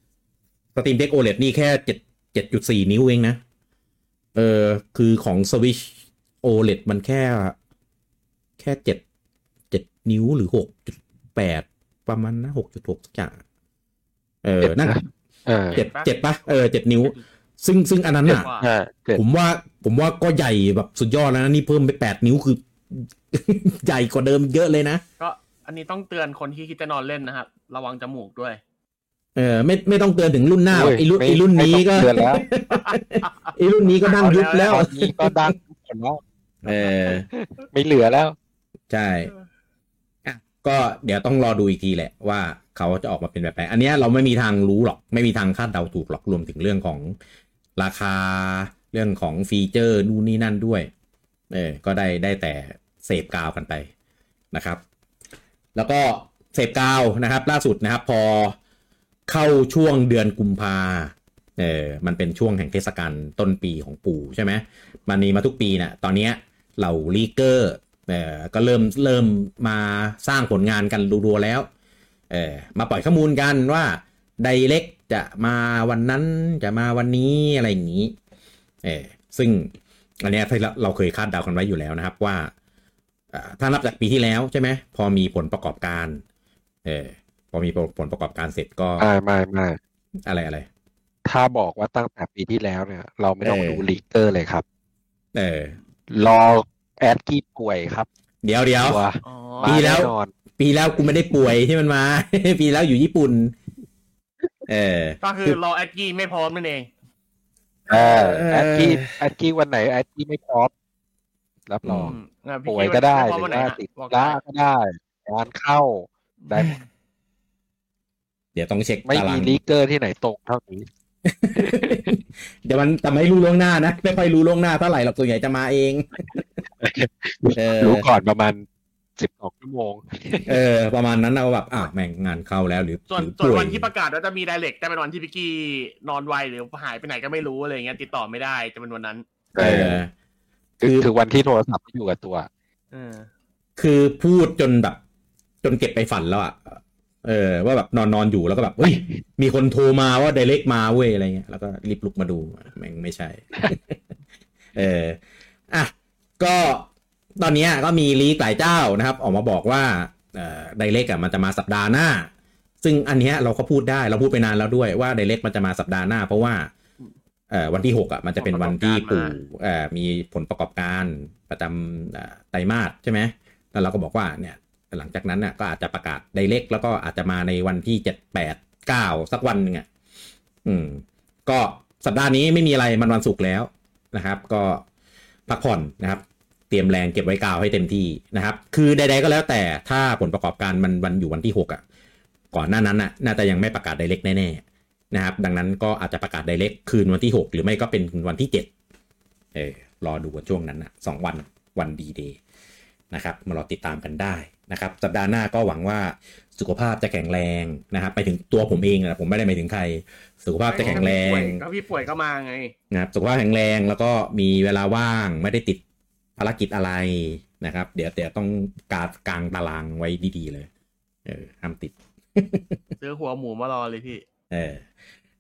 Speaker 1: Steam Deck โอ แอล อี ดี นี่แค่เจ็ด เจ็ดจุดสี่ นิ้วเองนะเออคือของ Switch โอ แอล อี ดี มันแค่แค่เจ็ด เจ็ดนิ้วหรือ หกจุดแปด ประมาณนะ หกจุดหก สักอย่างเออนั่นเออเจ็ด เจ็ดป่ะเออเจ็ดนิ้วซึ่งซึ่งอันนั้นน่ะผมว่าผมว่าก็ใหญ่แบบสุดยอดแล้วนะนี่เพิ่มไปแปดนิ้วคือ ใหญ่กว่าเดิมเยอะเลยนะ
Speaker 3: ก็อันนี้ต้องเตือนคนที่คิดจะนอนเล่นนะครับระวังจมูกด้วย
Speaker 1: เออไม่ไม่ต้องเตือนถึงรุ่นหน้าไอ้รุ่นไอ้รุ่นนี้ก็ไอ้รุ่นนี้ก็ดังยุบแล้ว
Speaker 4: นี้ก็ดังหมดแล้ว
Speaker 1: เออ
Speaker 4: ไม่เหลือแล้ว
Speaker 1: ใช่อ่ะก็เดี๋ยวต้องรอดูอีกทีแหละว่าเขาจะออกมาเป็นแบบไหนอันนี้เราไม่มีทางรู้หรอกไม่มีทางคาดเดาถูกหรอกรวมถึงเรื่องของราคาเรื่องของฟีเจอร์นู่นนี่นั่นด้วยเออก็ได้ได้แต่เสพกาวกันไปนะครับแล้วก็เสพกาวนะครับล่าสุดนะครับพอเข้าช่วงเดือนกุมภาเออมันเป็นช่วงแห่งเทศกาลต้นปีของปู่ใช่ไหมมันมีมาทุกปีนะตอนนี้เหล่าลีกเกอร์เออก็เริ่มเริ่มมาสร้างผลงานกันรัวๆแล้วเออมาปล่อยข้อมูลกันว่าไดเรกจะมาวันนั้นจะมาวันนี้อะไรอย่างนี้เออซึ่งอันนี้เราเคยคาดเดากันไว้อยู่แล้วนะครับว่าถ้านับจากปีที่แล้วใช่ไหมพอมีผลประกอบการเออพอมีผลประกอบการเสร็จก็
Speaker 4: ไม่ไม่ไม่
Speaker 1: อะไรอะไร
Speaker 4: ถ้าบอกว่าตั้งแต่ปีที่แล้วเนี่ยเราไม่ต้องดูลีกเกอร์เลยครับ
Speaker 1: เออ
Speaker 4: รอแอดกี้ป่วยครับ
Speaker 1: เดี๋ยวเดี๋ยวปีแล้วปีแล้วกูไม่ได้ป่วยที่มันมา ปีแล้วอยู่ญี่ปุ่นเออ
Speaker 3: ก็คือรอแอดกี้ไม่พร้อมนั่นเอง
Speaker 4: เออแอดกี้แอดกี้วันไหนแอดกี้ไม่พร้อมรับรองป่วยก็ได้หรือว่าติดล้าก็ได้งานเข้าได้หมด
Speaker 1: เดี๋ยวต้องเช็ค
Speaker 4: ไม่มีลีกเกอร์ที่ไหนตกเท่านี้
Speaker 1: เดี๋ยวมันแต่ไม่รู้ล่วงหน้านะไม่ค่อยรู้ล่วงหน้าเท่าไหร่หรอกส่วนใหญ่จะมาเอง
Speaker 4: รู้ก่อนประมาณสิบสองชั่วโมง
Speaker 1: เออประมาณนั้นเอาแบบอ่ะแม่งงานเข้าแล้วหรือ
Speaker 3: ส่วนส่วนวันที่ประกาศว่าจะมีไดเรกแต่เป็นวันที่พี่กี้นอนไวหรือหายไปไหนก็ไม่รู้อะไรเงี้ยติดต่อไม่ได้จะเป็นวันนั้น
Speaker 4: เออคือคือวันที่โทรศัพท์อยู่กับตัว
Speaker 3: เออ
Speaker 1: คือพูดจนแบบจนเก็บไปฝันแล้วอ่ะเออว่าแบบนอนนอนอยู่แล้วก็แบบเฮ้ยมีคนโทรมาว่าไดเรกมาเว้ยอะไรเงี้ยแล้วก็รีบลุกมาดูแม่งไม่ใช่ เอออ่ะก็ตอนนี้ก็มีลีกหลายเจ้านะครับออกมาบอกว่าเอ่อไดเรกอ่ะมันจะมาสัปดาห์หน้าซึ่งอันเนี้ยเราก็พูดได้เราพูดไปนานแล้วด้วยว่าไดเรกมันจะมาสัปดาห์หน้าเพราะว่าเอ่อวันที่หกอ่ะมันจะเป็นวันที่ปู่เอ่อมีผลประกอบการประจำไตรมาสใช่ไหมแล้วเราก็บอกว่าเนี่ยหลังจากนั้นน่ะก็อาจจะประกาศไดเรกแล้วก็อาจจะมาในวันที่เจ็ด แปด เก้าสักวันนึงอ่ะอืมก็สัปดาห์นี้ไม่มีอะไรมันวันศุกร์แล้วนะครับก็พักผ่อนนะครับเตรียมแรงเก็บไว้กาวให้เต็มที่นะครับคือใดๆก็แล้วแต่ถ้าผลประกอบการมันวันอยู่วันที่หกอ่ะก่อนหน้านั้นน่ะน่าจะยังไม่ประกาศไดเรกแน่ๆนะครับดังนั้นก็อาจจะประกาศไดเรกคืนวันที่หกหรือไม่ก็เป็นวันที่เจ็ดเออรอดูกันช่วงนั้นน่ะสองวันวันดีเดย์นะครับมารอติดตามกันได้นะครับสัปดาห์หน้าก็หวังว่าสุขภาพจะแข็งแรงนะครับไปถึงตัวผมเองนะผมไม่ได้หมายถึงใครสุขภาพจะแข็งแรง
Speaker 3: ก็พี่ป่วยก็มาไง
Speaker 1: นะครับสุขภาพแข็งแรงแล้วก็มีเวลาว่างไม่ได้ติดภารกิจอะไรนะครับเดี๋ยวเดี๋ยวต้องการกลางตารางไว้ดีๆเลยเออห้ามติด
Speaker 3: ซื้อหัวหมูมารอเลยพี่
Speaker 1: เออ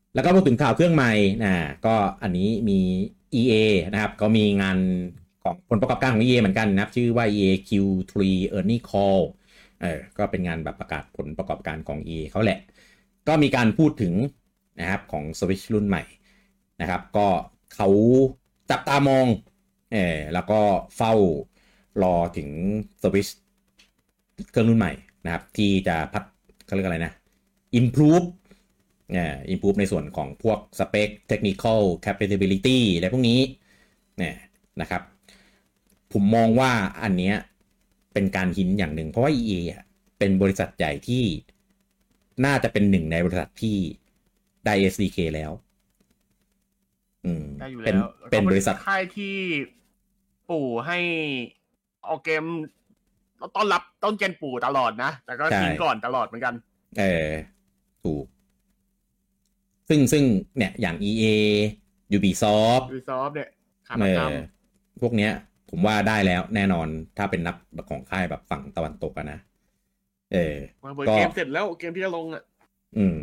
Speaker 1: แล้วก็พูดถึงข่าวเครื่องใหม่นะก็อันนี้มี อี เอ นะครับก็มีงานของผลประกอบการของ อี เอ เหมือนกันนะครับชื่อว่า อี เอ คิว ทรี Earnings Call เออก็เป็นงานแบบประกาศผลประกอบการของ อี เอ เขาแหละก็มีการพูดถึงนะครับของ Switch รุ่นใหม่นะครับก็เขาจับตามองเออแล้วก็เฝ้ารอถึง Switch เครื่องรุ่นใหม่นะครับที่จะพัฒเขาเรียกอะไรนะ improve เนี่ย improve ในส่วนของพวก spec technical capability อะไรพวกนี้เนี่ยนะครับผมมองว่าอันเนี้ยเป็นการหินอย่างหนึ่งเพราะว่า อี เอ อ่ะเป็นบริษัทใหญ่ที่น่าจะเป็นหนึ่งในบริษัทที่ได้ เอส ดี เค แล้วอืมเป็นเป็นบริษัท
Speaker 3: ค่ายที่ปู่ให้เอาเกมต้อนรับต้นเจนปู่ตลอดนะแต่ก็ทิ้งก่อนตลอดเหมือนกัน
Speaker 1: เออถูกซึ่งซึ่งเนี่ยอย่าง อี เอ Ubisoft
Speaker 3: Ubisoft เนี่ยขา
Speaker 1: ประจำพวกเนี้ยผมว่าได้แล้วแน่นอนถ้าเป็นนับของค่ายแบบฝั่งตะวันตกอะนะเออ
Speaker 3: ก็เกมเสร็จแล้วเกมที่จะลงอ่ะ
Speaker 1: อืม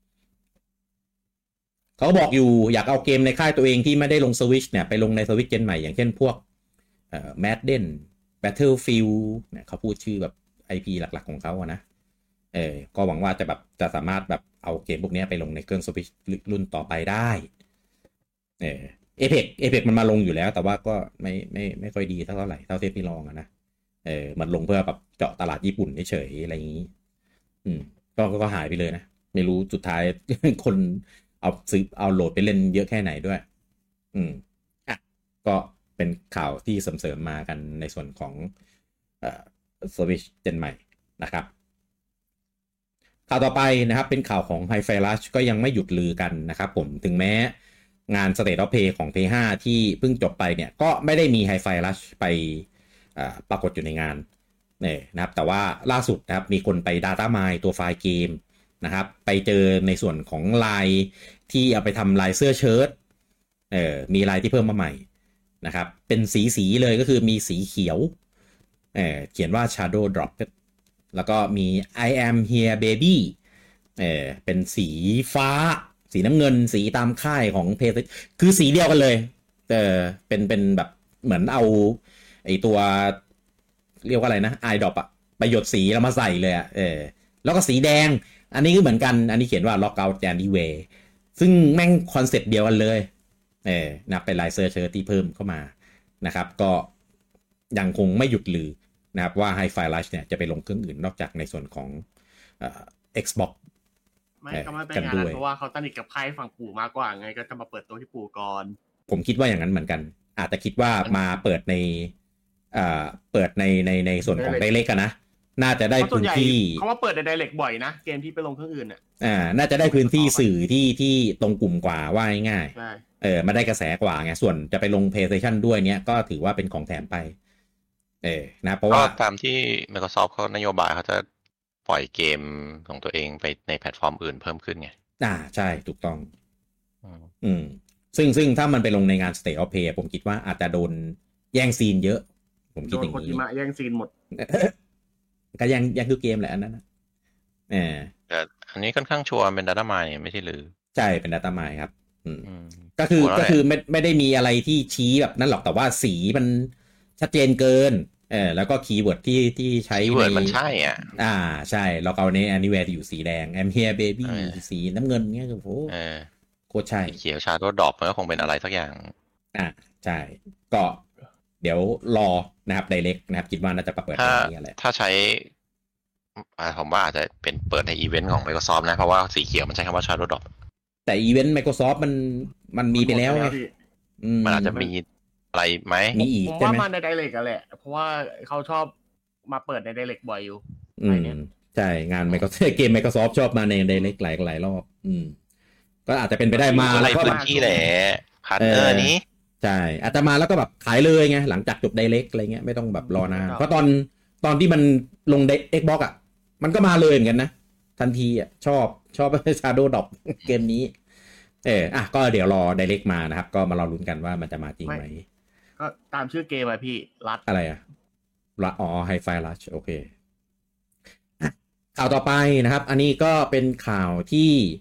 Speaker 1: เขาบอกอยู่อยากเอาเกมในค่ายตัวเองที่ไม่ได้ลง Switch เนี่ยไปลงใน Switch เจนใหม่อย่างเช่นพวกเอ่อ Madden Battlefield เนี่ยเขาพูดชื่อแบบ ไอ พี หลักๆของเขาอะนะเออก็หวังว่าจะแบบจะสามารถแบบเอาเกมพวกนี้ไปลงในเครื่อง Switch รุ่นต่อไปได้เออ Apex Apex มันมาลงอยู่แล้วแต่ว่าก็ไม่ไม่ไม่ค่อยดีเท่าไหร่เท่าเทปที่ลองอะนะเออมันลงเพื่อแบบเจาะตลาดญี่ปุ่นเฉยๆอะไรอย่างนี้อืมก็ก็หายไปเลยนะไม่รู้สุดท้าย คนเอาซื้อเอาโหลดไปเล่นเยอะแค่ไหนด้วยอืมอ่ะก็เป็นข่าวที่เสริมๆมากันในส่วนของเอ่อ Switch เจนใหม่นะครับข่าวต่อไปนะครับเป็นข่าวของ Hi-Fi Rush ก็ยังไม่หยุดลือกันนะครับผมถึงแม้งาน State of Play ของ พี ห้า ที่เพิ่งจบไปเนี่ยก็ไม่ได้มี Hi-Fi Rush ไปปรากฏอยู่ในงานเนี่ยนะครับแต่ว่าล่าสุดนะครับมีคนไป Data Mine ตัวไฟล์เกมนะครับไปเจอในส่วนของลายที่เอาไปทำลายเสื้อเชิ้ตเออมีลายที่เพิ่มมาใหม่นะครับเป็นสีสีเลยก็คือมีสีเขียวเออเขียนว่า Shadow Drop แล้วก็มี I am here baby เออเป็นสีฟ้าสีน้ำเงินสีตามค่ายของ Play คือสีเดียวกันเลยเออเป็นเป็นแบบเหมือนเอาไอตัวเรียกว่าอะไรนะ Eye Drop อะไปหยดสีแล้วมาใส่เลยอะเออแล้วก็สีแดงอันนี้ก็เหมือนกันอันนี้เขียนว่า Lockout Anyway ซึ่งแม่งคอนเซ็ปต์เดียวกันเลยเออนะเป็นลายเสื้อเชิ้ตที่เพิ่มเข้ามานะครับก็ยังคงไม่หยุดลือนะครับว่า Hi-Fi Rush เนี่ยจะไปลงเครื่องอื่นนอกจากในส่วนของเอ่อ Xbox
Speaker 3: ไม่ก็ไม่เป็นงานเพราะว่าเขาสนิทกับค่ายฝั่งปู่มากกว่าไงก็จะมาเปิดตัวที่ปู่ก่อน
Speaker 1: ผมคิดว่าอย่างนั้นเหมือนกันอาจจะคิดว่ามาเปิดในเอ่อเปิดในในในส่วนของไดเรกกันนะน่าจะได้พื้นที่
Speaker 3: เขาว่าเปิดในไดเรกบ่อยนะเกมที่ไปลงเครื่องอื่นอ่ะ
Speaker 1: อ่าน่าจะได้พื้นที่สื่อที่ที่ตรงกลุ่มกว่าว่าง่ายๆเออมาได้กระแสกว่าไงส่วนจะไปลง PlayStation ด้วยเนี้ยก็ถือว่าเป็นของแถมไปเออนะเพราะว่า
Speaker 2: ตามที่ Microsoft เขานโยบายเขาจะปล่อยเกมของตัวเองไปในแพลตฟอร์มอื่นเพิ่มขึ้นไง
Speaker 1: อ่าใช่ถูกต้องอืมซึ่งซึ่งถ้ามันไปลงในงาน State of Play ผมคิดว่าอาจจะโดนแย่งซีนเยอะผมคิดอย่างนี้โดนโคจิมะ
Speaker 3: แย่งซีนหมด
Speaker 1: ก็ยังยังคือเกมแหละอันนั้นนะเออ
Speaker 2: แต่อันนี้ค่อนข้างชัวร์เป็น Data Mine ไม่ใช่หรือ
Speaker 1: ใช่เป็น Data Mine ครับอืมก็คือก็คือไม่ไม่ได้มีอะไรที่ชี้แบบนั้นหรอกแต่ว่าสีมันชัดเจนเกินเออแล้วก็คีย์เวิร์ดที่ที่ใช้
Speaker 2: คีย์เวิร์ดมันใช่อ่ะ
Speaker 1: อ่าใช่เราเอาใน Anywhere อยู่สีแดง I'm here baby สีน้ำเงินเงี้ยคือโหโคตรใช่
Speaker 2: เขียว Shadow Drop มันก็คงเป็นอะไรสักอย่าง
Speaker 1: อ่าใช่ก็เดี๋ยวรอนะครับ Direct นะครับคิดว่าน่าจะประเปิด
Speaker 2: ตรงนี้อะไรถ้าใช้อ่าผมว่าอาจจะเป็นเปิดในอีเวนต์ของ Microsoft นะเพราะว่าสีเขียวมันใช้คำว่า Shadow Drop
Speaker 1: แต่อีเวนต์ Microsoft มันมันมีไปแล้วไง
Speaker 2: มันอาจจะมีอะไรไหม
Speaker 1: มีอีก
Speaker 3: ผมว่ามาใน Direct กันแหละเพราะว่าเขาชอบมาเปิดใน Direct บ่อยอยู่
Speaker 1: อืมใช่งาน Microsoft เกม Microsoft ชอบมาใน Direct หลายหลายรอบอืมก็อาจจะเป็นไปได้มา
Speaker 2: แล้วก็พื้นที่แหละพาร์ทเนอร์นี้
Speaker 1: ใช่อาจจะมาแล้วก็แบบขายเลยไงหลังจากจบ Direct อะไรเงี้ยไม่ต้องแบบรอนานเพราะตอนตอนที่มันลง Xbox อ่ะมันก็มาเลยเหมือนกันนะทันทีอ่ะชอบชอบ Shadow Drop เกมนี้เอออ่ะก็เดี๋ยวรอ Direct มานะครับก็มารอลุ้นกันว่ามันจะมาจริงไหม
Speaker 3: ก็ตามชื่อเกมอะพี่รัด
Speaker 1: อะไรอะรัดอ๋อ Hi-Fi Rush โอเคข่าวต่อไปนะครับอันนี้ก็เป็นข่าวที่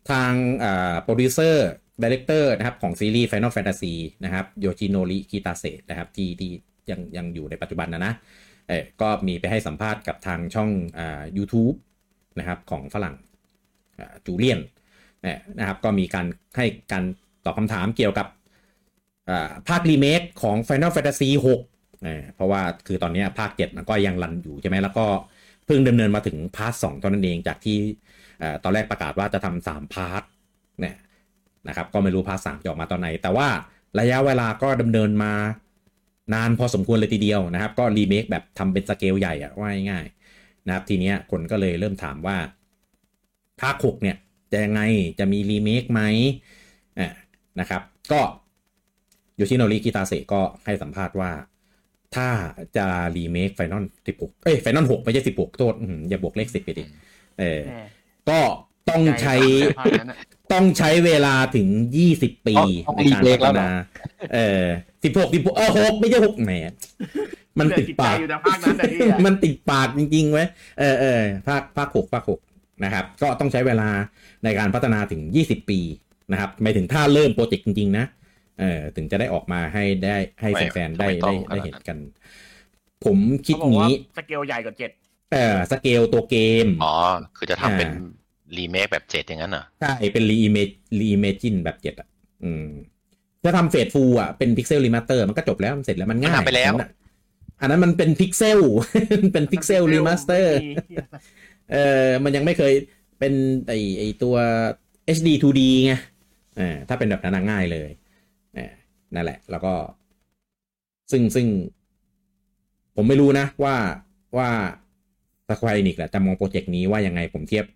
Speaker 1: ทางอ่าโปรดิวเซอร์ดีเรคเตอร์นะครับของซีรีส์ Final Fantasy นะครับโยชิโนริคิตาเซะนะครับที่ที่ยังยังอยู่ในปัจจุบันนะนะเออก็มีไปให้สัมภาษณ์กับทางช่องอ่า YouTube นะครับของฝรั่งอ่าจูเลียนนะครับก็มีการให้การตอบคำถามเกี่ยวกับอ่าภาครีเมคของ Final Fantasy หกเออเพราะว่าคือตอนนี้ภาคเจ็ดมันก็ยังรันอยู่ใช่ไหมแล้วก็เพิ่งดำเนินมาถึงพาร์ทสองเท่านั้นเองจากที่ตอนแรกประกาศว่าจะทำสามพาร์ทเนี่ยนะครับก็ไม่รู้พาร์ทสามจะออกมาตอนไหนแต่ว่าระยะเวลาก็ดำเนินมานานพอสมควรเลยทีเดียวนะครับก็รีเมคแบบทำเป็นสเกลใหญ่อะว่าง่ายๆนะครับทีเนี้ยคนก็เลยเริ่มถามว่าภาคหกเนี่ยจะยังไงจะมีรีเมคไหมอ่านะครับก็โยชิโนริคิตาเซะก็ให้สัมภาษณ์ว่าถ้าจะรีเมค Final สิบหกเอ้ย Final หกไม่ใช่สิบหกโทษอย่าบวกเลขสิบไปดิเออก็ต้องใช้ต้องใช้เวลาถึงยี่สิบปีในการพัฒนาเออสิบหก สิบหกเออหกไม่ใช่หกแหมมันติดปากมันติดปากจริงๆเว้ยเออเออภาคภาคหกภาคหกนะครับก็ต้องใช้เวลาในการพัฒนาถึงยี่สิบปีนะครับไม่ถึงถ้าเริ่มโปรเจกต์จริงๆนะเออถึงจะได้ออกมาให้ได้ให้แฟนๆได้ได้ได้เห็นกันผมคิดงี้
Speaker 3: สเกลใหญ่กว่าเจ็ด
Speaker 1: เออสเกลตัวเกม
Speaker 2: อ๋อคือจะทำเป็นรีเมคแบบเจ็ดอย่างนั้นเหรอ
Speaker 1: ใช่เป็นรีเมครีเมจินแบบเจ็ดอ่ะอืมจะทำเฟสฟูลอ่ะเป็นพิกเซลรีมาสเตอร์มันก็จบแล้วมันเสร็จแล้วมันง่าย
Speaker 2: ไปแล้ว
Speaker 1: อันนั้นมันเป็นพิกเซลเป็นพิกเซลรีมาสเตอร์เออมันยังไม่เคยเป็นไอไอตัว เอช ดี ทู ดี ไงอ่าถ้าเป็นแบบนั้นง่ายเลยอ่านั่นแหละแล้วก็ซึ่งซึ่งผมไม่รู้นะว่าว่าสควอเอนิกส์จะมองโปรเจกต์นี้ว่ายังไงผมเทียบ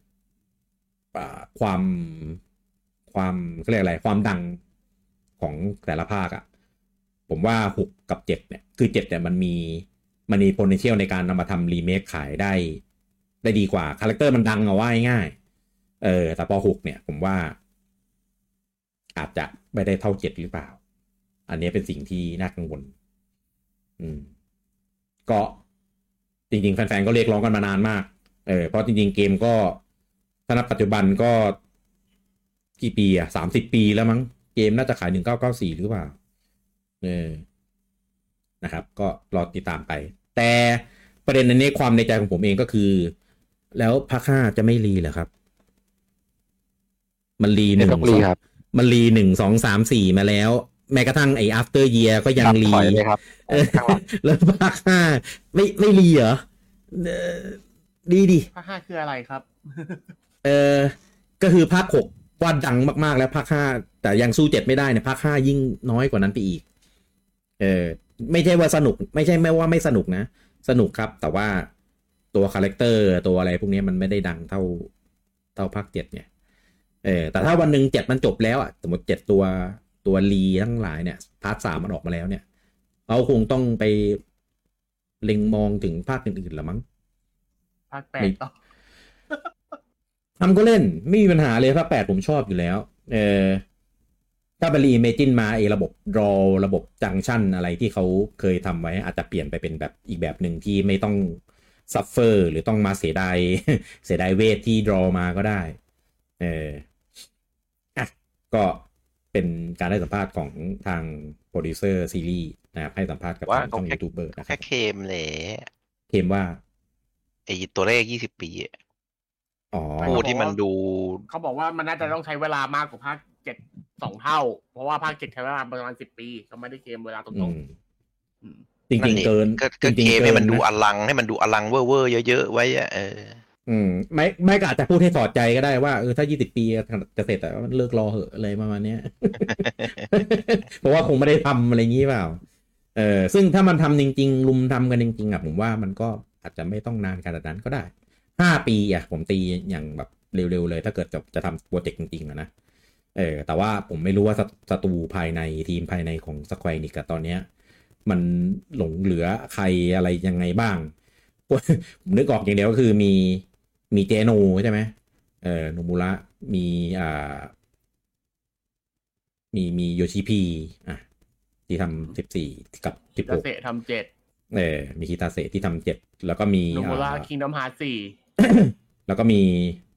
Speaker 1: ความความเรียกอะไรความดังของแต่ละภาคอ่ะผมว่าหกกับเจ็ดเนี่ยคือเจ็ดเนี่ยมันมีมันมี potential ในการนำมาทำรีเมคขายได้ได้ดีกว่าคาแรคเตอร์มันดังเอาว่าง่ายเออแต่พอหกเนี่ยผมว่าอาจจะไม่ได้เท่าเจ็ดหรือเปล่าอันนี้เป็นสิ่งที่น่ากังวลอืมก็จริงๆแฟนๆก็เรียกร้องกันมานานมากเออเพราะจริงๆเกมก็ถ้านับปัจจุบันก็กี่ปีอ่ะสามสิบปีแล้วมั้งเกมน่าจะขายหนึ่งพันเก้าร้อยเก้าสิบสี่หรือเปล่าเออนะครับก็รอติดตามไปแต่ประเด็นในนี้ความในใจของผมเองก็คือแล้วภาคห้าจะไม่รีเหรอครับมันรีหนึ่งมันรีหนึ่งสองสามสี่มาแล้วแม้กระทั่งไอ้ after year ก็ยังรี
Speaker 4: เลยครับ
Speaker 1: แล้วภาคห้าไม่ไม่รีเหรอดีดิ
Speaker 3: ภาคห้าคืออะไรครับ
Speaker 1: เออก็คือภาคหกว่าดังมากๆแล้วภาคห้าแต่ยังสู้เจ็ดไม่ได้เนี่ยภาคห้ายิ่งน้อยกว่านั้นไปอีกเออไม่ใช่ว่าสนุกไม่ใช่ไม่ว่าไม่สนุกนะสนุกครับแต่ว่าตัวคาแรคเตอร์ตัวอะไรพวกนี้มันไม่ได้ดังเท่าเท่าภาคเจ็ดเนี่ยเออแต่ถ้าวันนึงเจ็ดมันจบแล้วอ่ะสมมติเจ็ดตัวตัวลีทั้งหลายเนี่ยพาร์ทสามมันออกมาแล้วเนี่ยเราคงต้องไปเล็งมองถึงภาคอื่นๆละมั้ง
Speaker 3: ภาคแปดต่อ
Speaker 1: ทำก็เล่นไม่มีปัญหาเลยภาคแปดผมชอบอยู่แล้วเออถ้าไปรีเมจินมาไอ้ระบบรอระบบจังชั่นอะไรที่เขาเคยทำไว้อาจจะเปลี่ยนไปเป็นแบบอีกแบบหนึ่งที่ไม่ต้องซัฟเฟอร์หรือต้องมาเสียดายเสียดายเวทที่ดรอมาก็ได้เอออ่ะก็เป็นการให้สัมภาษณ์ของทางโปรดิวเซอร์ซีรีส์นะครับให้สัมภาษณ์กับทางช่องยูทูบเบอร์นะครับ
Speaker 2: แค่เคมเลย
Speaker 1: เคมว่า
Speaker 2: ไอ้ตัวเลขยี่สิบปี
Speaker 1: อ๋อ
Speaker 2: พูดที่มันดู
Speaker 3: เขาบอกว่ามันน่าจะต้องใช้เวลามากกว่าภาคเจ็ดสองเท่าเพราะว่าภาคเจ็ดใช้เวลาประมาณสิบปีก็ไม่ได้เคมเวลาตรง
Speaker 1: ๆจริงๆเกิน
Speaker 2: ก็เคมให้มันดูอลังให้มันดูอลังเว่อร์ๆเยอะๆไว้อะเออ
Speaker 1: อืมไม่ไม่ก็อาจจะพูดให้ถอดใจก็ได้ว่าเออถ้ายี่สิบปีจะเสร็จแต่มันเลิกรอเหอะอะไรประมาณนี้ เพราะว่าคงไม่ได้ทำอะไรงี้เปล่าเออซึ่งถ้ามันทำจริงๆลุมทำกันจริงๆอ่ะผมว่ามันก็อาจจะไม่ต้องนานขนาดนั้นก็ได้ห้าปีอ่ะผมตีอย่างแบบเร็วๆเลยถ้าเกิดจะจะทำโปรเจกต์จริงๆนะเออแต่ว่าผมไม่รู้ว่าศัตรูภายในทีมภายในของสแควร์นิกตอนเนี้ยมันหลงเหลือใครอะไรยังไงบ้างผมนึกออกอย่างเดียวก็คือมีมีเจโนใช่ไหมเออโนบุระมีอ่ามีมีโยชิพีอ่ะที่ทำสิบสี่กับสิบหก
Speaker 3: คิตาเซะทำเจ็ด
Speaker 1: เออมีคิตาเซะที่ทำเจ็ดแล้วก็มี
Speaker 3: โนบุระคิงดอมฮาร์ทสี่
Speaker 1: แล้วก็มี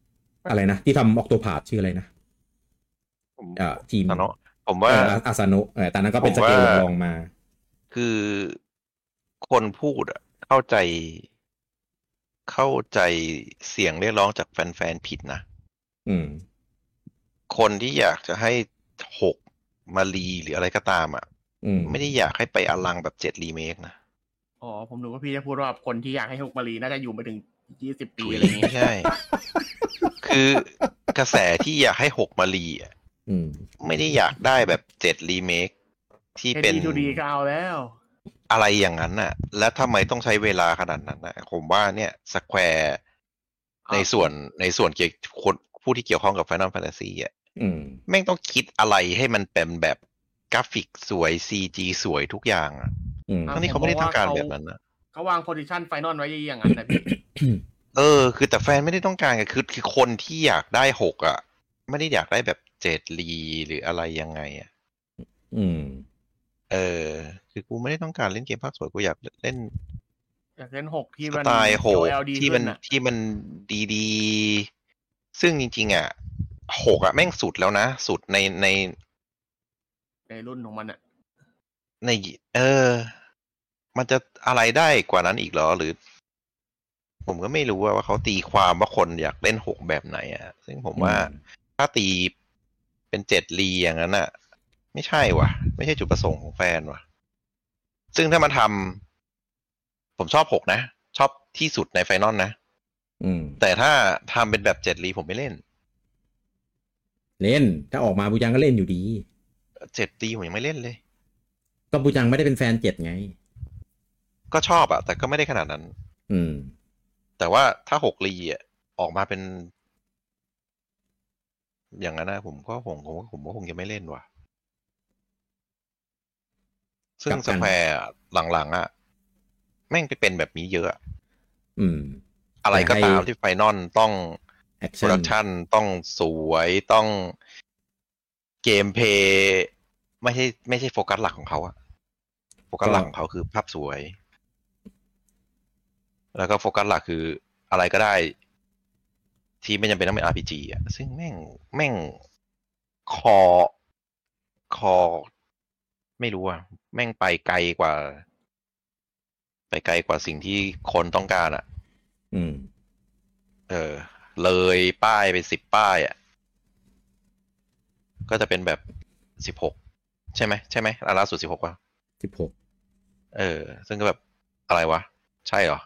Speaker 1: อะไรนะที่ทำออกโตพาร์ชื่ออะไรนะเอ่อทีม
Speaker 2: ผมว่า
Speaker 1: อาซาโนะเออตอนนั้นก็เป็นสเกลลองมา
Speaker 2: คือคนพูดอ่ะเข้าใจเข้าใจเสียงเรียกร้องจากแฟนๆผิดนะ
Speaker 1: อืม
Speaker 2: คนที่อยากจะให้หกมารีหรืออะไรก็ตามอ่ะไม่ได้อยากให้ไปอลังแบบเจ็ดรีเมคนะ
Speaker 3: อ๋อผมนึกว่าพี่จะพูดว่าคนที่อยากให้หกมารีน่าจะอยู่ไปถึงยี่สิบปีอะไรอย่างงี้
Speaker 2: ใช่คือกระแสที่อยากให้หกมารีอ่ะไม่ได้อยากได้แบบเจ็ดรีเมคที่เป็น
Speaker 3: เอ ดี ทู ดี ก็เอาแล้ว
Speaker 2: อะไรอย่างนั้นน่ะแล้วทำไมต้องใช้เวลาขนาดนั้นนะผมว่าเนี่ยสแควร์ในส่วนในส่วนเกี่ยวคนผู้ที่เกี่ยวข้องกับ Final Fantasy อ่ะแม่งต้องคิดอะไรให้มันเป็นแบบกราฟิกสวย ซี จี สวยทุกอย่างอ่ะทั้งนี้เขาไม่ได้ต้องการแบบนั้นนะ
Speaker 3: เขาวางโพซิชันไฟนอลไว้อย่างนั้นนะพี่
Speaker 2: เออคือแต่แฟนไม่ได้ต้องการคือคือคนที่อยากได้หกอ่ะไม่ได้อยากได้แบบเจ็ดรีหรืออะไรยังไงอ่ะ
Speaker 1: อืม
Speaker 2: เออคือกูไม่ได้ต้องการเล่นเกมภาคสวยกูอยากเล่น
Speaker 3: อยากเล่นหกที่มัน
Speaker 2: สไตล์หกที่มันที่มันดีๆซึ่งจริงๆอ่ะหกอ่ะแม่งสุดแล้วนะสุดในใน
Speaker 3: ในรุ่นของมันอ่ะ
Speaker 2: ในเออมันจะอะไรได้กว่านั้นอีกเหรอหรือผมก็ไม่รู้ว่าเขาตีความว่าคนอยากเล่นหกแบบไหนอ่ะซึ่งผมว่าถ้าตีเป็นเจ็ดรีอย่างนั้นอ่ะไม่ใช่ว่ะไม่ใช่จุดประสงค์ของแฟนว่ะซึ่งถ้ามันทำผมชอบหกนะชอบที่สุดในไฟนอลนะแต่ถ้าทำเป็นแบบเจ็ดรีผมไม่เล่น
Speaker 1: เล่นถ้าออกมาบูจังก็เล่นอยู่ดี
Speaker 2: เจ็ดรีผมยังไม่เล่นเลย
Speaker 1: ก็บูจังไม่ได้เป็นแฟนเจ็ดไง
Speaker 2: ก็ชอบอะแต่ก็ไม่ได้ขนาดนั้น
Speaker 1: อืม
Speaker 2: แต่ว่าถ้าหกรีอ่ะออกมาเป็นอย่างนั้นนะผมก็ผมผมผมก็คงจะไม่เล่นว่ะซึ่งสแควร์หลังๆอ่ะแม่งไปเป็นแบบนี้เยอะ
Speaker 1: อืม
Speaker 2: อะไรก็ตามที่ไฟนอลต้องโปรดักชั่นต้องสวยต้องเกมเพย์ไม่ใช่ไม่ใช่โฟกัสหลักของเขาอะโฟกัสหลักของเขาคือภาพสวยแล้วก็โฟกัสหลักคืออะไรก็ได้ที่ไม่จำเป็นต้องเป็น อาร์ พี จี อ่ะซึ่งแม่งแม่งคอคอไม่รู้อ่ะแม่งไปไกลกว่าไปไกลกว่าสิ่งที่คนต้องการอ่ะ
Speaker 1: อืม
Speaker 2: เออเลยป้ายไปสิบป้ายอ่ะก็จะเป็นแบบสิบหกใช่ไหมใช่ไหมล่าสุดสิบหกป่ะ
Speaker 1: สิบหก
Speaker 2: เออซึ่งก็แบบอะไรวะใช่เหรอ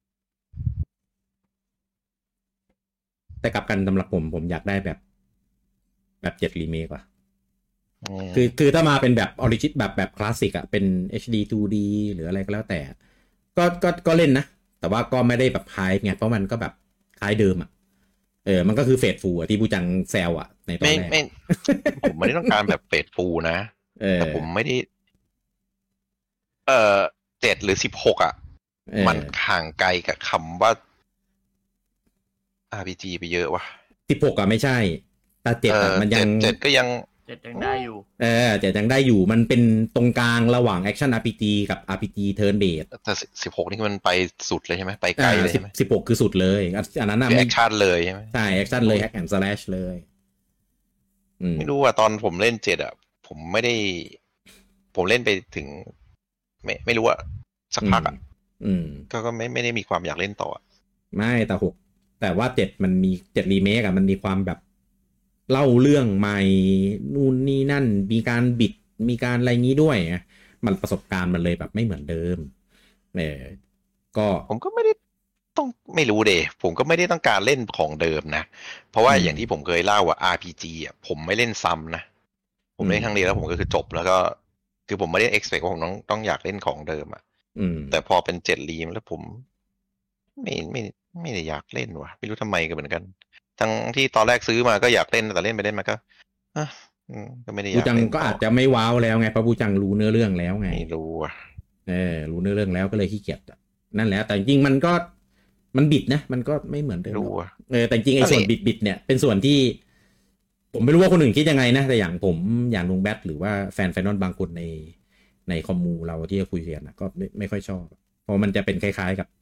Speaker 1: แต่กลับกันสำหรับผมผมอยากได้แบบแบบเจ็ดรีเมคว่ะคือคือถ้ามาเป็นแบบออริจินแบบแบบคลาสสิกอ่ะเป็น เอช ดี ทู ดี หรืออะไรก็แล้วแต่ก็ก็ก็เล่นนะแต่ว่าก็ไม่ได้แบบไฮไงเพราะมันก็แบบคล้ายเดิมอ่ะเออมันก็คือเฟสฟูลอ่ะที่บูจังแซวอ่ะในตอนแรกไม่
Speaker 2: ผมไม่ได้ต้องการแบบเฟสฟูลนะแต่ผมไม่ได้เอ่อเจ็ดหรือสิบหกอ่ะมันห่างไกลกับคำว่า อาร์ พี จี ไปเยอะว่ะ
Speaker 1: สิบหกอ่ะไม่ใช่แต่เจ็ดอ่ะมันยัง
Speaker 2: เจ็ดก็ยัง
Speaker 3: เจ็ดยังได้อยู่
Speaker 1: เออเจ็ดยังได้อยู่มันเป็นตรงกลางระหว่างแอคชั่น อาร์ พี จี กับ อาร์ พี จี Turn Based
Speaker 2: แต่สิบหกนี่มันไปสุดเลยใช่ไหมไปไกลเลยใช่ไหม
Speaker 1: สิบหกคือสุดเลยอันนั้นน่ะ
Speaker 2: แอคชั่นเลยใช่ไหม
Speaker 1: ใช่แอคชั่นเลยแฮกแอนด์สแลชเลย
Speaker 2: ไม่รู้ว่าตอนผมเล่นเจ็ดอ่ะผมไม่ได้ผมเล่นไปถึงไม่ไม่รู้ว่าสักพักอ่ะก็ก็ไม่ไม่ได้มีความอยากเล่นต่อ
Speaker 1: ไม่แต่หกแต่ว่าเจ็ดมันมีเจ็ดรีเมคอะมันมีความแบบเล่าเรื่องใหม่นู่นนี่นั่นมีการบิดมีการอะไรงี้ด้วยมันประสบการณ์มันเลยแบบไม่เหมือนเดิมเออก็
Speaker 2: ผมก็ไม่ได้ต้องไม่รู้เดะผมก็ไม่ได้ต้องการเล่นของเดิมนะเพราะว่าอย่างที่ผมเคยเล่าว่า อาร์ พี จี อ่ะผมไม่เล่นซ้ำนะผมเล่นครั้งเดียวแล้วผมก็คือจบแล้วก็คือผมไม่ได้ expect ว่าผมต้องต้องอยากเล่นของเดิมอ่ะแต่พอเป็นเจ็ดรีมแล้วผมไม่ไม่ไม่ได้อยากเล่นว่ะไม่รู้ทำไมกันเหมือนกันทั้งที่ตอนแรกซื้อมาก็อยากเล่นแต่เล่นไปเล่นมาก็ก็ไม่ได้อยาก
Speaker 1: เล่นบูจังก็อาจจะไม่ว้าวแล้วไงเพราะบูจังรู้เนื้อเรื่องแล้วไง
Speaker 2: ไม่รู้อ่ะ
Speaker 1: เออรู้เนื้อเรื่องแล้วก็เลยขี้เกียจนั่นแหละแต่จริงมันก็มันบิดนะมันก็ไม่เหมือนเดิมเออแต่จริงไอ้ส่วนบิดบิดเนี่ยเป็นส่วนที่ผมไม่รู้ว่าคนอื่นคิดยังไงนะแต่อย่างผมอย่างลุงแบทหรือว่าแฟนไฟนอลบางคนในในคอมมูเราที่คุยกันนะก็ไม่ไม่ค่อยชอบเพราะมันจะเป็นคล้ายๆกับ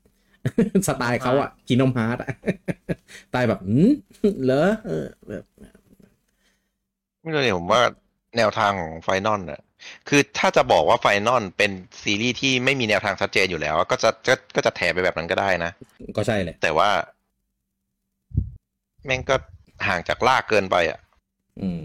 Speaker 1: สไตล์เขาอะคินอมฮาร์ดอะสไตล์แบบหืมเหรอเออแบบ
Speaker 2: ไม่รู้เนี่ยผมว่าแนวทางของไฟนอลน่ะคือถ้าจะบอกว่าไฟนอลเป็นซีรีส์ที่ไม่มีแนวทางชัดเจนอยู่แล้วก็จะก็ก็จะแถไปแบบนั้นก็ได้นะ
Speaker 1: ก็ใช่แหละ
Speaker 2: แต่ว่าแม่งก็ห่างจากลากเกินไปอ่ะ
Speaker 1: อืม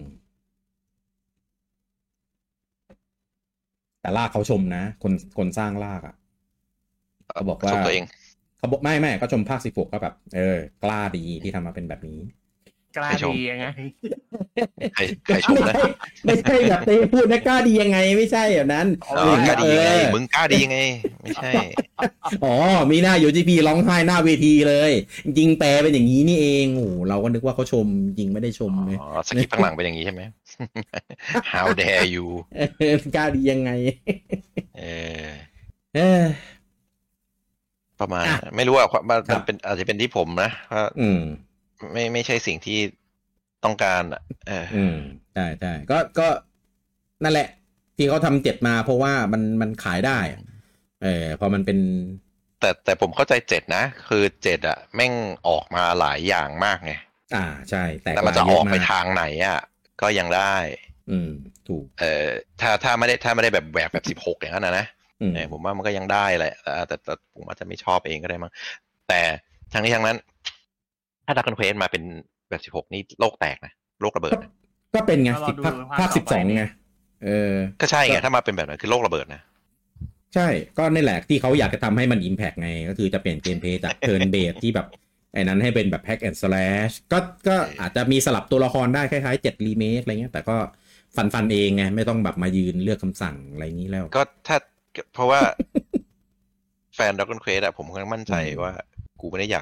Speaker 1: แต่ลากเขาชมนะคนคนสร้างลากอ่ะเขาบอกว่า
Speaker 2: ชมตัวเอง
Speaker 1: เขาบอกไม่ไม่ก็ชมภาคสิบหกก็แบบเออกล้าดีที่ทำมาเป็นแบบนี้
Speaker 3: กล้าดียังไง
Speaker 2: ใครใครชมนะ
Speaker 1: ไม่ใช่แบบเต้พูดนะกล้าดียังไงไม่ใช่แบบนั้น
Speaker 2: กล้าดียังไงมึงกล้าดียังไงไม่ใช่
Speaker 1: อ๋อมีหน้าอยู่จีพีร้องไห้หน้าเวทีเลยจริงแปลเป็นอย่างนี้นี่เองโอ้เราก็นึกว่าเขาชมจริงไม่ได้ชม
Speaker 2: เลยอ๋อสคริปต์ข้างหลังเป็นอย่างนี้ใช่ไหม How dare you
Speaker 1: กล้าดียังไง
Speaker 2: เออเออประมาณไม่รู้ว่ามันเป็นอาจจะเป็นที่ผมนะว่า
Speaker 1: อืม
Speaker 2: ไม่ไม่ใช่สิ่งที่ต้องการอ่ะเออ
Speaker 1: อืมใช่ใช่ก็ก็นั่นแหละที่เขาทำเจ็ดมาเพราะว่ามันมันขายได้เออพอมันเป็น
Speaker 2: แต่แต่ผมเข้าใจเจ็ดนะคือเจ็ดอ่ะแม่งออกมาหลายอย่างมากไง
Speaker 1: อ่าใช่แต่
Speaker 2: มันจะออกไปทางไหนอ่ะก็ยังได้
Speaker 1: อืมถูก
Speaker 2: เออถ้าถ้าไม่ได้ถ้าไม่ได้แบบแบบแบบสิบหกอย่างนั้นนะนะเออผมว่ามันก็ยังได้แหละแต่แต่ผมอาจจะไม่ชอบเองก็ได้มั้งแต่ทั้งนี้ทั้งนั้นถ้าดักคอนเควสมาเป็นแบบสิบหกนี่โลกแตกนะโลกระเบิดนะ
Speaker 1: ก็เป็นไงสิบภาคภาคสิบสองไงเออ
Speaker 2: ก็ใช่ไงถ้ามาเป็นแบบนั้นคือโลกระเบิดนะ
Speaker 1: ใช่ก็นี่แหละที่เขาอยากจะทำให้มัน impact ไงก็คือจะเปลี่ยนเกมเพลย์จาก turn based ที่แบบไอ้นั้นให้เป็นแบบ hack and slash ก็ก็อาจจะมีสลับตัวละครได้คล้ายๆเจ็ด remake อะไรเงี้ยแต่ก็ฟันฟันเองไงไม่ต้องแบบมายืนเลือกคำสั่งอะไรนี้แล้ว
Speaker 2: ก็ถ้าเพราะว่าแฟน Dragon Quest อะผมค่อนข้างมั่นใจว่ากูไม่ได้อยาก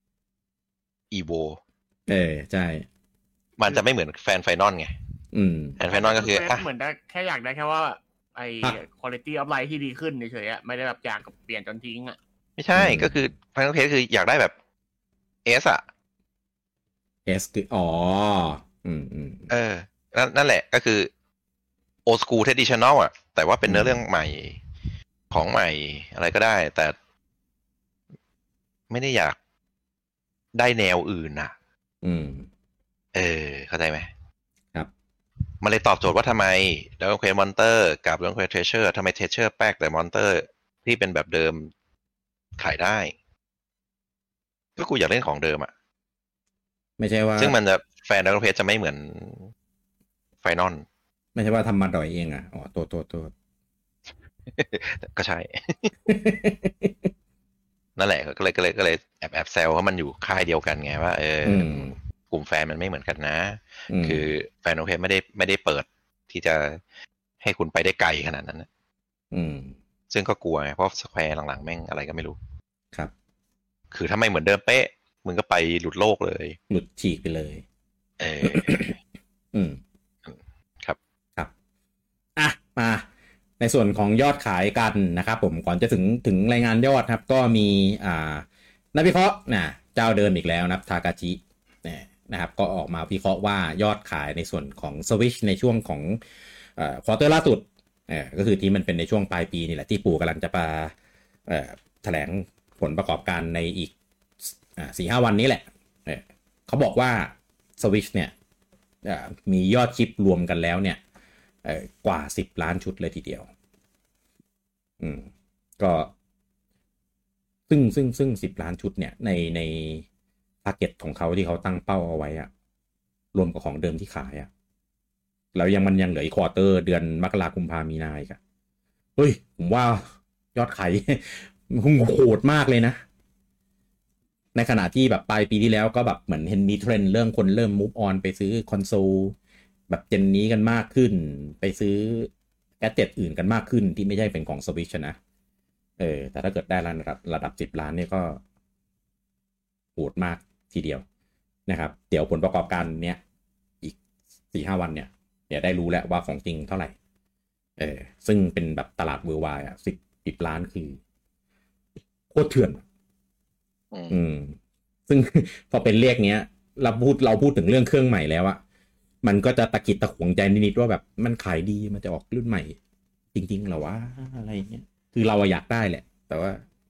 Speaker 2: Evo
Speaker 1: เออใช่
Speaker 2: มันจะไม่เหมือนแฟนไฟนอลไง
Speaker 1: อืม
Speaker 2: แฟนไฟนอลก็คือ
Speaker 3: เหมือนได้แค่อยากได้แค่ว่าไอ้ quality of life ที่ดีขึ้นเฉยๆอ่ะไม่ได้แบบอยากเปลี่ยนจนทิ้งอ่ะ
Speaker 2: ไม่ใช่ก็คือไฟนอลเพจคืออยากได้แบบ S อ่ะ
Speaker 1: S คืออ๋ออืมอืม
Speaker 2: เออนั่นแหละก็คือ old school traditional อ่ะแต่ว่าเป็นเนื้อเรื่องใหม่ของใหม่อะไรก็ได้แต่ไม่ได้อยากได้แนวอื่นน่ะ
Speaker 1: อืม
Speaker 2: เออเข้าใจไหม
Speaker 1: ครับ
Speaker 2: มันเลยตอบโจทย์ว่าทำไม Dragon Quest Monster กับ Dragon Quest Treasure ทำไม Treasure แปลกแต่ Monster ที่เป็นแบบเดิมขายได้ก็กูอยากเล่นของเดิมอ่ะ
Speaker 1: ไม่ใช่ว่า
Speaker 2: ซึ่งมันจะแฟน Dragon Quest จะไม่เหมือนไฟนอล
Speaker 1: ไม่ใช่ว่าทำมาดอยเองอ่ะอ๋อโทษโทษโทษ
Speaker 2: ก็ใช่ นั่นแหละก็เลยก็เลยก็เลยแอบแอบแซวเพราะมันอยู่ค่ายเดียวกันไงว่าเออกลุ่มแฟนมันไม่เหมือนกันนะคือแฟนโอเคไม่ได้ไม่ได้เปิดที่จะให้คุณไปได้ไกลขนาดนั้นนะซึ่งก็กลัวไงเพราะสแควร์หลังๆแม่งอะไรก็ไม่รู้
Speaker 1: ครับ
Speaker 2: คือถ้าไม่เหมือนเดิมเป๊ะมึงก็ไปหลุดโลกเลย
Speaker 1: หลุดฉีกไปเลย
Speaker 2: เออ
Speaker 1: อืม
Speaker 2: ครับ
Speaker 1: ครับอ่ะมาในส่วนของยอดขายกันนะครับผมก่อนจะถึงถึงรายงานยอดครับก็มีอ่านักวิเคราะห์นะเจ้าเดิมอีกแล้วนะทากาชินะครับก็ออกมาวิเคราะห์ว่ายอดขายในส่วนของ Switch ในช่วงของเอ่อควอเตอร์ล่าสุดเอ่อก็คือที่มันเป็นในช่วงปลายปีนี่แหละที่ปู่กำลังจะมาเอ่อแถลงผลประกอบการในอีกอ่า สี่ห้า วันนี้แหละเอ่อเขาบอกว่า Switch เนี่ยเอ่อมียอดชิปรวมกันแล้วเนี่ยเอ่อกว่าสิบล้านชุดเลยทีเดียวอืมก็ซึ่งซึ่งซึ่งสิบล้านชุดเนี่ยในในทาร์เก็ตของเขาที่เขาตั้งเป้าเอาไว้อะรวมกับของเดิมที่ขายอะแล้วยังมันยังเหลืออีกควอเตอร์เดือนมกราคมพามีนาอีกอะเฮ้ยผมว่ายอดขายโหดมากเลยนะในขณะที่แบบปลายปีที่แล้วก็แบบเหมือนเห็นมีเทรนด์เรื่องคนเริ่มมูฟออนไปซื้อคอนโซลแบบเจนนี้กันมากขึ้นไปซื้อแกดเจ็ตอื่นกันมากขึ้นที่ไม่ใช่เป็นของ Switch นะเออแต่ถ้าเกิดได้ระดับระดับสิบล้านเนี่ยก็โหดมากทีเดียวนะครับเดี๋ยวผลประกอบการเนี้ยอีก สี่ห้า วันเนี่ยเดี๋ยวได้รู้แล้วว่าของจริงเท่าไหร่เออซึ่งเป็นแบบตลาดเวอร์ไวด์อ่ะสิบล้านคือโคตรเถื่อนอืมซึ่งพอเป็นเลขเนี้ยเราพูดเราพูดถึงเรื่องเครื่องใหม่แล้วอะมันก็จะตะกิดตะขวงใจนิดๆว่าแบบมันขายดีมันจะออกรุ่นใหม่จริงๆเหรอวะอะไรเงี้ยคือเราอยากได้แหละแต่ว่า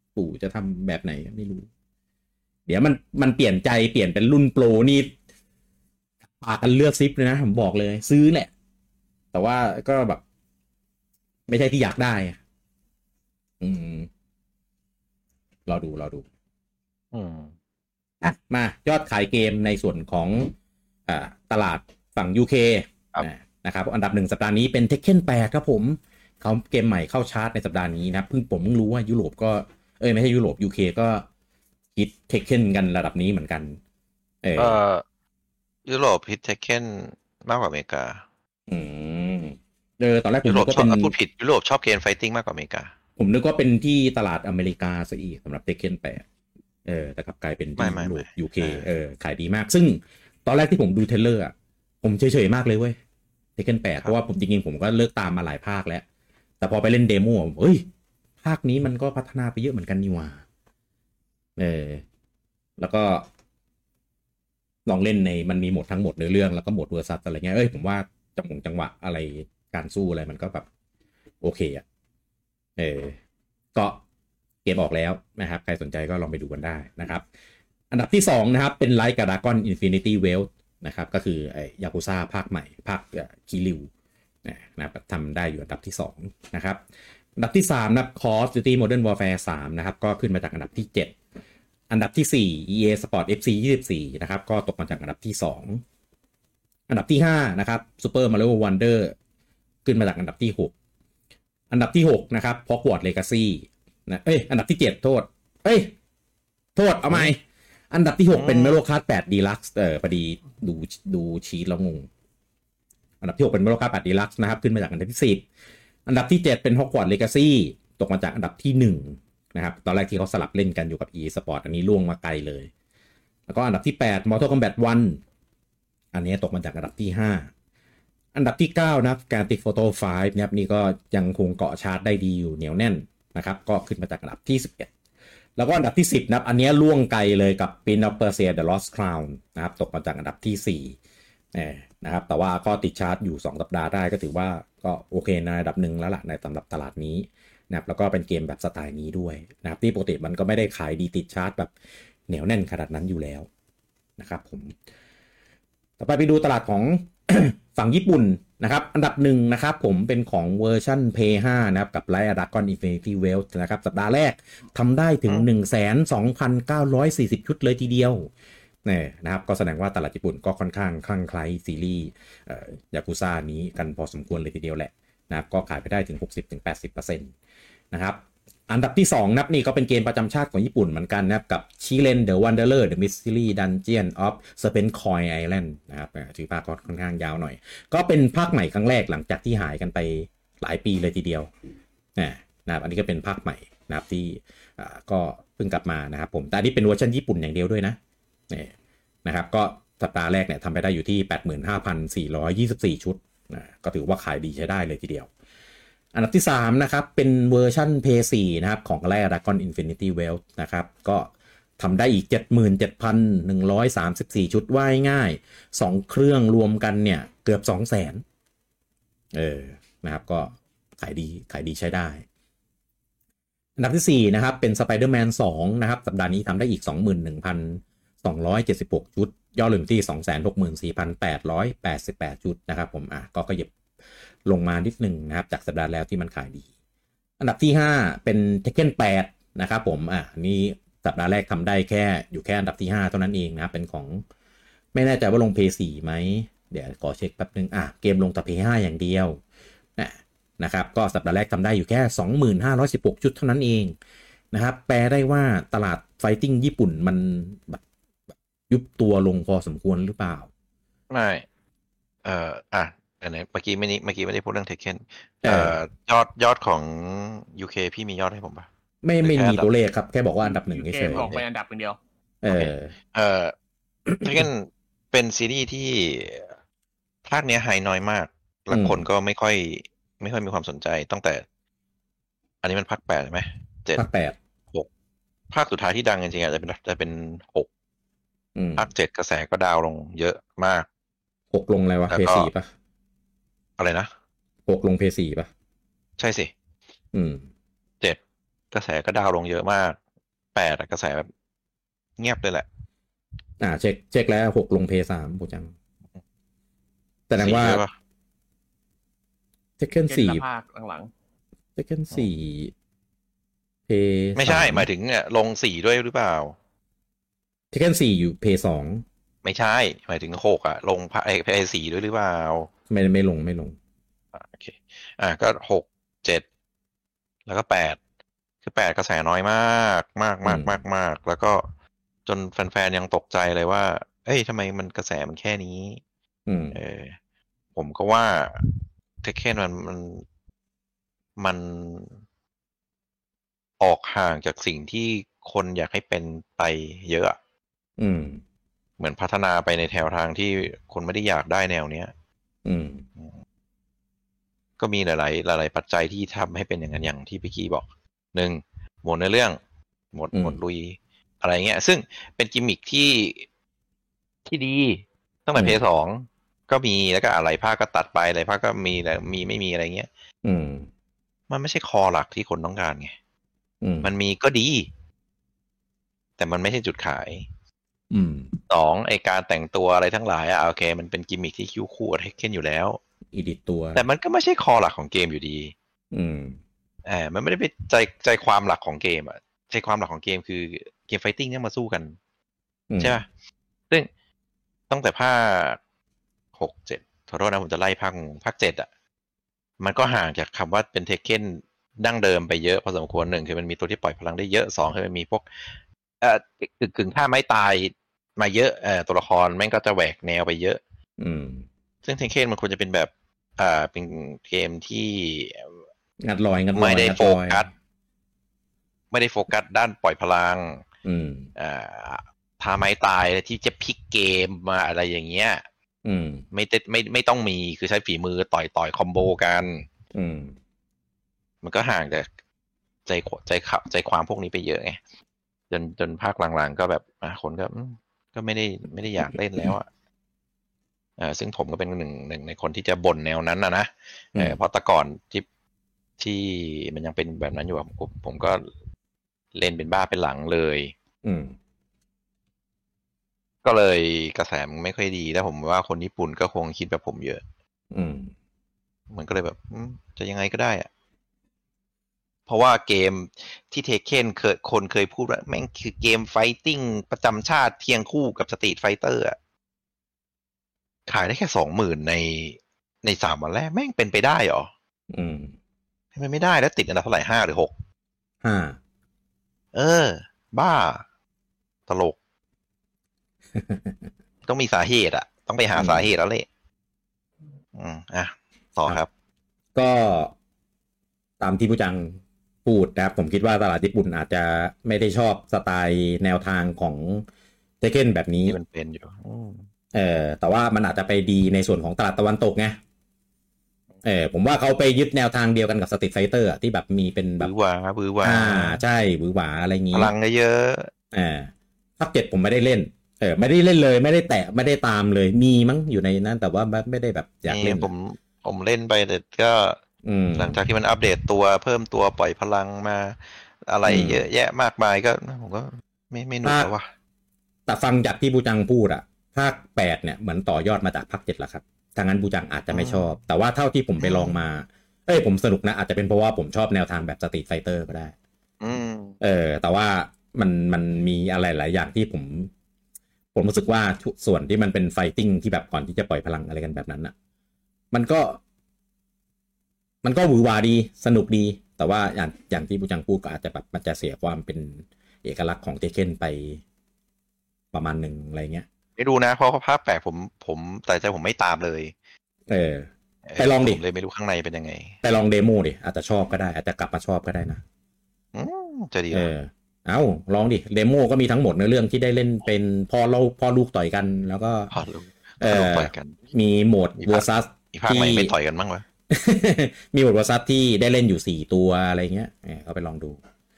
Speaker 1: ปู่จะทำแบบไหนไม่รู้เดี๋ยวมันมันเปลี่ยนใจเปลี่ยนเป็นรุ่นโปรนี่ปากันเลือกซิปเลยนะผมบอกเลยซื้อแหละแต่ว่าก็แบบไม่ใช่ที่อยากได้อืมรอดูรอดู
Speaker 2: อืม
Speaker 1: อ่ะมายอดขายเกมในส่วนของอ่าตลาดฝั่ง ยู เค นะครับอันดับหนึ่งสัปดาห์นี้เป็น Tekken แปดครับผมเขาเกมใหม่เข้าชาร์ตในสัปดาห์นี้นะเพิ่งผมเพิ่งรู้ว่ายุโรปก็เอ้ยไม่ใช่ยุโรป ยู เค ก็ฮิต Tekken กันระดับนี้เหมือนกัน
Speaker 2: เออยุโรปฮิต Tekken มากกว่าอเมริกา
Speaker 1: อืมเออตอนแรกผม
Speaker 2: นึก
Speaker 1: ว่าเป็น
Speaker 2: พูดผิดยุโรปชอบเกมไฟติ้งมากกว่าอเมริกา
Speaker 1: ผมนึกว่าเป็นที่ตลาดอเมริกาซะอีกสำหรับ Tekken แปดเออแต่กลับกลายเป็นที่ยุโรป ยู เค เออขายดีมากซึ่งตอนแรกที่ผมดูเทรลเลอร์อ่ะผมเฉยๆมากเลยเว้ย Tekken แปดเพราะว่าผมจริงๆผมก็เลิกตามมาหลายภาคแล้วแต่พอไปเล่นเดโมเฮ้ยภาคนี้มันก็พัฒนาไปเยอะเหมือนกันนี่หว่าเออแล้วก็ลองเล่นในมันมีโหมดทั้งหมดในเรื่องแล้วก็โหมดเวอร์ซัสอะไรเงี้ยเอ้ยผมว่าจังหวะจังหวะอะไรการสู้อะไรมันก็แบบโอเคอ่ะเออก็เกมออกแล้วนะครับใครสนใจก็ลองไปดูกันได้นะครับอันดับที่สองนะครับเป็น Like a Dragon Infinity Wealth นะครับก็คือไอ้ยากุซ่าภาคใหม่ภาคคิริวนะครับทำได้อยู่อันดับที่สองนะครับอันดับที่สามนะครับ Call of Duty Modern Warfare สามนะครับก็ขึ้นมาจากอันดับที่เจ็ดอันดับที่สี่ อี เอ Sport เอฟ ซี ยี่สิบสี่นะครับก็ตกมาจากอันดับที่สองอันดับที่ห้านะครับ Super Mario Wonder ขึ้นมาจากอันดับที่หกอันดับที่หกนะครับ Hogwarts Legacy นะเอ้ยอันดับที่เจ็ดโทษเอ้ยโทษเอาใหม่อันดับที่หกเป็น Mario Kart แปด Deluxe เออพอดีดูดูชีทแล้วงงอันดับที่หกเป็น Mario Kart แปด Deluxe นะครับขึ้นมาจากอันดับที่สิบอันดับที่เจ็ดเป็น Hogwarts Legacy ตกมาจากอันดับที่หนึ่งนะครับตอนแรกที่เขาสลับเล่นกันอยู่กับ อี เอ Sport อันนี้ล่วงมาไกลเลยแล้วก็อันดับที่แปด Mortal Kombat หนึ่งอันนี้ตกมาจากอันดับที่ห้าอันดับที่เก้านะครับ Grand Theft Auto ไฟว์นะครับนี่ก็ยังคงเกาะชาร์ตได้ดีอยู่เหนียวแน่นนะครับก็ขึ้นมาจากอันดับที่สิบเอ็ดแล้วก็อันดับที่สิบนะครับอันนี้ล่วงไกลเลยกับ Prince of Persia The Lost Crown นะครับตกมาจากอันดับที่สี่นะครับแต่ว่าก็ติดชาร์ตอยู่สองสัปดาห์ได้ก็ถือว่าก็โอเคในระดับหนึ่งแล้วล่ะในสำหรับตลาดนี้นะครับแล้วก็เป็นเกมแบบสไตล์นี้ด้วยนะครับที่ปกติมันก็ไม่ได้ขายดีติดชาร์ตแบบเหนียวแน่นขนาดนั้นอยู่แล้วนะครับผมต่อไปไปดูตลาดของ ฝั่งญี่ปุ่นนะครับอันดับหนึ่งนะครับผมเป็นของเวอร์ชัน พี เอส ไฟว์ นะครับกับ Like a Dragon Infinity Wealth นะครับสัปดาห์แรกทำได้ถึง หนึ่งแสนสองพันเก้าร้อยสี่สิบ ชุดเลยทีเดียวนี่นะครับก็แสดงว่าตลาดญี่ปุ่นก็ค่อนข้างคลั่งไคล้ซีรีส์ยากุซ่านี้กันพอสมควรเลยทีเดียวแหละนะครับก็ขายไปได้ถึง หกสิบถึงแปดสิบเปอร์เซ็นต์ นะครับอันดับที่สองนับนี่ก็เป็นเกมประจำชาติของญี่ปุ่นเหมือนกันนะครับกับ Chilen The Wanderer The Mystery Dungeon of Serpent Coin Island นะครับชื่อภาคก็ค่อนข้างยาวหน่อยก็เป็นภาคใหม่ครั้งแรกหลังจากที่หายกันไปหลายปีเลยทีเดียวนะครับอันนี้ก็เป็นภาคใหม่นะครับที่ก็เพิ่งกลับมานะครับผมแต่อันนี้เป็นเวอร์ชันญี่ปุ่นอย่างเดียวด้วยนะนะครับก็สัปดาห์แรกเนี่ยทำไปได้อยู่ที่ แปดหมื่นห้าพันสี่ร้อยยี่สิบสี่ ชุดนะก็ถือว่าขายดีใช้ได้เลยทีเดียวอันดับที่สามนะครับเป็นเวอร์ชัน พี เอส โฟร์ นะครับของ Like a Dragon Infinity Wealth นะครับก็ทำได้อีก เจ็ดหมื่นเจ็ดพันหนึ่งร้อยสามสิบสี่ ชุดว่ายง่ายสองเครื่องรวมกันเนี่ยเกือบ สองแสน เออนะครับก็ขายดีขายดีใช้ได้อันดับที่สี่นะครับเป็น Spider-Man สองนะครับสัปดาห์นี้ทำได้อีก สองหมื่นหนึ่งพันสองร้อยเจ็ดสิบหก ชุดยอดรวมที่ สองแสนหกหมื่นสี่พันแปดร้อยแปดสิบแปด ชุดนะครับผมอ่ะก็ขยับลงมานิดนึงนะครับจากสัปดาห์แล้วที่มันขายดีอันดับที่ห้าเป็น Tekken แปดนะครับผมอ่ะนี่สัปดาห์แรกทำได้แค่อยู่แค่อันดับที่ห้าเท่านั้นเองนะครับเป็นของไม่แน่ใจว่าลง พี โฟร์ ไหมเดี๋ยวขอเช็คแป๊บนึงอ่ะเกมลงแต่ พี โฟร์ อย่างเดียวนะนะครับก็สัปดาห์แรกทำได้อยู่แค่ สองหมื่นห้าร้อยสิบหก ชุดเท่านั้นเองนะครับแปลได้ว่าตลาดไฟติ้งญี่ปุ่นมันแบบยุบตัวลงพอสมควรหรือเปล่า
Speaker 2: ไม่เอ่ออ่ะอันไหนเมื่อกี้ไม่นี้เมื่อกี้ไม่ได้พูดเรื่อง Tekken เอ่อยอดยอดของ ยู เค พี่มียอดให้ผมป่ะ
Speaker 1: ไม่ไม่มีตัวเลขครับแค่บอกว่าอันดับหนึ่งเฉย
Speaker 3: ๆบอกไปอันดับเดียว
Speaker 1: เออ
Speaker 2: เอ่อ Tekken เป็นซีรีส์ที่ภาคเนี้ยไฮน้อยมากและคนก็ไม่ค่อยไม่ค่อยมีความสนใจตั้งแต่อันนี้มันภาคแปดใช่ไหมเจ็ด
Speaker 1: ภาคแปด
Speaker 2: หกภาคสุดท้ายที่ดังจริงๆอาจจะเป็นจะเป็นหกภาคเจ็ดกระแสก็ดาวลงเยอะมาก
Speaker 1: หกลงอะไรวะ พี โฟร์ ป่ะ
Speaker 2: อะไรนะ
Speaker 1: หกลง พี โฟร์ ป่ะ
Speaker 2: ใช่สิ
Speaker 1: อืม
Speaker 2: เจ็ดกระแสก็ดาวลงเยอะมากแปดกระแสแบบเงียบเลยแหละ
Speaker 1: อ่าเช็คเช็คแล้วหกลงเพย์สามปูจังแสดงว่าเทคเคนสี่
Speaker 3: ภาคหลัง
Speaker 1: ๆเทคเคนสี่เพย์
Speaker 2: ไม่ใช่หมายถึงเนี่ยลงสี่ด้วยหรือเปล่า
Speaker 1: เทคเคนสี่อยู่เพย์สอง
Speaker 2: ไม่ใช่หมายถึงหกอ่ะลงเพย์สี่ด้วยหรือเปล่า
Speaker 1: ไม่ไม่ลงไม่ลง
Speaker 2: โอเคอ่ะก็หกเจ็ดแล้วก็แปดคือแปดกระแสน้อยมากมากมากมากมากแล้วก็จนแฟนๆยังตกใจเลยว่าเอ้ยทำไมมันกระแสมันแค่นี้เออผมก็ว่าเทคเคนมันมันมันออกห่างจากสิ่งที่คนอยากให้เป็นไปเยอะ
Speaker 1: อืม
Speaker 2: เหมือนพัฒนาไปในแถวทางที่คนไม่ได้อยากได้แนวเนี้ย
Speaker 1: อืม
Speaker 2: ก็มีหลายๆหลายๆปัจจัยที่ทำให้เป็นอย่างนั้นอย่างที่พี่กี้บอกหนึ่งหมดในเรื่องหมดหมดลุยอะไรเงี้ยซึ่งเป็นกิมมิคที่ที่ดีตั้งแต่เพย์สองก็มีแล้วก็อะไรภาคก็ตัดไปอะไรภาคก็มีแล้วมีไม่มีอะไรเงี้ย
Speaker 1: อืม
Speaker 2: มันไม่ใช่คอหลักที่คนต้องการไง
Speaker 1: อืม
Speaker 2: มันมีก็ดีแต่มันไม่ใช่จุดขาย
Speaker 1: อืม
Speaker 2: สองไอการแต่งตัวอะไรทั้งหลายอ่ะโอเคมันเป็นกิมมิคที่คิวคู่กับเทคเคนอยู่แล้ว
Speaker 1: อีดิตตัว
Speaker 2: แต่มันก็ไม่ใช่คอหลักของเกมอยู่ดี
Speaker 1: อืม
Speaker 2: อ่ามันไม่ได้เป็นใจใจความหลักของเกมอ่ะใจความหลักของเกมคือเกมไฟติ้งเนี่ยมาสู้กันใช่ป่ะซึ่งตั้งแต่ภาคหกเจ็ดขอโทษนะผมจะไล่ภาคภาคเจ็ดอ่ะมันก็ห่างจากคำว่าเป็นเทคเคนดั้งเดิมไปเยอะพอสมควรหนึ่งคือมันมีตัวที่ปล่อยพลังได้เยอะสองคือมันมีพวกเอ่อกึ่งกึ่งท่าไม้ตายมาเยอะเอ่อตัวละครแม่งก็จะแหวกแนวไปเยอะ
Speaker 1: อืม
Speaker 2: ซึ่งเทคเคนมันควรจะเป็นแบบอ่าเป็นเกมที่
Speaker 1: งัดลอยงัดลอย
Speaker 2: ไม่ได้โฟกัสไม่ได้โฟกัสด้านปล่อยพลัง
Speaker 1: อืม
Speaker 2: อ่าพาไม้ตายที่จะพลิกเกมมาอะไรอย่างเงี้ย
Speaker 1: อืม
Speaker 2: ไม่ไม่ไม่ไม่ต้องมีคือใช้ฝีมือต่อยต่อยคอมโบกัน
Speaker 1: อืม
Speaker 2: มันก็ห่างจากใจใจใจความพวกนี้ไปเยอะไงจนจนภาคหลังๆก็แบบอ่ะคนก็ก็ไม่ได้ไม่ได้อยากเล่นแล้วอ่ะเออซึ่งผมก็เป็นหนึ่งหนึ่งในคนที่จะบ่นแนวนั้นนะนะเออเพราะแต่ก่อนที่ที่มันยังเป็นแบบนั้นอยู่ผมผมก็เล่นเป็นบ้าเป็นหลังเลย
Speaker 1: อืม
Speaker 2: ก็เลยกระแสมันไม่ค่อยดีแล้วผมว่าคนญี่ปุ่นก็คงคิดแบบผมเยอะ
Speaker 1: อืม
Speaker 2: มันก็เลยแบบจะยังไงก็ได้อะเพราะว่าเกมที่เทคเคนเคยคนเคยพูดว่าแม่งคือเกมไฟติ้งประจำชาติเทียงคู่กับสตรีทไฟเตอร์อะขายได้แค่สองหมื่นในในสามวันแรกแม่งเป็นไปได้หรอ
Speaker 1: อืม
Speaker 2: ไม่ไม่ได้แล้วติดอันดับเท่าไหร่ห้าหรือหก
Speaker 1: ห้า
Speaker 2: เออบ้าตลก ต้องมีสาเหตุอ่ะต้องไปหาสาเหตุแล้วเลยอืมอ่ะต่อครับ
Speaker 1: ก็ตามที่ผู้จังพูดนะครับผมคิดว่าตลาดญี่ปุ่นอาจจะไม่ได้ชอบสไตล์แนวทางของเทคเก้นแบบนี้
Speaker 2: มันเป็นอยู่
Speaker 1: เออแต่ว่ามันอาจจะไปดีในส่วนของตลาดตะวันตกไงเออผมว่าเขาไปยึดแนวทางเดียวกันกับสตรีทไฟเตอร์ที่แบบมีเป็นแบบ
Speaker 2: บื้อหวาบื้อหวา
Speaker 1: อ่าใช่บื้อหวาอะไรงี้
Speaker 2: พลังเยอะ
Speaker 1: อ่าภาคเจ็ดผมไม่ได้เล่นเออไม่ได้เล่นเลยไม่ได้แตะไม่ได้ตามเลยมีมั้งอยู่ในนั้นแต่ว่าไม่ได้แบบอยากเล่น
Speaker 2: ผมผมเล่นไปแต่ก็หลังจากที่มันอัปเดตตัวเพิ่มตัวปล่อยพลังมาอะไรเยอะแยะมากมายก็ผมก็ไม่ไม่หนุกแล้วว่ะ
Speaker 1: แต่ฟังจากที่บูจังพูดอะภาคแปดเนี่ยเหมือนต่อยอดมาจากภาคเจ็ดแล้วครับทางนั้นบูจังอาจจะไม่ชอบแต่ว่าเท่าที่ผมไปลองมาเอ้ยผมสนุกนะอาจจะเป็นเพราะว่าผมชอบแนวทางแบบสตรีทไฟเตอร์ก็ได้เออแต่ว่ามันมันมีอะไรหลายอย่างที่ผมผมรู้สึกว่าส่วนที่มันเป็นไฟติ้งที่แบบก่อนที่จะปล่อยพลังอะไรกันแบบนั้นอ่ะมันก็มันก็หวือหวาดีสนุกดีแต่ว่าอย่างอย่างที่บูจังพูดก็อาจจะแบบมันจะเสียความเป็นเอกลักษณ์ของเทคเคนไปประมาณหนึ่งอะไรเงี้ย
Speaker 2: ไม่ดูนะเพราะภาพแปลกผมผมแต่ใจผมไม่ตามเลย
Speaker 1: เออไปลองดิ
Speaker 2: เลยไม่รู้ข้างในเป็นยังไง
Speaker 1: ไปลองเดโมดิอาจจะชอบก็ได้อาจจะกลับมาชอบก็ได้นะ
Speaker 2: อืมจะดี
Speaker 1: เออเอ้าลองดิเดโมก็มีทั้งหมดในเรื่องที่ได้เล่นเป็นพ่อลูกพ่อลูกต่อยกันแล้วก็
Speaker 2: พ่อลูก
Speaker 1: เออมีโหมดเวอร์ซัส
Speaker 2: ที่ไม่ต่อยกันบ้างวะ
Speaker 1: มีโหมดเวอร์ซัสที่ได้เล่นอยู่สี่ตัวอะไรเงี้ยเขาไปลองดู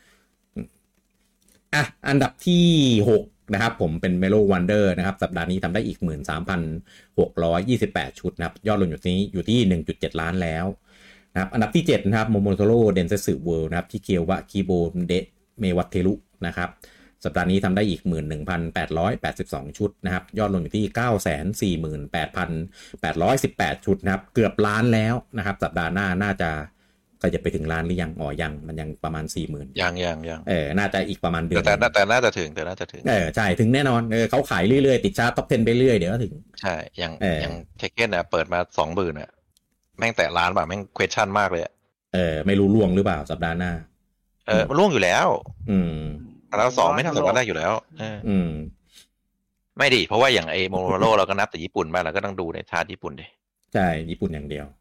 Speaker 1: อ่ะอันดับที่หกนะครับผมเป็น Mellow Wonder นะครับสัปดาห์นี้ทำได้อีก หนึ่งหมื่นสามพันหกร้อยยี่สิบแปด ชุดนะครับยอดรวมอยู่ที่อยู่ที่ หนึ่งจุดเจ็ด ล้านแล้วนะครับอันดับที่เจ็ดนะครับโมโมโทโร่เดนเซสึเวิลด์นะครับที่เคียววะคิโบเดะเมวัตเทรุนะครับสัปดาห์นี้ทำได้อีก หนึ่งหมื่นหนึ่งพันแปดร้อยแปดสิบสอง ชุดนะครับยอดรวมอยู่ที่ เก้าแสนสี่หมื่นแปดพันแปดร้อยสิบแปด ชุดนะครับเกือบล้านแล้วนะครับสัปดาห์หน้าน่าจะก็จะไปถึงล้านหรือยังอ๋อยังมันยังประมาณ สี่หมื่น
Speaker 2: ยังยังยัง
Speaker 1: เออน่าจะอีกประมาณเดือน
Speaker 2: แต่แต่น่าจะถึงแต่น่าจะถึง
Speaker 1: เออใช่ถึงแน่นอนเออเขาขายเรื่อยๆติดชาร์ตท็อปสิบไปเรื่อยเดี๋ยวก็ถึง
Speaker 2: ใช่ยังยังเทคเก้นน่ะเปิดมา สองหมื่น น่ะแม่งแต่ล้านบาทแม่ง question มากเลย
Speaker 1: เออไม่รู้ล่วงหรือเปล่าสัปดาห์หน้า
Speaker 2: เออมันล่วงอยู่แล้ว
Speaker 1: อืม
Speaker 2: แล้วสองไม่น่าจะว่าได้อยู่แล้วเออ
Speaker 1: อืม
Speaker 2: ไม่ดิเพราะว่าอย่างไอ้โมโนโรเราก็นับแต่ญี่ปุ่นบ้างเราก็ต้องดูในชาติญี่ปุ่นดิ
Speaker 1: ใช่ญี่ปุ่นอย่างเดียว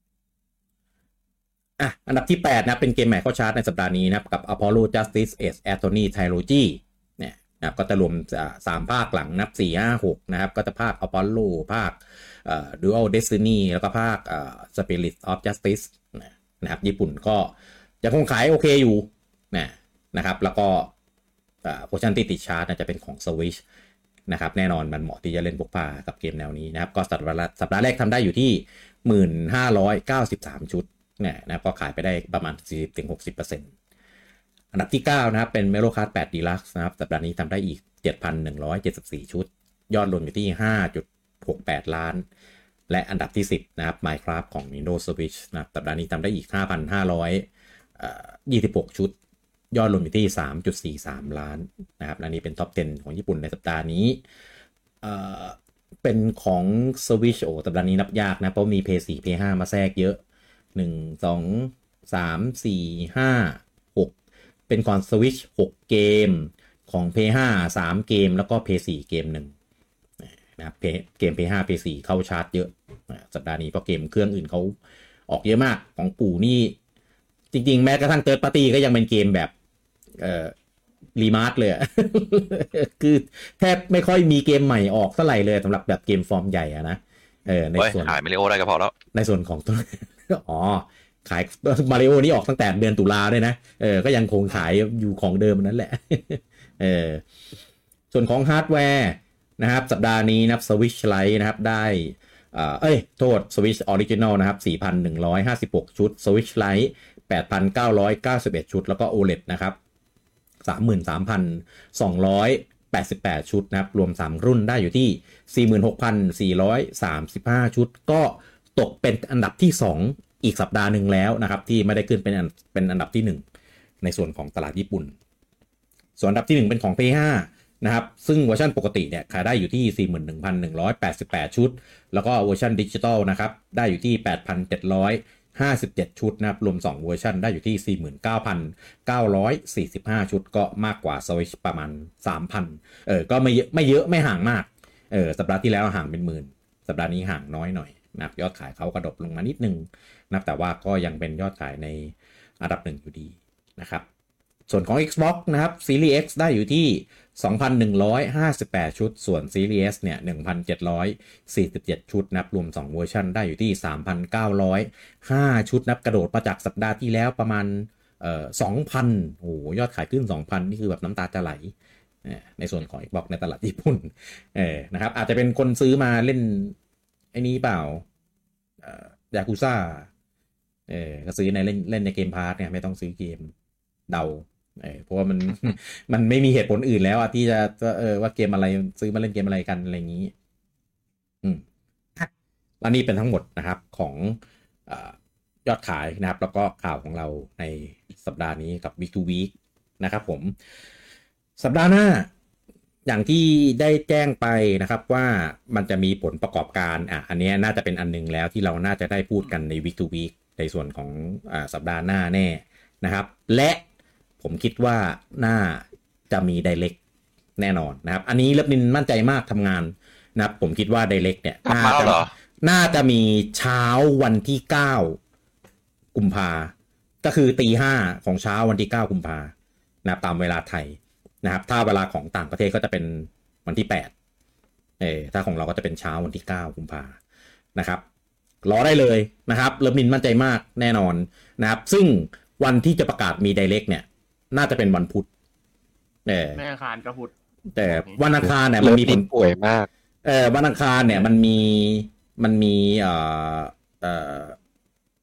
Speaker 1: อ่ะอันดับที่แปดนะเป็นเกมใหม่เข้าชาร์ตในสัปดาห์นี้นะกับ Apollo Justice Ace Attorney Trilogy เนี่ยนะก็จะรวมสามภาคหลังนับสี่ ห้า หกนะครับก็จะภาค Apollo ภาคเอ่อ Dual Destiny แล้วก็ภาคเอ่อ Spirit of Justice นะครับญี่ปุ่นก็ยังคงขายโอเคอยู่นะนะครับแล้วก็เอ่อเวอร์ชันที่ติดชาร์ตน่าจะเป็นของ Switch นะครับแน่นอนมันเหมาะที่จะเล่นพกพากับเกมแนวนี้นะครับก็สัปดาห์สัปดาห์แรกทำได้อยู่ที่ หนึ่งพันห้าร้อยเก้าสิบสาม ชุดเนี่ยนะก็ขายไปได้ประมาณ สี่สิบถึงหกสิบเปอร์เซ็นต์ อันดับที่เก้านะครับเป็น Mario Kart แปด Deluxe นะครับสัปดาห์นี้ทำได้อีก เจ็ดพันหนึ่งร้อยเจ็ดสิบสี่ ชุดยอดรวมอยู่ที่ ห้าจุดหกแปด ล้านและอันดับที่สิบนะครับ Minecraft ของ Nintendo Switch นะสัปดาห์นี้ทำได้อีก ห้าพันห้าร้อยยี่สิบหก ชุดยอดรวมอยู่ที่ สามจุดสี่สาม ล้านนะครับและนี่เป็นท็อปสิบของญี่ปุ่นในสัปดาห์นี้เอ่อเป็นของ Switch โอ้สัปดาห์นี้นับยากนะเพราะมี พี เอส โฟร์ พี เอส ไฟว์ มาแทรกเยอะหนึ่ง สอง สาม สี่ ห้า หกเป็นของ Switch หกเกมของ พี เอส ไฟว์ สามเกมแล้วก็ พี เอส โฟร์ เกมหนึ่งนะครับเกม พี เอส ไฟว์ พี เอส โฟร์ เข้าชาร์ตเยอะสัปดาห์นี้เพราะเกมเครื่องอื่นเขาออกเยอะมากของปู่นี่จริงๆแม้กระทั่ง Third Party ก็ยังเป็นเกมแบบเอ่อรีมาร์คเลย คือแทบไม่ค่อยมีเกมใหม่ออกเท่าไหร่เลยสำหรับแบบเกมฟอร์มใหญ่อะนะเออในส่วน
Speaker 2: ขายมาริโอได้ก็พอแล้ว
Speaker 1: ในส่วนของตัวอ๋อขายมาริโอนี่ออกตั้งแต่เดือนตุลาด้วยนะเออก็ยังคงขายอยู่ของเดิมนั่นแหละเออส่วนของฮาร์ดแวร์นะครับสัปดาห์นี้นะครับ Switch Lite นะครับได้เอ่อเอ้ยโทษ Switch Original นะครับ สี่พันหนึ่งร้อยห้าสิบหก ชุด Switch Lite แปดพันเก้าร้อยเก้าสิบเอ็ด ชุดแล้วก็ โอ แอล อี ดี นะครับ สามหมื่นสามพันสองร้อยแปดสิบแปด ชุดนะครับรวมสามรุ่นได้อยู่ที่ สี่หมื่นหกพันสี่ร้อยสามสิบห้า ชุดก็ตกเป็นอันดับที่สองอีกสัปดาห์หนึ่งแล้วนะครับที่ไม่ได้ขึ้นเป็นเป็นอันดับที่หนึ่งในส่วนของตลาดญี่ปุ่นส่วนอันดับที่หนึ่งเป็นของ พี เอส ไฟว์ นะครับซึ่งเวอร์ชันปกติเนี่ยขายได้อยู่ที่ สี่หมื่นหนึ่งพันหนึ่งร้อยแปดสิบแปด ชุดแล้วก็เวอร์ชันดิจิตอลนะครับได้อยู่ที่ แปดพันเจ็ดร้อยห้าสิบเจ็ด ชุดนะครับรวมสองเวอร์ชันได้อยู่ที่ สี่หมื่นเก้าพันเก้าร้อยสี่สิบห้า ชุดก็มากกว่า Switch ประมาณ สามพัน เออก็ไม่เยอะไม่เยอะไม่ห่างมากเออสัปดาห์ที่แล้วห่างเป็นหมื่นสัปดาห์นี้ห่างน้อยหน่อยนะครับยอดขายเขากระดบลงมานิดนึงนะแต่ว่าก็ยังเป็นยอดขายในอันดับหนึ่งอยู่ดีนะครับส่วนของ Xbox นะครับ Series X ได้อยู่ที่ สองพันหนึ่งร้อยห้าสิบแปด ชุดส่วน Series S เนี่ย หนึ่งพันเจ็ดร้อยสี่สิบเจ็ด ชุดนับรวมสองเวอร์ชันได้อยู่ที่ สามพันเก้าร้อยห้า ชุดนับกระโดดมาจากสัปดาห์ที่แล้วประมาณเอ่อ สองพัน โอ้โหยอดขายขึ้น สองพัน นี่คือแบบน้ำตาจะไหลในส่วนของ Xbox ในตลาดญี่ปุ่นเออนะครับอาจจะเป็นคนซื้อมาเล่นไอ้นี้เปล่าเอ่อยากุซ่าเออก็ซื้อในเล่นเล่นในเกมพาสเนี่ยไม่ต้องซื้อเกมเดาเออเพราะว่ามัน มันไม่มีเหตุผลอื่นแล้วที่จะเออว่าเกมอะไรซื้อมาเล่นเกมอะไรกันอะไรอย่างนี้อืมและนี่เป็นทั้งหมดนะครับของเอ่อยอดขายนะครับแล้วก็ข่าวของเราในสัปดาห์นี้กับ Week to Week นะครับผมสัปดาห์หน้าอย่างที่ได้แจ้งไปนะครับว่ามันจะมีผลประกอบการอ่ะอันนี้น่าจะเป็นอันนึงแล้วที่เราน่าจะได้พูดกันใน Week to Week ในส่วนของอ่าสัปดาห์หน้าแน่นะครับและผมคิดว่าน่าจะมี Direct แน่นอนนะครับอันนี้เลิฟนินมั่นใจมากทำงานนะครับผมคิดว่า Direct เนี่ยน่าจะน่าจะมีเช้าวันที่เก้ากุมภาก็คือตีห้าของเช้าวันที่เก้ากุมภานะครับตามเวลาไทยนะครับถ้าเวลาของต่างประเทศก็จะเป็นวันที่แปดเออถ้าของเราก็จะเป็นเช้าวันที่เก้ากุมภานะครับรอได้เลยนะครับเลิฟนินมั่นใจมากแน่นอนนะครับซึ่งวันที่จะประกาศมี Direct เนี่ยน่าจะเป็นวันพุธเออ
Speaker 3: แม่อังคารกับพุธ
Speaker 1: แต่วันอังคารเนี่ยมันมีผล
Speaker 4: ป่วยมาก
Speaker 1: เออวันอังคารเนี่ยมันมีมันมีเอ่อเอ่อ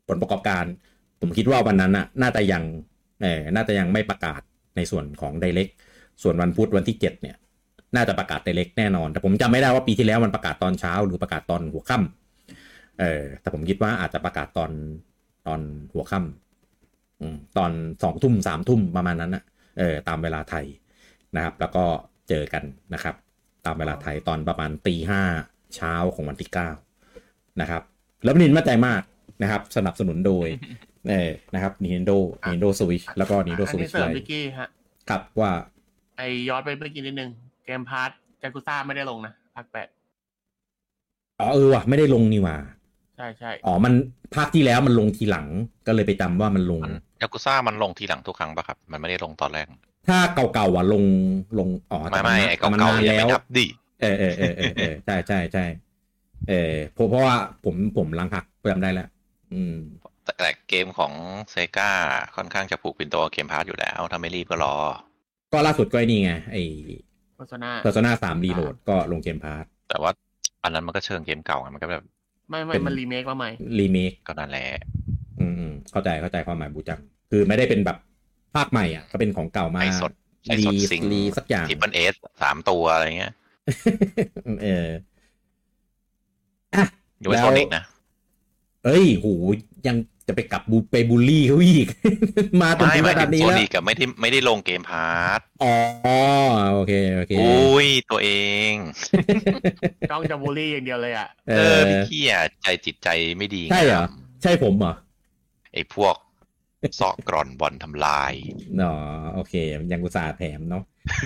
Speaker 1: ผลประกอบการผมคิดว่าวันนั้นน่ะน่าจะยังเออน่าจะยังไม่ประกาศในส่วนของ Direct ส่วนวันพุธวันที่เจ็ดเนี่ยน่าจะประกาศ Direct แน่นอนแต่ผมจำไม่ได้ว่าปีที่แล้วมันประกาศตอนเช้าหรือประกาศตอนหัวค่ำเออแต่ผมคิดว่าอาจจะประกาศตอนตอนหัวค่ำอืมตอนสองทุ่มสามทุ่มประมาณนั้นนะเออตามเวลาไทยนะครับแล้วก็เจอกันนะครับตามเวลาไทยตอนประมาณตีห้าเช้าของวันที่เก้านะครับแล้วนินมั่นใจมากนะครับสนับสนุนโดยเออนะครับ Nintendo Nintendo Switch แล้วก็ Nintendo Switch
Speaker 3: เสริมพี่กี้ฮะ
Speaker 1: ครับว่า
Speaker 3: ไอย้อนไปเมื่อกี้นิดนึงเกมพาร์ทจากุซ่าไม่ได้ลงนะภาคแปด
Speaker 1: อ๋อเออว่ะไม่ได้ลงนี่ว่ะ
Speaker 3: ใช่ใช่
Speaker 1: อ๋อมันภาคที่แล้วมันลงทีหลังก็เลยไปจำว่ามันลง
Speaker 2: ยากุซ่ามันลงทีหลังทุกครั้งป่ะครับมันไม่ได้ลงตอนแรก
Speaker 1: ถ้าเก่าๆอ่ะลงลงอ๋อ
Speaker 2: ไม่ไม่ไอ้เก่าๆแล้วดิ
Speaker 1: เออเออเออเออใช่ใช่ใช่เออเพราะเพราะว่าผมผมลังหักจำได้แล้วอืม
Speaker 2: แต่เกมของเซกาค่อนข้างจะผูกเป็นตัวเกมพาร์ทอยู่แล้วถ้าไม่รีบก็รอ
Speaker 1: ก็ล่าสุดก็ไอ้นี่ไงไอ้
Speaker 3: Persona
Speaker 1: Persona สาม Reload ก็ลงเกมพาร์ท
Speaker 2: แต่ว่าอันนั้นมันก็เชิงเกมเก่าไงมันก็แบบ
Speaker 3: ไม่ไม่มันรีเมคมาใหม่
Speaker 1: รีเมค
Speaker 2: ก็นั่นแหละ
Speaker 1: อืมเข้าใจเข้าใจความหมายบูจังคือไม่ได้เป็นแบบภาคใหม่อ่ะก็เป็นของเก่ามา
Speaker 2: ไอสดไอสดซิง
Speaker 1: สักอย่าง
Speaker 2: ทิปเปิลเอสสามตัวอะไรเงี้ย
Speaker 1: เอออ่ะ
Speaker 2: ยูเอสโซนิกนะ
Speaker 1: เอ้ยโหยังจะไปกลับบูไปบูลลี่เขาอีกมาตรงนี้
Speaker 2: ขนาดนี้แล้วโซนิกกับไม่ได้ไม่ได้ลงเกมพาร์ท
Speaker 1: อ๋อโอเคโอเค
Speaker 2: โอ้ยตัวเอง
Speaker 3: ต้องจะบูลลี่อย่างเดียวเลยอ่ะ
Speaker 2: เออพี่ขี้อ่ะใจจิตใจไม่ดี
Speaker 1: ใช่เหรอใช่ผมเหรอ
Speaker 2: ไอ้พวกซอกกร่อนบอลทำลาย
Speaker 1: อ๋อโอเคยังอุตส่าห์แถมเนาะ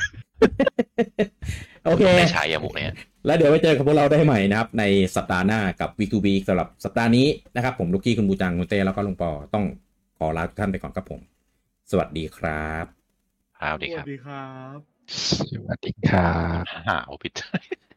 Speaker 1: โอเค
Speaker 2: ไม่ใช่อะมุกเนี่ย
Speaker 1: แล้วเดี๋ยวไปเจอกับพวกเราได้ใหม่นะครับในสัปดาห์หน้ากับ Week to Week สำหรับสัปดาห์นี้นะครับผมลูกกี้คุณบูจังคุณเต้แล้วก็ลุงปอต้องขอลาทุกท่านไปก่อนครับผมสวัสดีครับ
Speaker 2: สวัสดี
Speaker 3: ครับ
Speaker 4: สวัสดีครับ
Speaker 2: อ้าวผิด